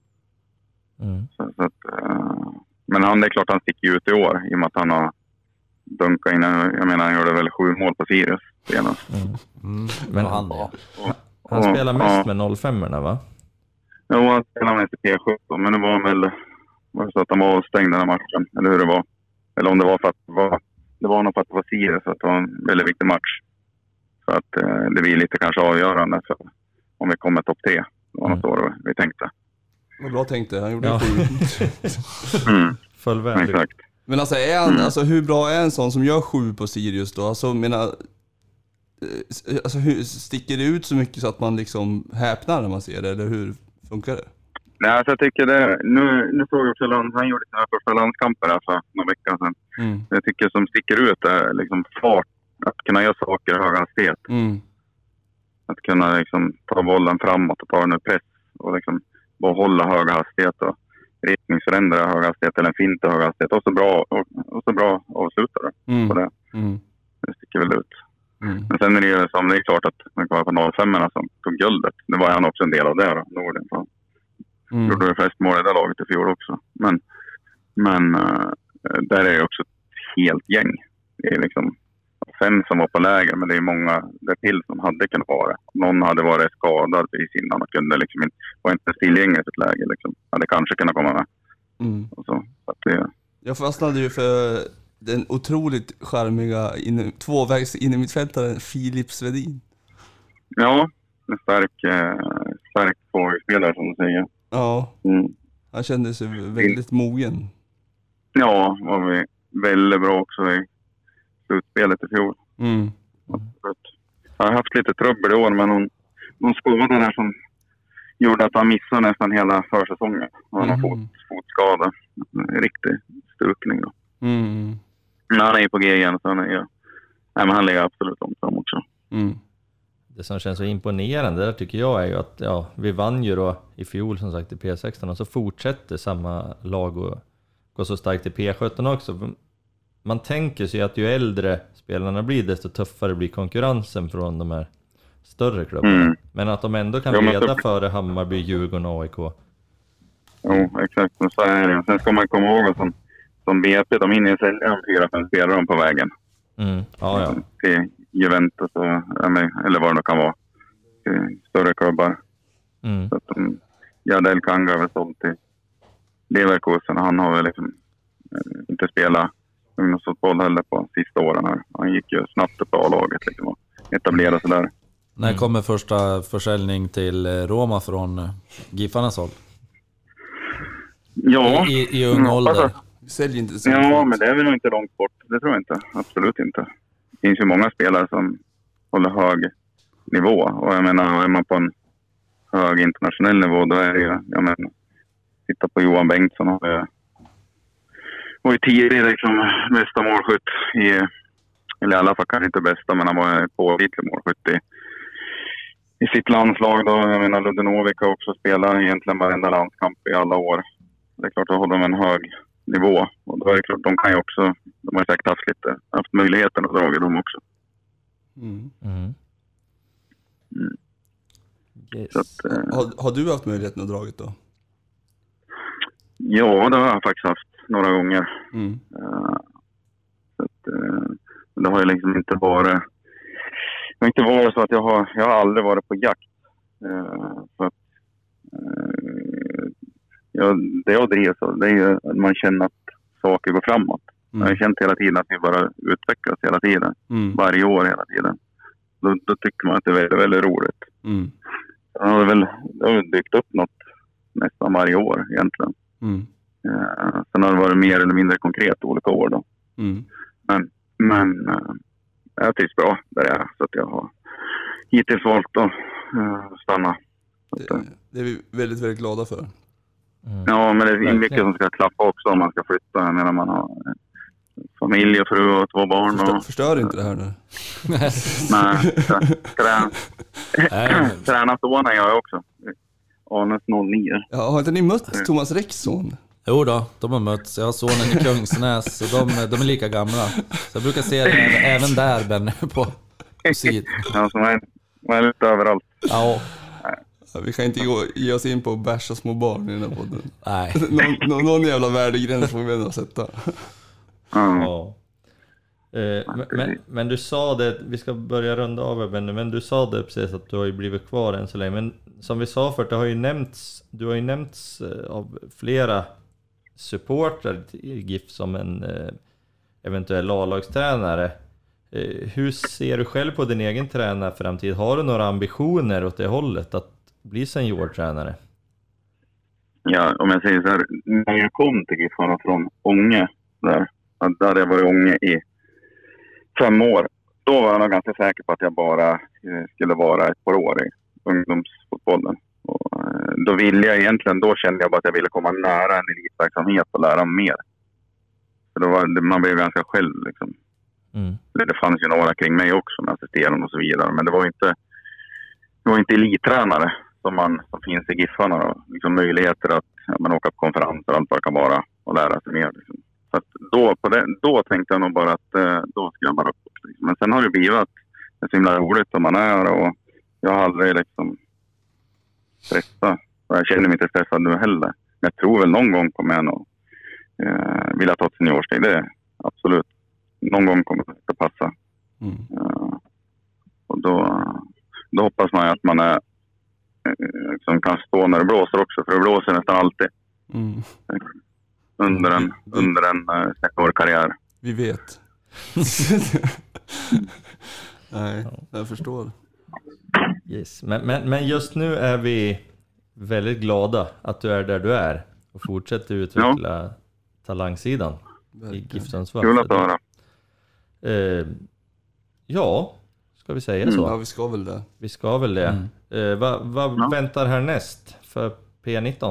Så att, men det är klart han sticker ut i år i och med att han har dunkat in. Jag menar, han gjorde väl 7 mål på Sirius senast. Men han spelar mest med 05-erna, va? Jo, han spelar mest i P17, men det var väl så att han var avstängd den här matchen, eller hur det var. Eller om det var för att det var nog för att det var Sirius, så att det var en väldigt viktig match. Så att det blir lite kanske avgörande för om vi kommer topp 3. Det var något år vi tänkte. Vad bra tänkte, han gjorde 7. Full väl. Exakt. Men alltså, alltså hur bra är en sån som gör 7 på Sirius då? Alltså hur sticker det ut så mycket så att man liksom häpnar när man ser det, eller hur funkar det? Nej, alltså jag tycker det, nu såg jag också han gjorde sina första landskamper här för några veckor sedan. Jag tycker som sticker ut är liksom fart, att kunna göra saker i hög hastighet. Att kunna liksom ta bollen framåt och ta den ur press och liksom bara hålla hög hastighet. Och riktningsförändra hög hastighet eller en fint hög hastighet och så bra avslutare på det. Det sticker väl ut. Men sen är det ju det är klart att man kan vara på 05 som tog guldet. Det var han också en del av det då, Norden. Gjorde det flest mål i det laget i fjol också. Men där är det också ett helt gäng. Det är liksom 5 som var på läger, men det är många där till som hade kunnat vara. Någon hade varit skadad precis innan och kunde liksom inte, var inte tillgänglig för ett läge liksom. Hade kanske kunnat komma med. Och så att det... Jag fastnade ju för den otroligt charmiga tvåvägs innermittfältaren Filip Svedin. Ja, en stark tvåvägsspelare som du säger. Ja, han kände sig väldigt mogen. Ja, var vi väldigt bra också i slutspelet i fjol. Jag har haft lite trubbel i år, men någon skada där som gjorde att han missade nästan hela försäsongen. Han har fått fotskada. En riktig stukning då. Men han är ju på G igen, så men han ligger absolut långt fram också. Det som känns så imponerande där tycker jag är ju att vi vann ju då i fjol som sagt i P16 och så fortsätter samma lag och går så starkt i P17 också. Man tänker sig att ju äldre spelarna blir desto tuffare blir konkurrensen från de här större klubbarna. Men att de ändå kan leda före Hammarby, Djurgården och AIK. Jo, exakt. Så är det. Sen ska man komma ihåg att som BP, de hinner sälja 4-5 spelare på vägen. Ja. Till Juventus eller vad det kan vara. Till större klubbar. Så att Jardel Kanga har väl sålt till Leverkusen. Han har väl liksom inte spelat ungdomsfotboll heller på sista åren här. Han gick ju snabbt upp på A-laget liksom och etablerade sig där. När kommer första försäljning till Roma från Giffarnas håll? Ja. I ung ålder. Säljer inte så men det är väl nog inte långt bort. Det tror jag inte. Absolut inte. Det finns ju många spelare som håller hög nivå. Och jag menar, är man på en hög internationell nivå, då är det ju, titta på Johan Bengtsson var ju tidigare liksom bästa målskytt eller i alla fall kanske inte bästa, men han var en pålitlig målskytt i sitt landslag då. Jag menar, Ludenovic har också spelat egentligen varenda landskamp i alla år. Det är klart att håller de en hög nivå. Och då är det klart, de kan ju också, de har säkert haft möjligheten att dra i dem också. Yes. Så att, har du haft möjligheten att dra det då? Ja, det har jag faktiskt haft några gånger. Så att, det har ju liksom inte varit så att jag har aldrig varit på jakt. Så att, det jag drivs av, det är ju att man känner att saker går framåt. Jag har känt hela tiden att vi bara utvecklas hela tiden. Varje år hela tiden. Då tycker man att det är väldigt, väldigt roligt. Det har väl byggt upp något nästan varje år egentligen. Sen har det varit mer eller mindre konkret olika år då. Men jag trivs bra där jag är, så att jag har hittills valt att stanna. Det är vi väldigt, väldigt glada för. Ja, men det är mycket som ska klappa också om man ska flytta när man har familj och fru och 2 barn. Förstör inte det här nu. Nej, träna sonen gör jag också. Anes 09. Ja, har inte ni mött Thomas Rexson? Jo då, de har mötts. Jag har sonen i Kungsnäs, så de är lika gamla. Så jag brukar se det även där, Benny, på sidan. Ja, som är lite överallt. Ja. Vi kan inte ge oss in på att bärsa små barn i den här podden. Nej. Någon jävla värdegräns får vi ändå sätta. Ja. Men du sa det, vi ska börja runda av, Benny, men du sa det precis att du har ju blivit kvar än så länge. Men som vi sa förut, du har ju nämnts av flera supportrar i GIF som en eventuell A-lagstränare. Hur ser du själv på din egen tränarframtid? Har du några ambitioner åt det hållet att bli seniortränare? Ja, om jag säger så här, när jag kom till GIF från Ånge, där hade jag varit Ånge i 5 år. Då var jag nog ganska säker på att jag bara skulle vara ett par år i ungdomsfotbollen. Och då kände jag bara att jag ville komma nära en elitverksamhet och lära mer. För man blev ganska själv liksom. Det fanns ju några kring mig också med assisterande och så vidare. Men det var inte elittränare som finns i GIFarna då. Liksom möjligheter att åka på konferenser och allt vad det kan vara och lära sig mer. Liksom. Så att då tänkte jag nog bara att då ska jag bara upp. Liksom. Men sen har det blivit att det är så himla roligt som man är och jag har aldrig liksom stressat. Och jag känner mig inte stressad nu heller. Men jag tror väl någon gång kommer jag nog vilja ta ett seniorsteg. Det är absolut. Någon gång kommer det att passa. Och då hoppas man att man är som kan stå när det blåser också. För det blåser nästan alltid. Under en 6-årig karriär. Vi vet. Nej, jag förstår. Yes. Men just nu är vi väldigt glada att du är där du är och fortsätter utveckla talangsidan i GIF Sundsvall. Kul att höra. Ja, ska vi säga så? Ja, vi ska väl det. Vad väntar härnäst för P19?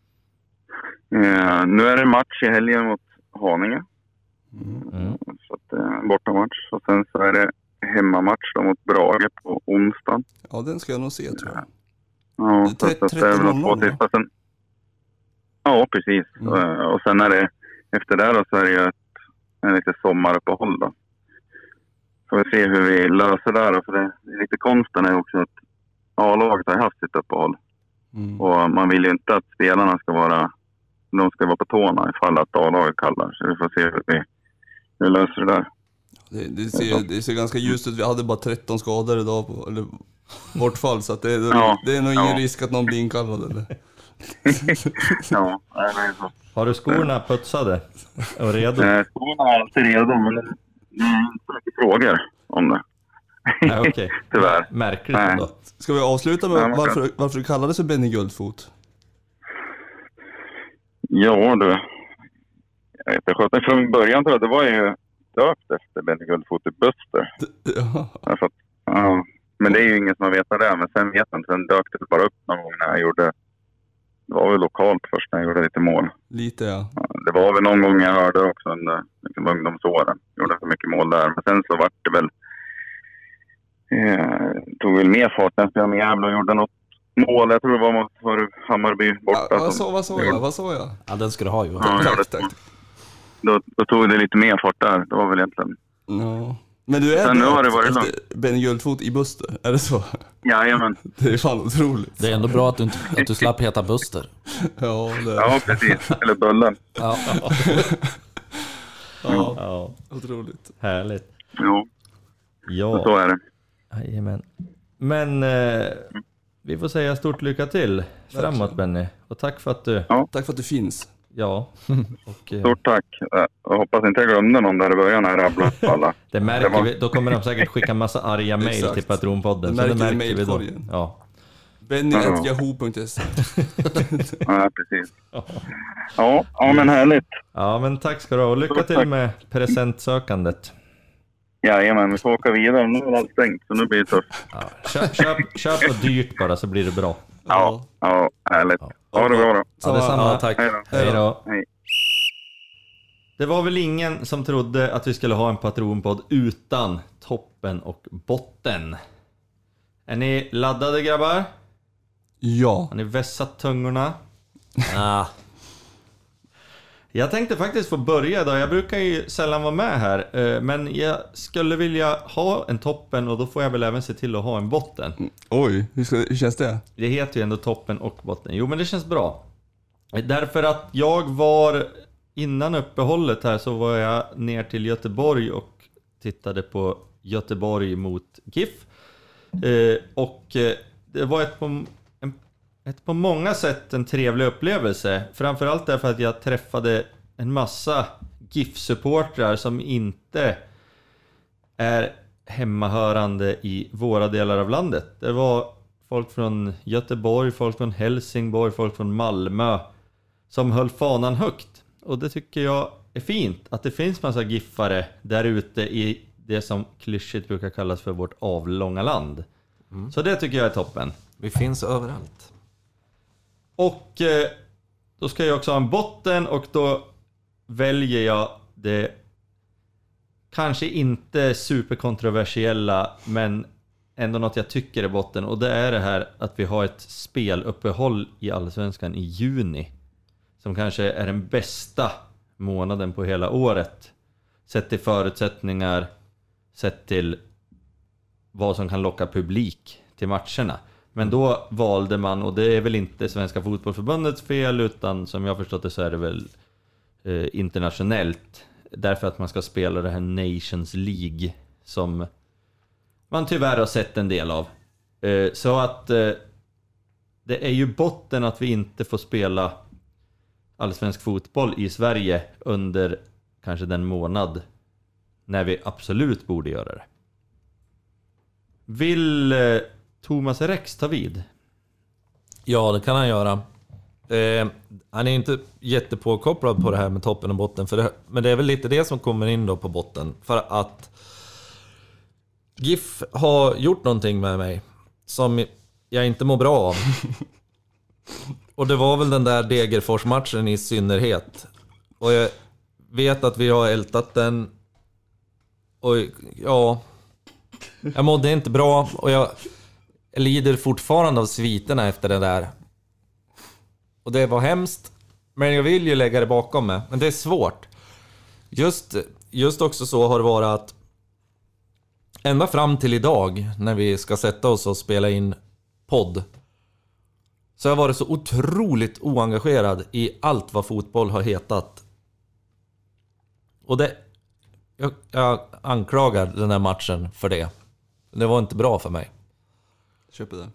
Nu är det match i helgen mot Haninge. Så att bortamatch. Och sen så är det hemmamatch då mot Brage på onsdagen. Ja, den ska jag nog se, tror jag. Ja, så det är väl de 2 sista sen. Ja, precis. Och sen är det efter det då så är det ju en lite sommaruppehåll då. Får vi se hur vi löser det då. För det är lite konsten är också att A-laget har haft sitt uppehåll. Och man vill ju inte att spelarna ska vara på tårna ifall att A-laget kallar. Så vi får se hur vi löser det där. Det ser ganska ljust ut. Vi hade bara 13 skador idag eller bortfall. Så att det är nog ingen risk att någon blir inkallad eller? Ja, nej, så. Har du skorna putsade och redo? Skorna är alltid redo, men det är inte mycket frågor om det. Nej, okej. Tyvärr. Märkligt ändå. Ska vi avsluta med varför du kallades för Benny Guldfot? Ja, du. Jag vet inte, från början tror jag det var ju döpt efter Benny Guldfot i Buster. Ja. Men det är ju ingen som har vetat det. Men sen vet jag inte, sen dök det bara upp någon gång när jag gjorde. Det var väl lokalt först när jag gjorde lite mål. Lite, ja. Det var väl någon gång jag hörde också under liksom, ungdomsåren. Jag gjorde så mycket mål där. Men sen så var det väl tog väl mer fart när jag spelade med Gävle och gjorde något mål. Jag tror det var mot Hammarby borta. Ja, vad sa jag? Ja, den ska du ha ju. Ja, tack. Då tog det lite mer fart där. Det var väl egentligen. Ja. Men du är efter Benny Guldfot i Buster, är det så? Jajamän. Det är fan otroligt. Det är ändå bra att du slapp heta Buster. Ja, precis. Eller Bullen. Ja, otroligt. Härligt. Jo. Ja. Så är det. Jajamän. Men vi får säga stort lycka till framåt, Benny. Och tack för att du... Ja. Tack för att du finns. Ja. Och, stort tack. Jag hoppas inte jag glömde någon där i början när jag rabblade upp alla. Det märker vi. Då kommer de säkert skicka en massa arga mejl till Patronpodden. Det märker vi då. Ja. Benny@yahoo.se. Ja, precis. Ja, men härligt. Ja, men tack ska du ha. Och lycka till med presentsökandet. Jajamän, vi får åka vidare. Nu är allt stängt, så nu blir det tufft. Ja, köp något dyrt bara så blir det bra. Ja, härligt. Ha det bra då. Ja, detsamma. Ja, tack. Hej då. Hej. Det var väl ingen som trodde att vi skulle ha en patronpodd utan toppen och botten. Är ni laddade, grabbar? Ja. Har ni vässat tungorna? Ah. Jag tänkte faktiskt få börja idag. Jag brukar ju sällan vara med här. Men jag skulle vilja ha en toppen och då får jag väl även se till att ha en botten. Oj, hur känns det? Det heter ju ändå toppen och botten. Jo, men det känns bra. Därför att jag var, innan uppehållet här så var jag ner till Göteborg och tittade på Göteborg mot GIF. Och det var ett på många sätt en trevlig upplevelse. Framförallt därför att jag träffade en massa GIF-supportrar som inte är hemmahörande i våra delar av landet. Det var folk från Göteborg, folk från Helsingborg, folk från Malmö som höll fanan högt. Och det tycker jag är fint, att det finns massa giffare där ute i det som klyschigt brukar kallas för vårt avlånga land. Så det tycker jag är toppen. Vi finns överallt. Och då ska jag också ha en botten och då väljer jag det kanske inte superkontroversiella men ändå något jag tycker är botten. Och det är det här att vi har ett speluppehåll i Allsvenskan i juni. som kanske är den bästa månaden på hela året. Sett till förutsättningar, sett till vad som kan locka publik till matcherna. Men då valde man, och det är väl inte Svenska fotbollförbundets fel, utan som jag förstått det så är det väl internationellt. Därför att man ska spela det här Nations League som man tyvärr har sett en del av. Så att det är ju botten att vi inte får spela allsvensk fotboll i Sverige under kanske den månad när vi absolut borde göra det. Vill Thomas Rex ta vid? Ja, det kan han göra. Han är inte jättepåkopplad på det här med toppen och botten, men det är väl lite det som kommer in då på botten. För att GIF har gjort någonting med mig som jag inte mår bra av. Och det var väl den där Degerfors-matchen i synnerhet. Och jag vet att vi har ältat den. Och ja, jag mådde inte bra. Och jag lider fortfarande av sviterna efter det där. Och det var hemskt. Men jag vill ju lägga det bakom mig. Men det är svårt. Just också så har det varit att ända fram till idag, när vi ska sätta oss och spela in podd, så jag har varit så otroligt oengagerad i allt vad fotboll har hetat. Och jag anklagar den här matchen för det. Det var inte bra för mig. Köper det.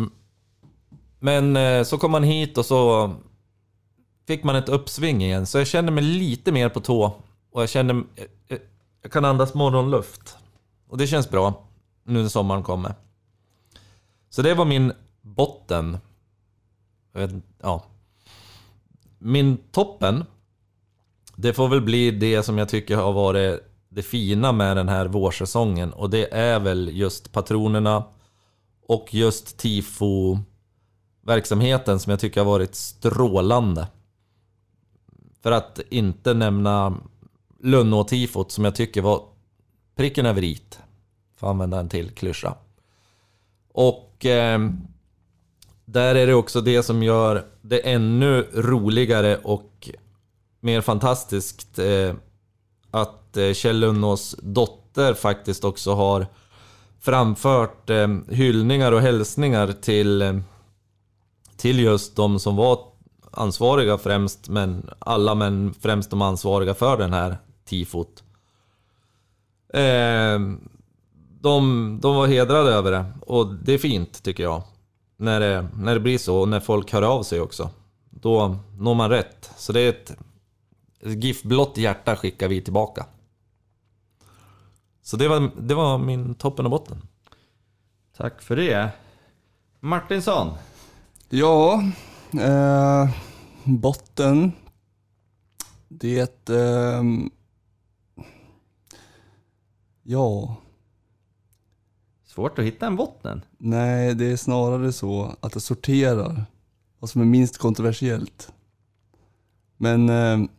Men så kom man hit och så fick man ett uppsving igen. Så jag kände mig lite mer på tå. Och jag kände jag kan andas morgonluft. Och det känns bra nu när sommaren kommer. Så det var min botten. Ja. Min toppen, det får väl bli det som jag tycker har varit det fina med den här vårsäsongen. Och det är väl just patronerna och just tifo-verksamheten som jag tycker har varit strålande. För att inte nämna Lönnå-tifot som jag tycker var pricken över it. För att använda en till klyscha. Och där är det också det som gör det ännu roligare och mer fantastiskt att Kjell Lönnås dotter faktiskt också har framfört hyllningar och hälsningar till just de som var ansvariga främst, men främst de ansvariga för den här tifot. De var hedrade över det, och det är fint tycker jag när det blir så, och när folk hör av sig också. Då når man rätt. Så det är ett GIF-blått hjärta skickar vi tillbaka. Så det var min toppen och botten. Tack för det. Martinsson. Ja, botten. Det ja. Svårt att hitta en botten. Nej, det är snarare så att jag sorterar vad som är minst kontroversiellt. Men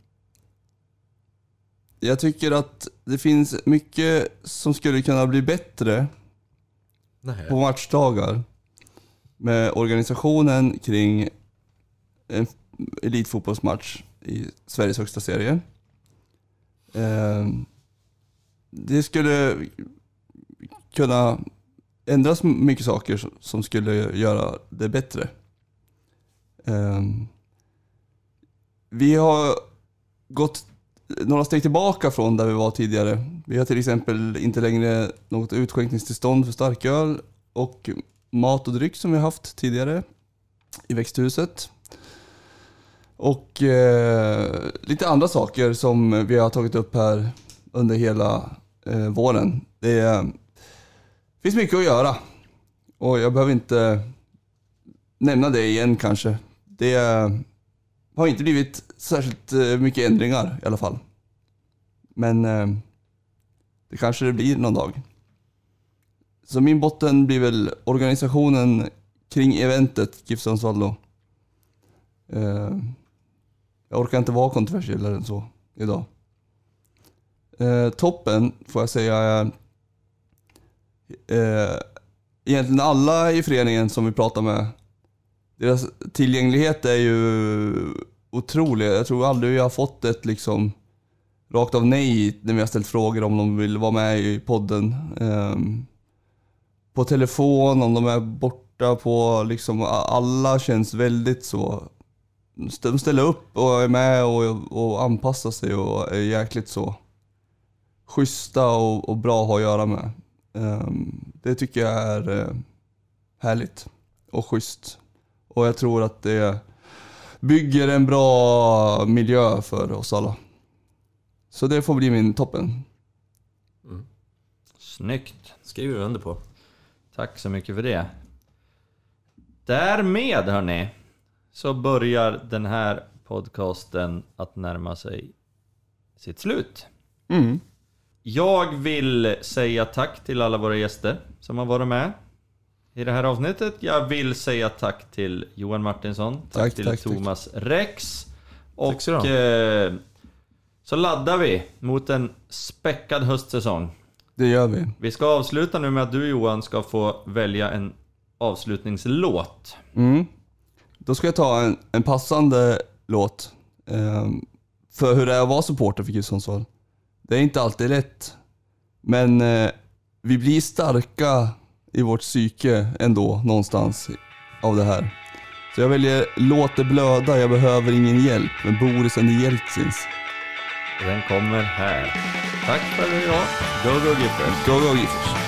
jag tycker att det finns mycket som skulle kunna bli bättre på matchdagar med organisationen kring en elitfotbollsmatch i Sveriges högsta serie. Det skulle kunna ändras mycket saker som skulle göra det bättre. Vi har gått några steg tillbaka från där vi var tidigare. Vi har till exempel inte längre något utskänkningstillstånd för starköl och mat och dryck som vi har haft tidigare i växthuset. Och lite andra saker som vi har tagit upp här under hela våren. Det finns mycket att göra. Och jag behöver inte nämna det igen kanske. Det har inte blivit särskilt mycket ändringar i alla fall. Men det kanske det blir någon dag. Så min botten blir väl organisationen kring eventet GIF Sundsvall då. Jag orkar inte vara kontroversiellare än så idag. Toppen får jag säga egentligen alla i föreningen som vi pratar med. Deras tillgänglighet är ju otroliga. Jag tror aldrig jag har fått ett liksom rakt av nej när vi har ställt frågor om de vill vara med i podden. På telefon, om de är borta på liksom, alla känns väldigt så. De ställer upp och är med och anpassar sig och är jäkligt så schyssta och bra att ha att göra med. Det tycker jag är härligt och schysst. Och jag tror att det bygger en bra miljö för oss alla. Så det får bli min toppen. Snyggt. Skriver du under på. Tack så mycket för det. Därmed hörni, så börjar den här podcasten att närma sig sitt slut. Jag vill säga tack till alla våra gäster som har varit med i det här avsnittet. Jag vill säga tack till Johan Martinsson. Tack till Thomas Rex. Och så laddar vi mot en späckad höstsäsong. Det gör vi. Vi ska avsluta nu med att du, Johan, ska få välja en avslutningslåt. Då ska jag ta en passande låt. För hur det är att vara supporter för GIF Sundsvall. Det är inte alltid lätt. Men vi blir starka i vårt psyke ändå någonstans av det här. Så jag väljer Låt det blöda, jag behöver ingen hjälp med Boris and the Jeltsins. Den kommer här. Tack för idag. Go Giffers. Go Giffers.